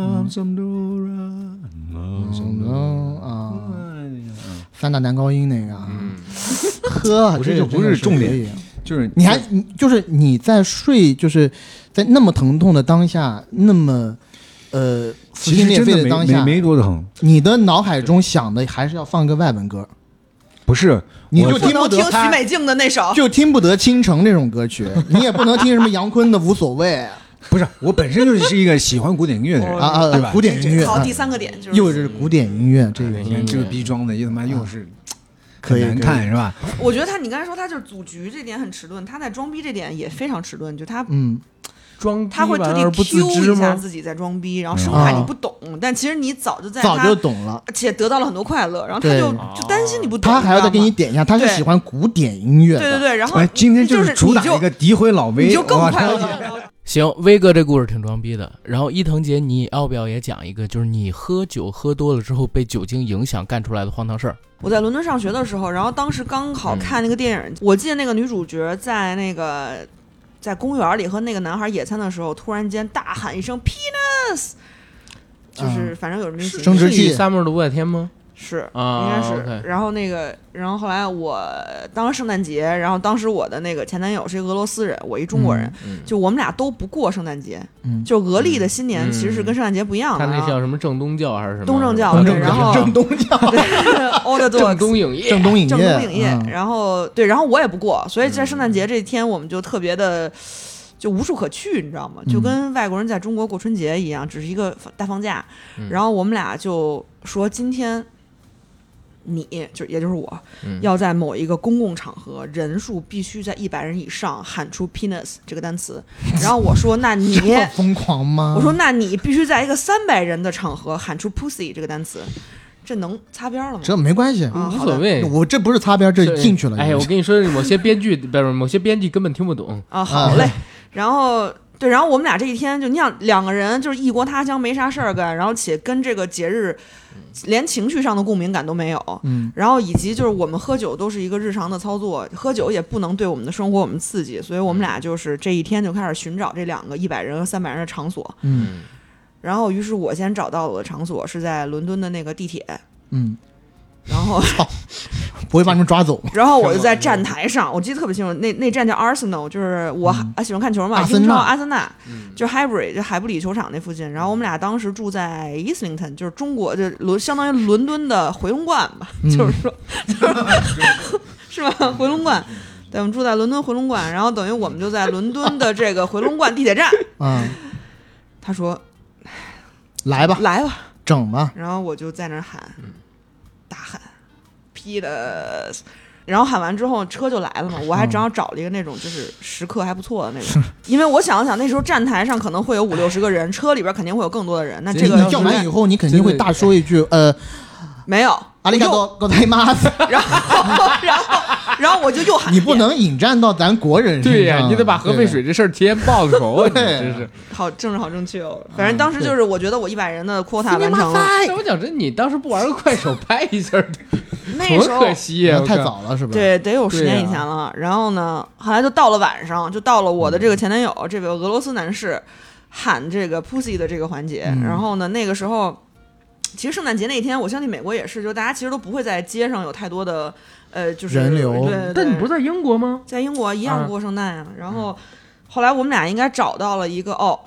B: 三大男高音那个，呵，这就
A: 不是重点，就是
B: 你在睡，就是在那么疼痛的当下，那么撕心裂肺的当下，
A: 没多疼。
B: 你的脑海中想的还是要放个外文歌。
A: 不是，
B: 你就听不得
C: 许美静的那首，
B: 就听不得倾城这种歌曲，你也不能听什么杨坤的无所谓。
A: 不是，我本身就是一个喜欢古典音乐的人对吧？
B: 古典音乐。
C: 好，第3个点就是
B: 又是古典音乐，这个
A: 你看这个逼装的，又他妈又是
B: 很
A: 难看是吧？
C: 我觉得你刚才说他就是组局这点很迟钝，他在装逼这点也非常迟钝，就他
E: 装逼
C: 他会特地 Q 一下自己在装逼，然后生怕你不懂，但其实你早就
B: 懂了，
C: 而且得到了很多快乐，然后他就担心你不懂，
B: 他还要再给你点一下，他是喜欢古典音乐的，
C: 对，然后
A: 今天就是主打一个诋毁老威，
C: 你就更快乐。
D: 行，威哥这故事挺装逼的。然后伊藤姐，你要不要也讲一个，就是你喝酒喝多了之后被酒精影响干出来的荒唐事儿？
C: 我在伦敦上学的时候，然后当时刚好看那个电影，我记得那个女主角在公园里和那个男孩野餐的时候，突然间大喊一声 penis， 就是反正有这么一
B: 生殖器。
E: Summer 的五百天吗？
C: 是，应该是。
E: Okay.
C: 然后后来我当时圣诞节，然后当时我的那个前男友是一个俄罗斯人，我一中国人，就我们俩都不过圣诞节，就俄历的新年其实是跟圣诞节不一样的。
E: 他那叫什么正东教还是什么？
C: 东正教，然后
B: 正东教，
E: 正东影业，
B: 正东影
C: 业，然后然后我也不过，所以在圣诞节这天我们就特别的。就无处可去，你知道吗？就跟外国人在中国过春节一样，只是一个大放假。然后我们俩就说，今天也就是我，要在某一个公共场合，人数必须在100人以上，喊出 penis 这个单词。然后我说，那你
B: 这么疯狂吗？
C: 我说，那你必须在一个300人的场合喊出 pussy 这个单词。这能擦边了吗？
B: 这没关系，
E: 无所谓。
B: 我这不是擦边，这进去了。
E: 哎，我跟你说，某些编剧不是某些编辑根本听不懂
C: 啊。好嘞，然后我们俩这一天就你想2个人就是异国他乡没啥事儿干，然后且跟这个节日连情绪上的共鸣感都没有。然后以及就是我们喝酒都是一个日常的操作，喝酒也不能对我们的生活我们刺激，所以我们俩就是这一天就开始寻找这2个100人和300人的场所。然后于是我先找到我的场所是在伦敦的那个地铁，然后
B: 不会把你们抓走。
C: 然后我就在站台上，我记得特别清楚，那站叫 Arsenal， 就是我喜欢看球嘛，英超阿森纳，就 Highbury 就海布里球场那附近。然后我们俩当时住在 Islington， 就是中国就相当于伦敦的回龙观吧，就是说是吧？回龙观。对，我们住在伦敦回龙观，然后等于我们就在伦敦的这个回龙观地铁站。他说
B: 来吧整吧，
C: 然后我就在那喊，大喊 penis， 然后喊完之后车就来了嘛，我还正好找了一个那种就是时刻还不错的那种，因为我想了想那时候站台上可能会有50-60个人，车里边肯定会有更多的人，那这个
B: 你叫完以后你肯定会大说一句
C: 没有
B: 阿里嘎多ございます，
C: 然后我就又喊，
B: 你不能引战到咱国人身上，
E: 对呀，你得把核废水这事儿提前报个口，真是
C: 好政治好正确哦。反正当时就是我觉得我100人的 quota 完成了。
E: 但我讲真，你当时不玩个快手拍一下，
C: 那时候
E: 多可惜呀，
B: 太早了是吧？
C: 对，得有10年以前了。然后呢，后来就到了晚上，就到了我的这个前男友这位俄罗斯男士喊这个 pussy 的这个环节。然后呢，那个时候。其实圣诞节那天，我相信美国也是，就大家其实都不会在街上有太多的就是
B: 人流。
C: 对，
E: 但你不是在英国吗？
C: 在英国一样过圣诞呀。然后后来我们俩应该找到了一个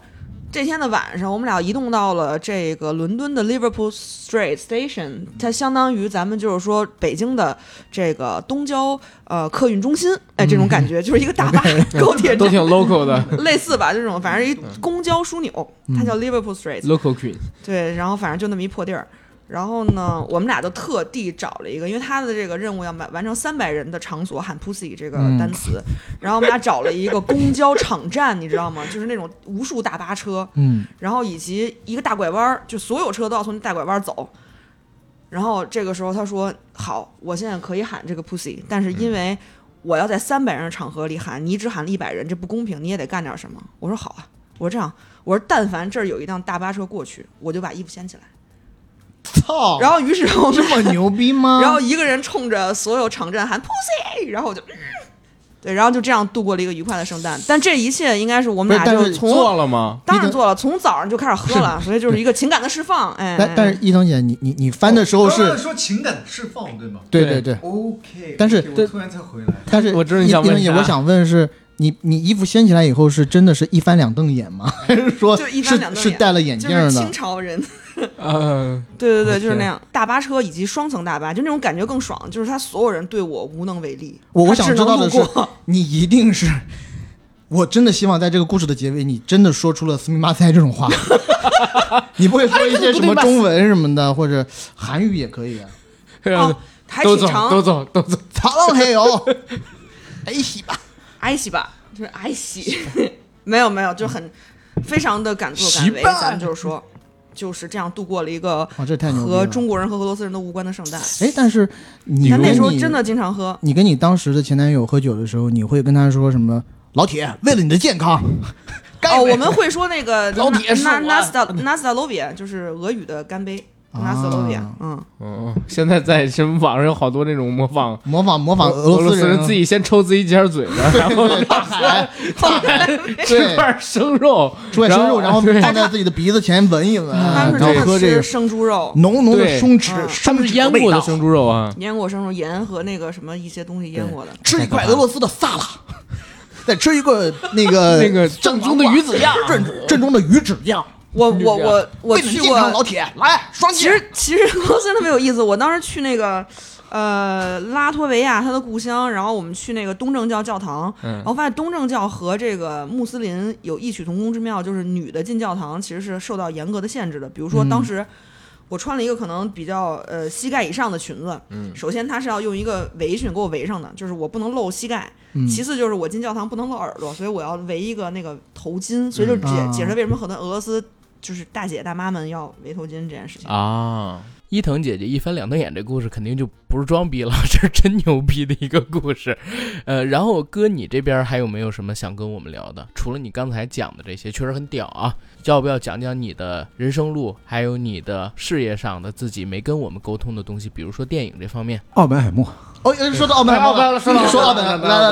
C: 这天的晚上，我们俩移动到了这个伦敦的 Liverpool Street Station， 它相当于咱们就是说北京的这个东郊客运中心，哎，这种感觉就是一个大巴高铁站，
E: 都挺 local 的
C: 类似吧，这种反正一公交枢纽，它叫 Liverpool Street，
E: local queen。
C: 对，然后反正就那么一破地儿。然后呢，我们俩就特地找了一个，因为他的这个任务要完成300人的场所喊 pussy 这个单词，然后我们俩找了一个公交场站，你知道吗？就是那种无数大巴车，然后以及一个大拐弯，就所有车都要从大拐弯走。然后这个时候他说：“好，我现在可以喊这个 pussy， 但是因为我要在300人的场合里喊，你只喊了100人，这不公平，你也得干点什么。”我说：“好啊。”我说：“这样，我说但凡这儿有一辆大巴车过去，我就把衣服掀起来。”
B: 操！
C: 然后于是我们
B: 这么牛逼吗？
C: 然后一个人冲着所有场站喊 pussy， 然后我就对，然后就这样度过了一个愉快的圣诞。但这一切应该是我们俩就从
E: 做了吗？
C: 当然做了，从早上就开始喝了，所以就是一个情感的释放。哎，
B: 但是伊藤姐，你翻的时候是
A: 说情感释放对吗？
B: 对对。
A: OK，
B: 但是
A: 我突然才回来。
B: 但是
E: 我知道你想问啥。
B: 我想问是。你衣服掀起来以后是真的是一翻两瞪眼吗？还是说
C: 就一翻两瞪眼
B: 是戴了眼镜的？
C: 就是清朝人。对对对，就是那样。大巴车以及双层大巴，就那种感觉更爽。就是他所有人对我无能为力。
B: 我想知道的是，你一定是，我真的希望在这个故事的结尾，你真的说出了斯密马塞这种话。你不会说一些什么中文什么的，或者韩语也可以啊。
C: 哦，还挺长。
E: 都走。
B: 长还有，哎西吧。
C: 哀喜吧，就是哀喜，没有，就很非常的敢作敢为，咱们就是说，就是这样度过了一个和中国人和俄罗斯人都无关的圣诞。
B: 哎，但是你
C: 那时候真的经常喝。
B: 你跟你当时的前男友喝酒的时候，你会跟他说什么？老铁，为了你的健康。
C: 哦，我们会说那个
E: 老铁是我
C: Nastalovia， 就是俄语的干杯。Nastalovia，
E: 现在在什么网上有好多那种模仿
B: 俄罗斯
E: 人自己先抽自己几下嘴的，然后大海吃块生肉，
B: 然后放在自己的鼻子前闻一闻，然后喝这个
C: 生猪肉，
B: 浓浓的松弛，
E: 他们是腌过的生猪肉啊，
C: 腌过生肉，盐和那个什么一些东西腌过的。
B: 吃一块俄罗斯的萨拉，再吃一个那个
E: 正宗的鱼子酱，
B: 正宗的鱼子酱。
C: 我去过，
B: 老铁来双击。
C: 其实俄罗斯特别有意思。我当时去那个拉脱维亚他的故乡，然后我们去那个东正教教堂，然后发现东正教和这个穆斯林有异曲同工之妙，就是女的进教堂其实是受到严格的限制的。比如说当时我穿了一个可能比较膝盖以上的裙子，首先他是要用一个围裙给我围上的，就是我不能露膝盖。其次就是我进教堂不能露耳朵，所以我要围一个那个头巾，所以就解释为什么很多俄罗斯就是大姐大妈们要围头巾这件事情
D: 啊。伊藤姐姐一翻两瞪眼这故事肯定就不是装逼了，这是真牛逼的一个故事。然后哥你这边还有没有什么想跟我们聊的？除了你刚才讲的这些确实很屌啊，要不要讲讲你的人生路，还有你的事业上的自己没跟我们沟通的东西，比如说电影这方面。
A: 奥本海默。
B: 哦，说到奥本海默了，说奥本，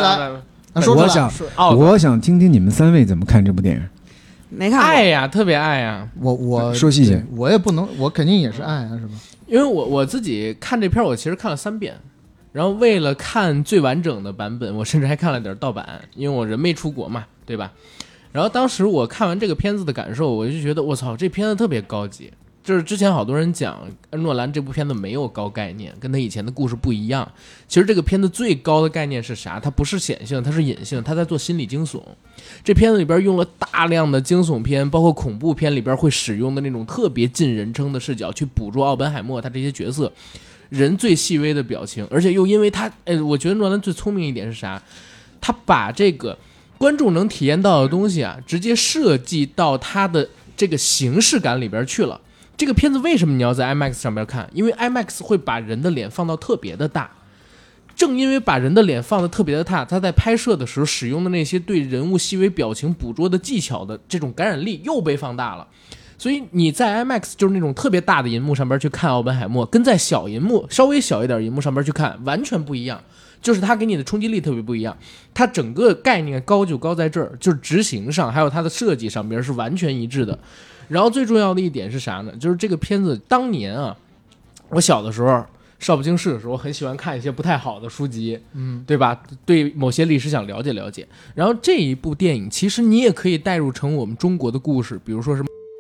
B: 来，
A: 我想听听你们3位怎么看这部电影。
C: 没看过。
E: 爱呀，特别爱呀。
B: 我
A: 说细节，
B: 我也不能，我肯定也是爱啊，是吧？
E: 因为我自己看这片我其实看了3遍，然后为了看最完整的版本，我甚至还看了点盗版，因为我人没出国嘛，对吧？然后当时我看完这个片子的感受，我就觉得我操，这片子特别高级。就是之前好多人讲诺兰这部片子没有高概念，跟他以前的故事不一样。其实这个片子最高的概念是啥？它不是显性，它是隐性，它在做心理惊悚。这片子里边用了大量的惊悚片，包括恐怖片里边会使用的那种特别近人称的视角，去捕捉奥本海默他这些角色人最细微的表情。而且又因为他，我觉得诺兰最聪明一点是啥？他把这个观众能体验到的东西啊，直接设计到他的这个形式感里边去了。这个片子为什么你要在 IMAX 上边看？因为 IMAX 会把人的脸放到特别的大，正因为把人的脸放得特别的大，他在拍摄的时候使用的那些对人物细微表情捕捉的技巧的这种感染力又被放大了。所以你在 IMAX 就是那种特别大的银幕上边去看奥本海默，跟在小银幕稍微小一点银幕上边去看完全不一样，就是它给你的冲击力特别不一样。它整个概念高就高在这儿，就是执行上还有它的设计上边是完全一致的。然后最重要的一点是啥呢？就是这个片子当年啊，我小的时候少不经事的时候，我很喜欢看一些不太好的书籍，对吧？对某些历史想了解了解。然后这一部电影，其实你也可以带入成我们中国的故事，比如说是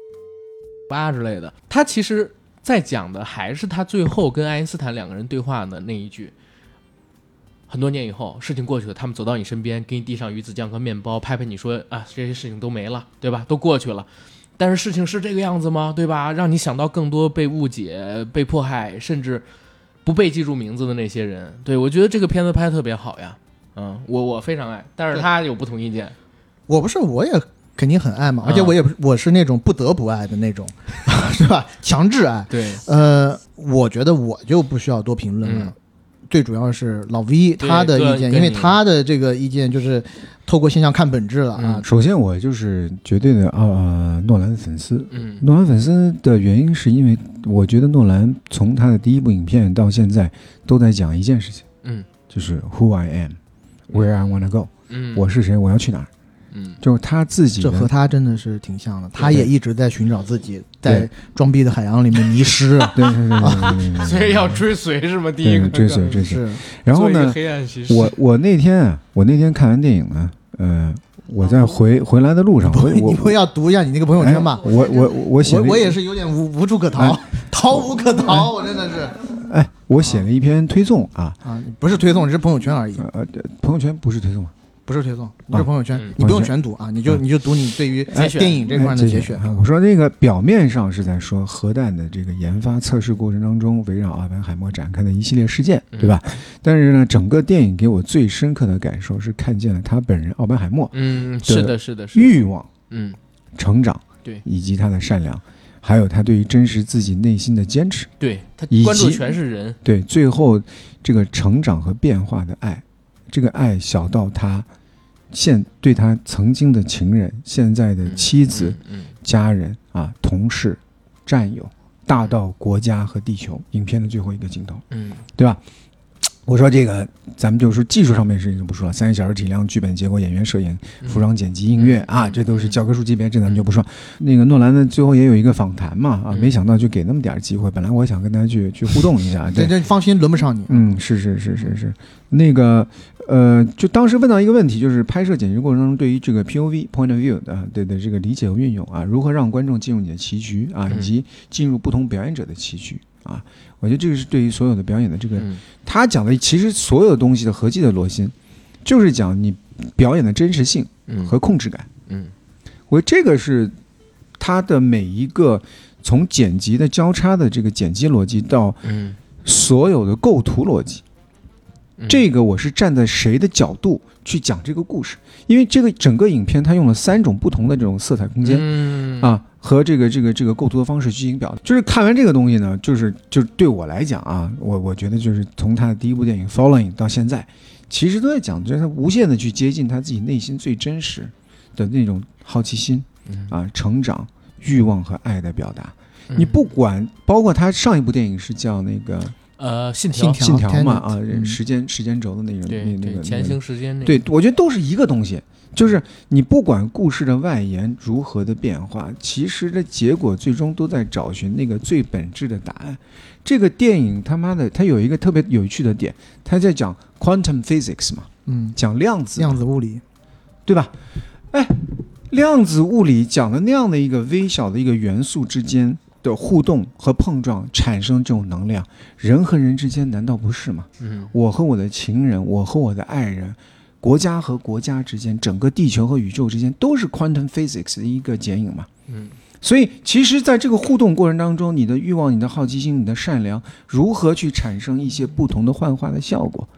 E: 8之类的。他其实在讲的还是他最后跟爱因斯坦2个人对话的那一句。很多年以后，事情过去了，他们走到你身边，给你递上鱼子酱和面包，拍拍你说啊，这些事情都没了，对吧？都过去了。但是事情是这个样子吗？对吧？让你想到更多被误解、被迫害，甚至不被记住名字的那些人。对，我觉得这个片子拍得特别好呀。我非常爱，但是他有不同意见。
B: 我也肯定很爱嘛，而且我是那种不得不爱的那种，是吧？强制爱。
E: 对，
B: 我觉得我就不需要多评论了。最主要是老 V 他的意见，因为他的这个意见就是透过现象看本质了啊。
A: 首先我就是绝对的诺兰的粉丝。诺兰粉丝的原因是因为我觉得诺兰从他的第一部影片到现在都在讲一件事情，就是 Who I am, Where I wanna go，我是谁，我要去哪儿。就是他自己，
B: 这和他真的是挺像的。他也一直在寻找自己，在装逼的海洋里面迷失。
A: 对，
E: 所以要追随是吗？第一个
A: 追随。然后呢，我那天看完电影呢，我在回来的路上，
B: 你不要读一下你那个朋友圈吧？
A: 我写，
B: 我也是有点无处可逃，逃无可逃，我真的是。
A: 我写了一篇推送啊，
B: 不是推送，只是朋友圈而已。
A: 朋友圈不是推送吗？
B: 不是推送，你是朋友圈，你不用全读啊，你就读你对于电影这块的节选。
A: 我说这个表面上是在说核弹的这个研发测试过程当中围绕奥本海默展开的一系列事件，对吧？但是呢，整个电影给我最深刻的感受是看见了他本人奥本海默，
E: 是的，
A: 欲望，成长，
E: 对，
A: 以及他的善良，还有他对于真实自己内心的坚持，
E: 对他关注全是人，
A: 对，最后这个成长和变化的爱，这个爱小到他对他曾经的情人、现在的妻子、家人啊、同事、战友，大到国家和地球。影片的最后一个镜头，对吧？我说这个，咱们就说技术上面的事情就不说了，3个小时体量、剧本结构、演员、摄影、服装、剪辑、音乐啊，这都是教科书级别，这咱们就不说。那个诺兰呢，最后也有一个访谈嘛，没想到就给那么点机会。本来我想跟大家去互动一下，
B: 这放心，轮不上你。
A: 是，那个就当时问到一个问题，就是拍摄剪辑过程中对于这个 POV point of view 的这个理解和运用啊，如何让观众进入你的棋局啊，以及进入不同表演者的棋局啊。我觉得这个是对于所有的表演的这个，他讲的其实所有东西的核心的逻辑，就是讲你表演的真实性和控制感。我这个是他的每一个从剪辑的交叉的这个剪辑逻辑到所有的构图逻辑，这个我是站在谁的角度去讲这个故事，因为这个整个影片它用了3种不同的这种色彩空间和这个构图的方式去进行表达。就是看完这个东西呢，就是对我来讲啊，我觉得就是从他的第一部电影 Following 到现在，其实都在讲，就是他无限的去接近他自己内心最真实的那种好奇心成长、欲望和爱的表达。你不管，包括他上一部电影是叫那个
E: 信
A: 条嘛时间轴的那种，那个
E: 前行时间，
A: 对，我觉得都是一个东西。就是你不管故事的外延如何的变化，其实的结果最终都在找寻那个最本质的答案。这个电影他妈的，它有一个特别有趣的点，它在讲 quantum physics 嘛，讲量子
B: 物理，
A: 对吧？量子物理讲的那样的一个微小的一个元素之间的互动和碰撞产生这种能量，人和人之间难道不是吗？我和我的情人，我和我的爱人，国家和国家之间，整个地球和宇宙之间，都是 quantum physics 的一个剪影嘛。所以其实在这个互动过程当中，你的欲望、你的好奇心、你的善良，如何去产生一些不同的幻化的效果。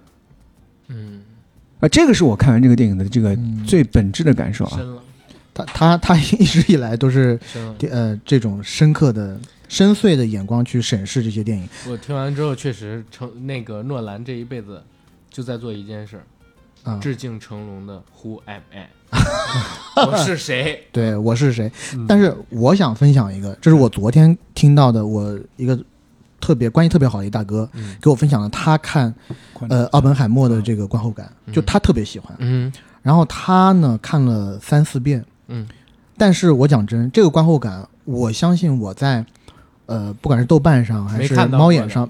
A: 这个是我看完这个电影的这个最本质的感受啊。
B: 他一直以来都是这种深刻的深邃的眼光去审视这些电影。
E: 我听完之后确实那个诺兰这一辈子就在做一件事，致敬成龙的 Who Am I 我是谁。
B: 对，我是谁。但是我想分享一个，这是我昨天听到的，我一个关系特别好的一大哥给我分享了他看奥本海默的这个观后感，就他特别喜欢，然后他呢看了3-4遍，但是我讲真，这个观后感，我相信我在不管是豆瓣上还是猫眼上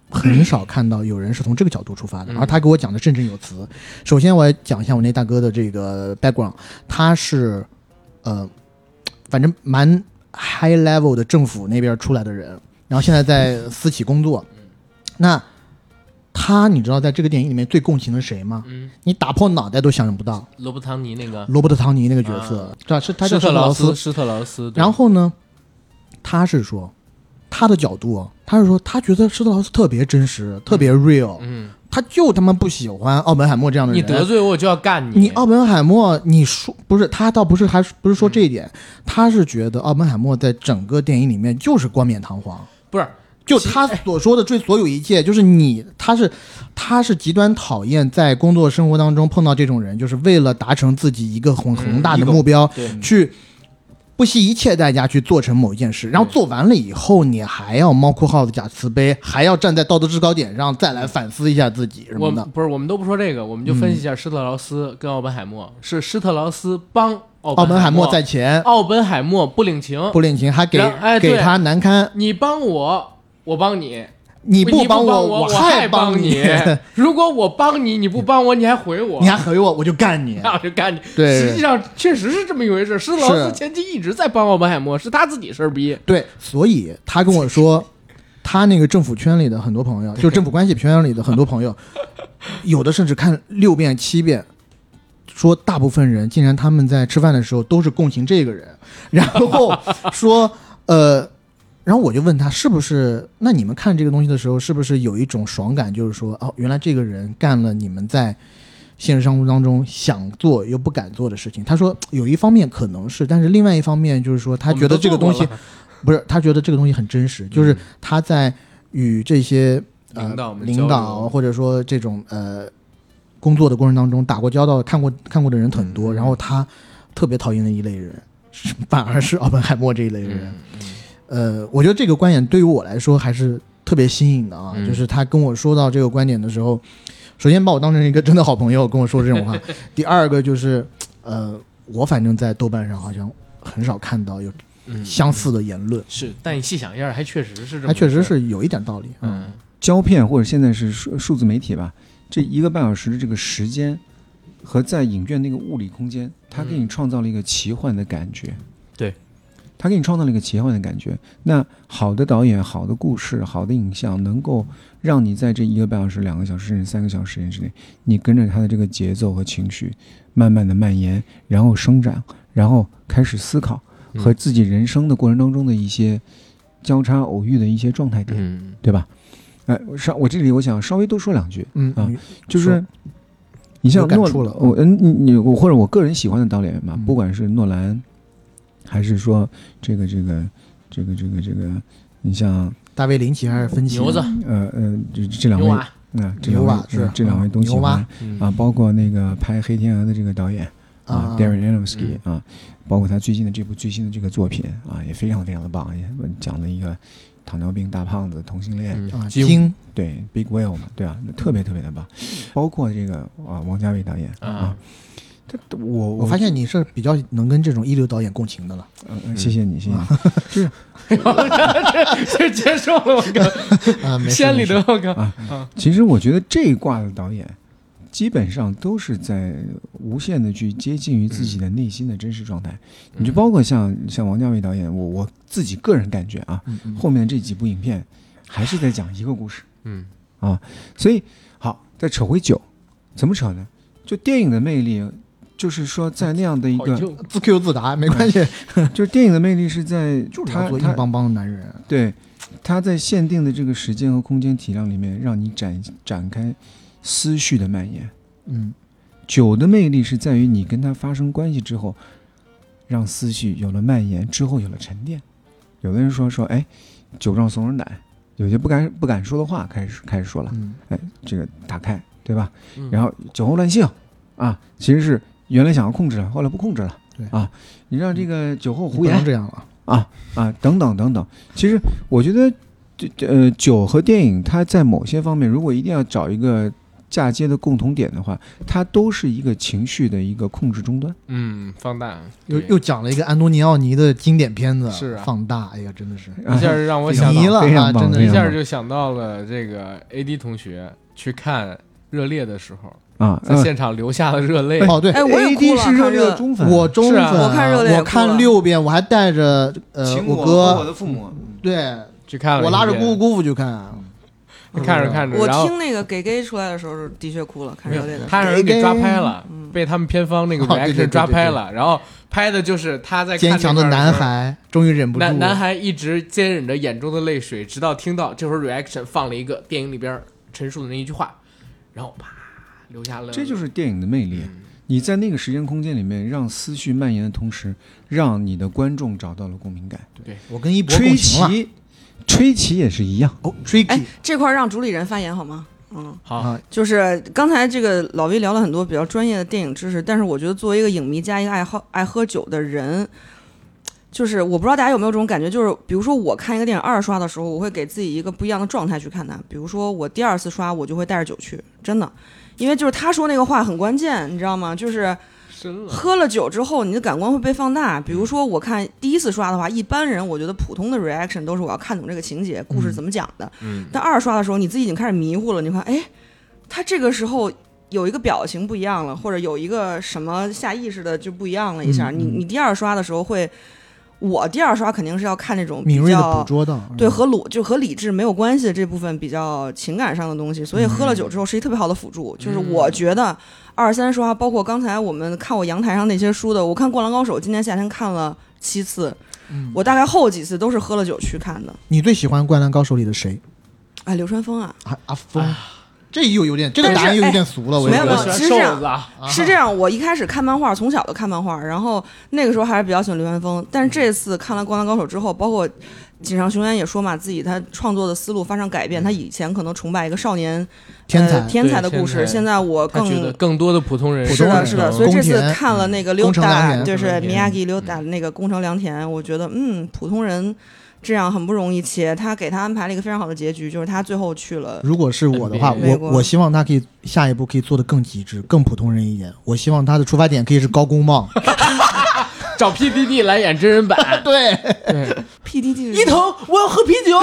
B: 很少看到有人是从这个角度出发的，而他给我讲的振振有词。首先，我要讲一下我那大哥的这个 background， 他是反正蛮 high level 的政府那边出来的人，然后现在在私企工作。那他，你知道在这个电影里面最共情的谁吗？你打破脑袋都想象不到，
E: 罗伯特·唐尼那个
B: 罗伯特·唐尼那个角色，对吧？是他叫施特劳斯。
E: 施特劳斯。
B: 然后呢，他是说他的角度，他是说他觉得施特劳斯特别真实，特别 real。他就他妈不喜欢奥本海默这样的人。
E: 你得罪我就要干你。
B: 你奥本海默，你说不是他倒不是，还不是说这一点，他是觉得奥本海默在整个电影里面就是冠冕堂皇，
E: 不是。
B: 就他所说的这所有一切，就是他是极端讨厌在工作生活当中碰到这种人，就是为了达成自己一个很宏大的目标，去不惜一切代价去做成某一件事，然后做完了以后，你还要猫哭耗子假慈悲，还要站在道德制高点上再来反思一下自己什么的。
E: 我们都不说这个，我们就分析一下施特劳斯跟奥本海默，是施特劳斯帮奥本海默
B: 在前，
E: 奥本海默不领情，
B: 还给他难堪。
E: 你帮我帮你，
B: 你不帮我还
E: 帮
B: 你。
E: 如果我帮你，你不帮我，你还回我，
B: 我就干你，
E: 我就干你。
B: 对，
E: 实际上确实是这么一回事。施特劳斯前期一直在帮奥本海默，是他自己事儿逼。
B: 对，所以他跟我说，他那个政府圈里的很多朋友，就政府关系圈里的很多朋友，有的甚至看6遍7遍，说大部分人竟然他们在吃饭的时候都是共情这个人，然后说然后我就问他是不是，那你们看这个东西的时候是不是有一种爽感，就是说原来这个人干了你们在现实生活当中想做又不敢做的事情。他说有一方面可能是，但是另外一方面就是说他觉得这个东西不是，他觉得这个东西很真实，就是他在与这些领导或者说这种工作的过程当中打过交道，看过的人很多，然后他特别讨厌的一类人反而是奥本海默这一类人。我觉得这个观点对于我来说还是特别新颖的啊，就是他跟我说到这个观点的时候，首先把我当成一个真的好朋友跟我说这种话，第二个就是我反正在豆瓣上好像很少看到有相似的言论。
E: 是，但你细想一下，还确实是这么，
B: 还确实是有一点道理。
A: 胶片或者现在是数字媒体吧，这1个半小时的这个时间和在影院那个物理空间，它给你创造了一个奇幻的感觉。
E: 对，
A: 他给你创造了一个奇幻的感觉。那好的导演、好的故事、好的影像，能够让你在这1个半小时、2个小时甚至3个小时时间之内，你跟着他的这个节奏和情绪，慢慢的蔓延，然后生长，然后开始思考和自己人生的过程当中的一些交叉偶遇的一些状态点，对吧？我这里我想稍微多说2句，就是你像诺兰，我或者我个人喜欢的导演嘛，不管是诺兰。还是说这个，你像
B: 大卫林奇还是芬奇？
E: 牛子，
A: 这两位，这两位都喜欢啊，包括那个拍《黑天鹅》的这个导演Darren Aronofsky 啊，包括他最新的这个作品啊，也非常非常的棒，也讲了一个糖尿病大胖子同性恋
B: 精
A: 对 Big Whale 嘛，对啊，特别特别的棒，包括这个王家卫导演啊。
B: 我发现你是比较能跟这种一流导演共情的了。
A: 谢谢你，谢谢你。就是
E: 就接受了我哥千里的我哥
A: 其实我觉得这一挂的导演基本上都是在无限的去接近于自己的内心的真实状态。你就包括像王家卫导演，我自己个人感觉啊，后面这几部影片还是在讲一个故事。所以好，再扯回酒，怎么扯呢？就电影的魅力。就是说，在那样的一个
B: 自 Q 自答没关系，
A: 就是电影的魅力是在
B: 就是他做硬邦邦的男人，
A: 对，他在限定的这个时间和空间体量里面，让你展开思绪的蔓延。酒的魅力是在于你跟他发生关系之后，让思绪有了蔓延，之后有了沉淀。有的人说，哎，酒壮怂人胆，有些不敢说的话开始说了，这个打开，对吧？然后酒后乱性啊，其实是。原来想要控制了，后来不控制了，
B: 对
A: 啊，你让这个酒后胡言
B: 这样了
A: 等等等等。其实我觉得，酒和电影它在某些方面，如果一定要找一个嫁接的共同点的话，它都是一个情绪的一个控制终端。
E: 放大
B: 又讲了一个安东尼奥尼的经典片子，
E: 是啊
B: 放大，哎呀，真的是
E: 一下让我想到
B: 迷了啊，
A: 非常棒
B: 真的
E: 一下
A: 非常棒
E: 就想到了这个 AD 同学去看热烈的时候，
A: 啊，
E: 在现场流下了热泪。
B: 哦对，
C: 哎，我也哭
A: AD
C: 了，
A: 是热烈
C: 看这个
A: 的忠粉，
B: 我中粉，
E: 是啊
C: 我看热烈也
B: 我看
C: 哭了
B: 6遍，我还带着我
A: 请和
B: 哥，
A: 我的父母，
B: 对
E: 去看了，
B: 我拉着姑父去看，
E: 看着看着，
C: 我
E: 然后
C: 听那个给 gay 出来的时候是的确哭了，看
E: 没有
C: 热烈的。
E: 他让人给抓拍了，
C: 嗯
E: 被他们片方那个
B: 哦对对对
E: reaction 抓拍了，然后拍的就是他在看
B: 坚强的
E: 那段时候
B: 男孩终于忍不住，
E: 男孩一直坚忍着眼中的泪水，直到听到这会儿 reaction 放了一个电影里边陈述的那一句话，然后啪流下了。
A: 这就是电影的魅力。你在那个时间空间里面，让思绪蔓延的同时，让你的观众找到了共鸣感。
E: 对，
B: 我跟一博
A: 吹
B: 共情了。
A: 奇，吹奇也是一样。
B: 哦，Tricky
C: 哎，这块儿让主理人发言好吗？
E: 好，
B: 啊，
C: 就是刚才这个老魏聊了很多比较专业的电影知识，但是我觉得作为一个影迷加一个爱喝酒的人，就是我不知道大家有没有这种感觉，就是比如说我看一个电影二刷的时候，我会给自己一个不一样的状态去看它。比如说我第2次刷，我就会带着酒去，真的，因为就是他说那个话很关键，你知道吗？就是
E: 深了。
C: 喝了酒之后，你的感官会被放大。比如说，我看第1次刷的话，一般人我觉得普通的 reaction 都是我要看懂这个情节，故事怎么讲的。但2刷的时候，你自己已经开始迷糊了。你看，哎，他这个时候有一个表情不一样了，或者有一个什么下意识的就不一样了一下。你第2刷的时候会，我第2刷肯定是要看那种
B: 敏锐的
C: 比较
B: 捕捉到，
C: 对和理智没有关系的这部分比较情感上的东西，所以喝了酒之后是一特别好的辅助。就是我觉得2、3刷，包括刚才我们看我阳台上那些书的，我看《灌篮高手》今年夏天看了7次，我大概后几次都是喝了酒去看的。
B: 你最喜欢《灌篮高手》里的谁？
C: 哎，流川枫啊，
B: 阿峰，这又有点，这个答案又有点俗了。我
C: 没有没有
E: 我喜欢
C: 其实这样
E: 瘦子啊，
C: 是这样，我一开始看漫画，从小就看漫画，然后那个时候还是比较喜欢流川枫，但是这次看了《灌篮高手》之后，包括井上雄彦也说嘛，自己他创作的思路发生改变，他以前可能崇拜一个少年
B: 天才
C: 天才的故事，
E: 对天才
C: 现在我
E: 他觉得
C: 更
E: 更多的普通人
B: 普通人
C: 是的，是的，所以这次
B: 宫田
C: 看了那个溜
B: 宫城良
C: 达，
B: 田
C: 就是
E: 宫城良田
C: Miyagi 溜达那个宫城良田，我觉得普通人这样很不容易，且他给他安排了一个非常好的结局，就是他最后去了。
B: 如果是我的话，
C: 美国
B: 我希望他可以下一步可以做得更极致、更普通人一点。我希望他的出发点可以是高公望。
E: 找 PDD 来演真人版。
B: 对
E: 对，
C: PDD
E: 伊藤，我要喝啤酒。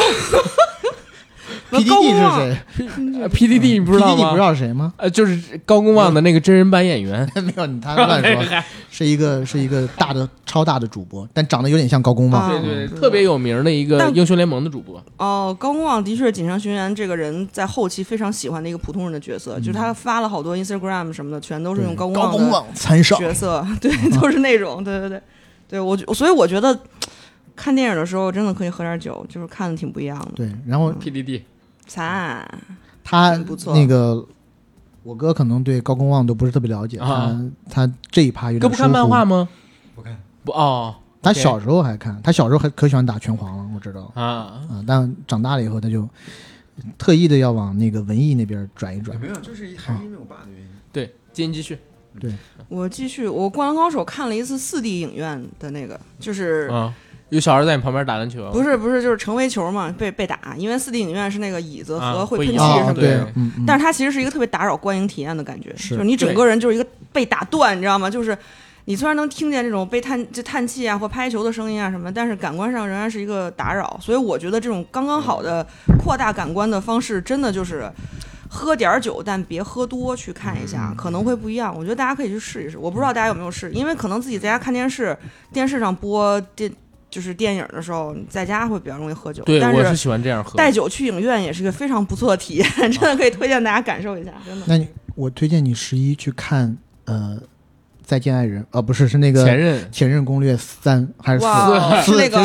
B: ，PDD 是谁
E: PDD 你不知道
B: ？PDD
E: 吗？
B: 不知道是谁吗？
E: 就是高公望的那个真人版演员。
B: 没有，他乱说，是一个大的超大的主播，但长得有点像高公望。
C: 啊
E: 对对，特别有名的一个
C: 但
E: 英雄联盟的主播。
C: 哦，高公望的确是井上雄彦这个人在后期非常喜欢的一个普通人的角色，就是他发了好多 Instagram 什么的，全都是用高公望的
B: 望参上，
C: 角色，对，都是那种，对对对，对所以我觉得看电影的时候真的可以喝点酒，就是看的挺不一样的。
B: 对，然后
E: PDD
C: 惨，
B: 他
C: 真不错
B: 那个我哥可能对高公望都不是特别了解，
E: 啊
B: 他这一趴有点
E: 哥不看漫画
B: 吗？
E: 吗？
A: 不看。
E: 不哦
B: 他小时候还看，他小时候还可喜欢打拳皇了，我知道
E: 啊，
B: 但长大了以后他就特意的要往那个文艺那边转一转。
A: 没有，就是还是因为我爸的原因。
E: 对，继续。
C: 我继续，我《灌篮高手》看了一次4D 影院的那个，就是。
E: 啊，有小孩在你旁边打篮球。
C: 不是，就是成为球嘛，被打，因为4D 影院是那个椅子和会喷气
E: 啊
C: 什么的，
B: 对，
C: 但是它其实是一个特别打扰观影体验的感觉，
B: 是
C: 就是你整个人就是一个被打断，你知道吗？就是你虽然能听见这种叹气啊或拍球的声音啊什么，但是感官上仍然是一个打扰，所以我觉得这种刚刚好的扩大感官的方式，真的就是喝点酒，但别喝多去看一下，可能会不一样。我觉得大家可以去试一试，我不知道大家有没有试，因为可能自己在家看电视，电视上播就是电影的时候，在家会比较容易喝酒。
E: 对，
C: 但
E: 我是喜欢这样喝。
C: 带酒去影院也是一个非常不错的体验，真的可以推荐大家感受一下，真的。
B: 那我推荐你11去看再见爱人，不是那个前任攻略3还是
C: 哇，
B: 4？
C: 是那个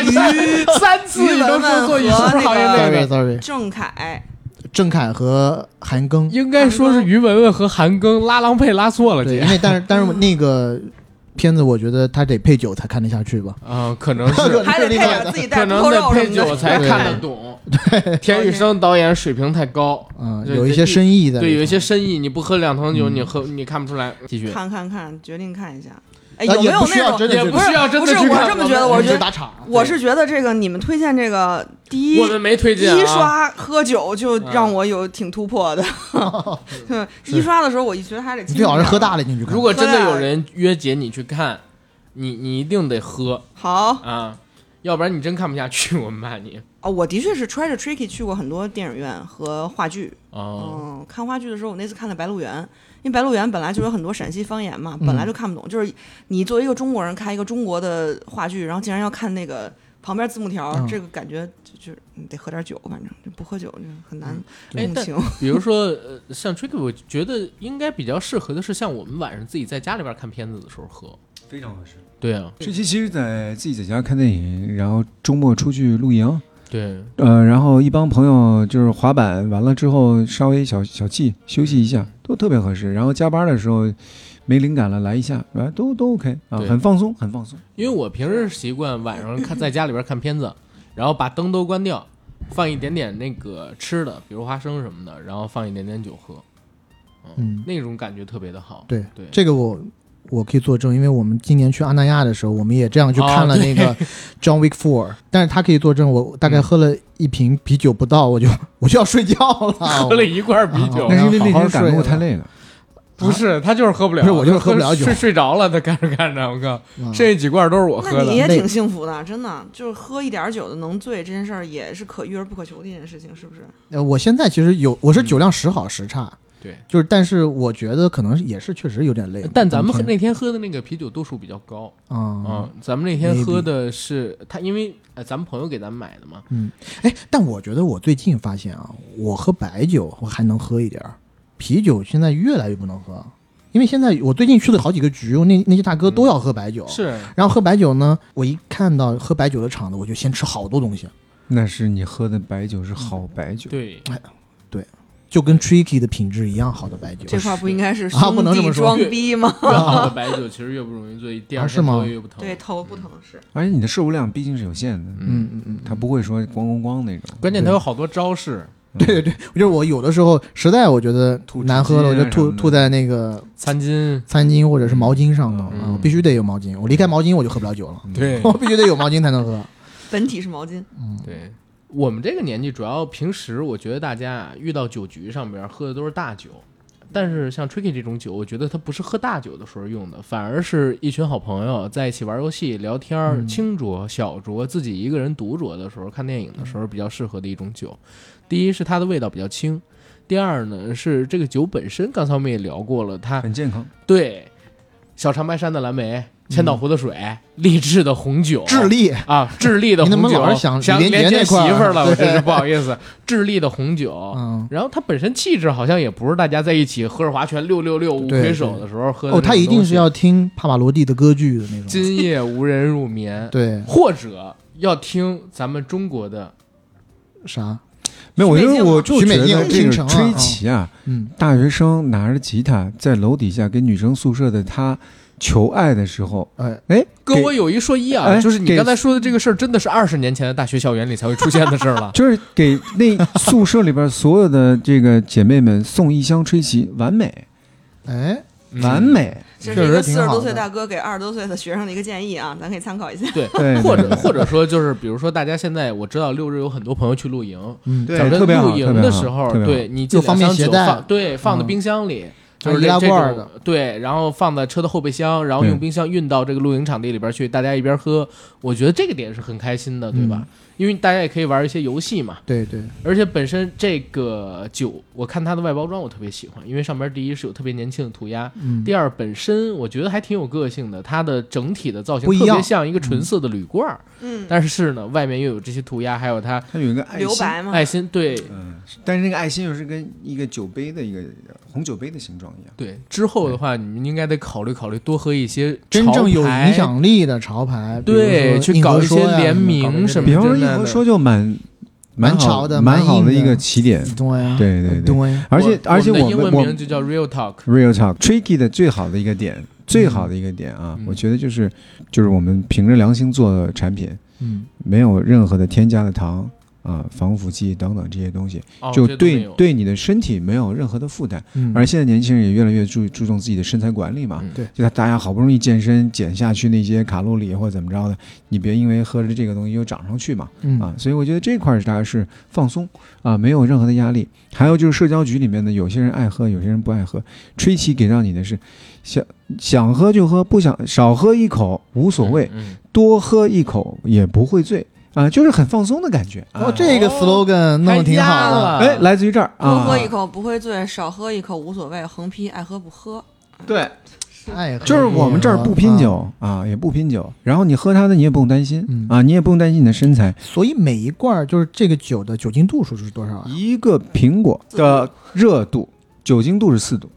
E: 3次你都说做影视行业那个
B: sorry， 郑恺和韩庚，
E: 应该说是于文文和韩庚拉郎配拉错了，
B: 对，因为但是那个片子我觉得他得配酒才看得下去吧。
E: 可能是
C: 还得配着自己带
E: 可能得配酒才看得懂。对，田雨生导演水平太高，
B: 有一些深意在。
E: 对，有一些深意，你不喝2桶酒，你看不出来。继续
C: 看，决定看一下。 哎，有没有
B: 也不需要
C: 那种
B: 真的
E: 也不需要真的
C: 不是
E: 去看
C: 我这么觉得，我觉得
B: 就打场。
C: 我是觉得这个你们推荐这个第一，
E: 我们没推荐啊
C: 一刷喝酒就让我有挺突破的。对，一刷的时候我觉得还得
B: 你最好是喝大了进去看。
E: 如果真的有人约姐你去看，你一定得喝
C: 好
E: 啊，要不然你真看不下去，我骂你。
C: 哦，我的确是 Treasure Tricky 去过很多电影院和话剧。
E: 哦，
C: 看话剧的时候，我那次看了《白鹿原》，因为《白鹿原》本来就有很多陕西方言嘛，本来就看不懂。就是你作为一个中国人看一个中国的话剧，然后竟然要看那个旁边字幕条，这个感觉就你得喝点酒，反正就不喝酒就很难共情。
E: 比如说像 Tricky， 我觉得应该比较适合的是像我们晚上自己在家里边看片子的时候喝，
A: 非常合适。
E: 对啊，
A: 这期其实自己在家看电影，然后周末出去露营，
E: 对，
A: 然后一帮朋友就是滑板完了之后稍微小憩休息一下，都特别合适。然后加班的时候没灵感了来一下，都 OK 啊，很放松，很放松。
E: 因为我平时习惯晚上在家里边看片子，然后把灯都关掉，放一点点那个吃的，比如花生什么的，然后放一点点酒喝，那种感觉特别的好。
B: 对
E: 对，
B: 这个我可以作证，因为我们今年去阿那亚的时候，我们也这样去看了那个 John Wick 4，但是他可以作证，我大概喝了一瓶啤酒不到，我就要睡觉了，
E: 喝了一罐啤酒。
A: 那是因为那
B: 好好睡
A: 天赶路太累了。
E: 不是，他就是喝不了，
B: 不是我就是喝不了酒，
E: 睡着了。他看着，我靠，剩下几罐都是我喝的。
C: 那你也挺幸福的，真的，就是喝一点酒的能醉这件事儿，也是可遇而不可求的一件事情，是不是？
B: 我现在其实我是酒量时好时差，
E: 对，
B: 就是但是我觉得可能也是确实有点累。
E: 但咱们那天喝的那个啤酒度数比较高咱们那天喝的是他，因为咱们朋友给咱们买的嘛。
B: 但我觉得我最近发现啊，我喝白酒我还能喝一点儿。啤酒现在越来越不能喝，因为现在我最近去了好几个局，那些大哥都要喝白酒，
E: 是。
B: 然后喝白酒呢，我一看到喝白酒的场子，我就先吃好多东西。
A: 那是你喝的白酒是好白酒，
E: 对，
B: 对，就跟 Tricky 的品质一样好的白酒。
C: 这块不应该是
B: 不能这么说
C: 装逼吗？
E: 越好的白酒其实越不容易醉，第二天头越不疼。
C: 对，头不疼是。
A: 而且你的摄入量毕竟是有限的，它不会说咣那种。
E: 关键它有好多招式。
B: 对，就是我有的时候实在我觉得难喝了，我就吐在那个
E: 餐
B: 巾或者是毛巾上头我必须得有毛巾，我离开毛巾我就喝不了酒了。
E: 对，
B: 我必须得有毛巾才能喝。
C: 本体是毛巾。
E: 对，我们这个年纪，主要平时我觉得大家遇到酒局上边喝的都是大酒，但是像 Tricky 这种酒，我觉得它不是喝大酒的时候用的，反而是一群好朋友在一起玩游戏、聊天、轻酌、小酌，自己一个人独酌的时候、看电影的时候比较适合的一种酒。第一是它的味道比较轻，第二呢是这个酒本身，刚才我们也聊过了，它
A: 很健康。
E: 对，小长白山的蓝莓。千岛湖的水，励志的红酒，
B: 智利
E: 啊，智利的红酒，
B: 你怎么老是想
E: 连接媳妇儿了，我真是不好意思。智利的红酒，然后它本身气质好像也不是大家在一起喝着划拳666五魁首的时候喝的。
B: 他一定是要听帕瓦罗蒂的歌剧的那种。
E: 今夜无人入眠，
B: 对，
E: 或者要听咱们中国的
B: 啥？
A: 没有，我就觉得这个吹起啊，大学生拿着吉他在楼底下给女生宿舍的他求爱的时候，
E: 哥，我有一说一啊，就是你刚才说的这个事儿，真的是20年前的大学校园里才会出现的事儿了。
A: 就是给那宿舍里边所有的这个姐妹们送一箱吹旗，完美，完美。
C: 这是一个40多岁大哥给20多岁的学生的一个建议啊，咱可以参考一下。
E: 对，或者说就是，比如说大家现在我知道6日有很多朋友去露营，
A: 对，
E: 咱们露营的时候，对你
B: 就方便携带，
E: 对，放在冰箱里。就是
B: 易拉罐的，
E: 对，然后放在车的后备箱，然后用冰箱运到这个露营场地里边去，大家一边喝，我觉得这个点是很开心的，对吧？因为大家也可以玩一些游戏嘛。
B: 对对。
E: 而且本身这个酒，我看它的外包装我特别喜欢，因为上边第一是有特别年轻的涂鸦，第二本身我觉得还挺有个性的，它的整体的造型特别像一个纯色的铝罐，但是呢，外面又有这些涂鸦，还有它
A: 有一个爱心，
C: 留白嘛，
E: 爱心，对，
A: 但是那个爱心又是跟一个酒杯的一个红酒杯的形状一样。
E: 对，之后的话，你们应该得考虑多喝一些
B: 真正有影响力的潮牌，
E: 对，去搞一些联名什么的。
A: 比方说硬核说就蛮
B: 潮的，
A: 蛮好的一个起点。对，而且我
E: 英文名就叫 Real
A: Talk。Tricky 的最好的一个点啊，我觉得就是我们凭着良心做的产品，没有任何的添加的糖， 防腐剂等等这些东西，
E: 哦
A: 就
E: 这都没有
A: 对你的身体没有任何的负担。而现在年轻人也越来越注重自己的身材管理嘛，
B: 对，
A: 就大家好不容易健身减下去那些卡路里或者怎么着的，你别因为喝着这个东西又涨上去嘛，所以我觉得这块大家是放松没有任何的压力。还有就是社交局里面的有些人爱喝，有些人不爱喝，吹起给到你的是想喝就喝，不想少喝一口无所谓，多喝一口也不会醉。就是很放松的感觉。
B: 这个 slogan 弄得挺好的。
A: 哎，来自于这儿
C: 多喝一口不会醉，少喝一口无所谓，横批爱喝不喝。
A: 对，
B: 爱喝
A: 就是我们这儿不拼酒也不拼酒，然后你喝它的你也不用担心你也不用担心你的身材。
B: 所以每一罐就是这个酒的酒精度数是多少啊？
A: 一个苹果的热度，酒精度是4度。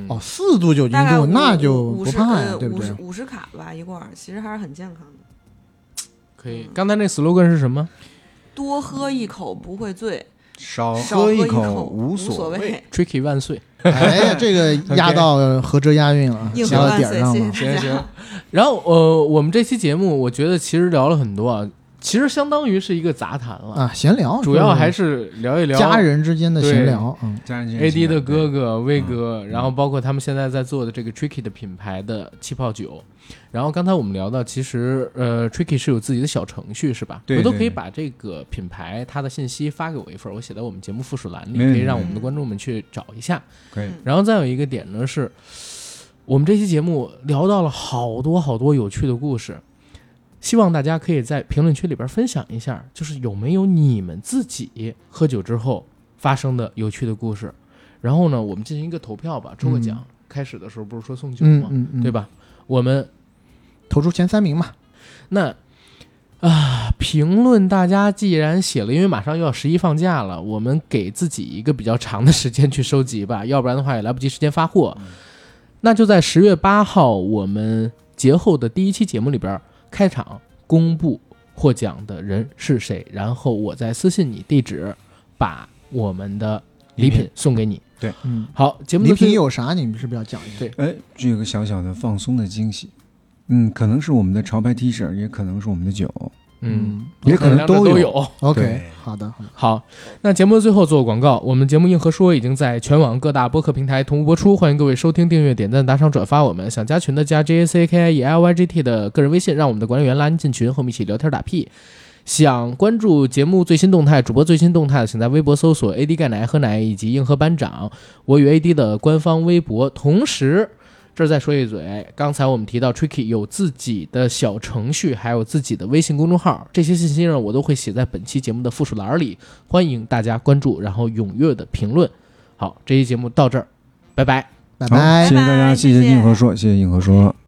B: 4度酒精度，那就不怕呀，对不对
C: ？50卡吧一罐，其实还是很健康的。
E: 可以，刚才那 slogan 是什么？
C: 多喝一口不会醉，
A: 少喝一口无
C: 所谓。
E: Tricky 万岁！
B: 哎，这个压到合辙押韵了，压到点上了。
E: 行。然后我们这期节目，我觉得其实聊了很多啊，其实相当于是一个杂谈了
B: 闲聊，
E: 主要还是聊一聊
B: 家人之间的闲聊。
E: AD 的哥哥威哥，然后包括他们现在在做的这个 Tricky 的品牌的气泡酒。然后刚才我们聊到，其实Tricky 是有自己的小程序是吧？
A: 对，
E: 我都可以把这个品牌它的信息发给我一份，我写在我们节目附属栏里，可以让我们的观众们去找一下。
A: 可以。
E: 然后再有一个点呢是，我们这期节目聊到了好多好多有趣的故事，希望大家可以在评论区里边分享一下，就是有没有你们自己喝酒之后发生的有趣的故事。然后呢，我们进行一个投票吧，抽个奖。开始的时候不是说送酒吗？对吧？我们
B: 投出前3名嘛。
E: 那评论大家既然写了，因为马上又要11放假了，我们给自己一个比较长的时间去收集吧，要不然的话也来不及时间发货。那就在10月8号我们节后的第一期节目里边开场公布获奖的人是谁，然后我再私信你地址，把我们的礼品送给你。
A: 对，
E: 好，节目
B: 礼品有啥？你们是不是要讲一下？
E: 对，
A: 这有个小小的放松的惊喜。可能是我们的潮牌 T 恤，也可能是我们的酒，也可能都有。
B: OK， 好的，
E: 好。那节目的最后做广告，我们节目硬核说已经在全网各大播客平台同步播出，欢迎各位收听、订阅、点赞、打赏、转发我们。想加群的加 JACKIELYGT 的个人微信，让我们的管理员拉您进群，和我们一起聊天打屁。想关注节目最新动态、主播最新动态的，请在微博搜索 AD 钙奶喝奶以及硬核班长，我与 AD 的官方微博。同时这儿再说一嘴，刚才我们提到 Tricky 有自己的小程序，还有自己的微信公众号，这些信息呢我都会写在本期节目的附属栏里，欢迎大家关注，然后踊跃的评论。好，这期节目到这儿，拜拜，
B: 拜拜，
A: 谢谢大家，谢谢硬核说，谢谢硬核说。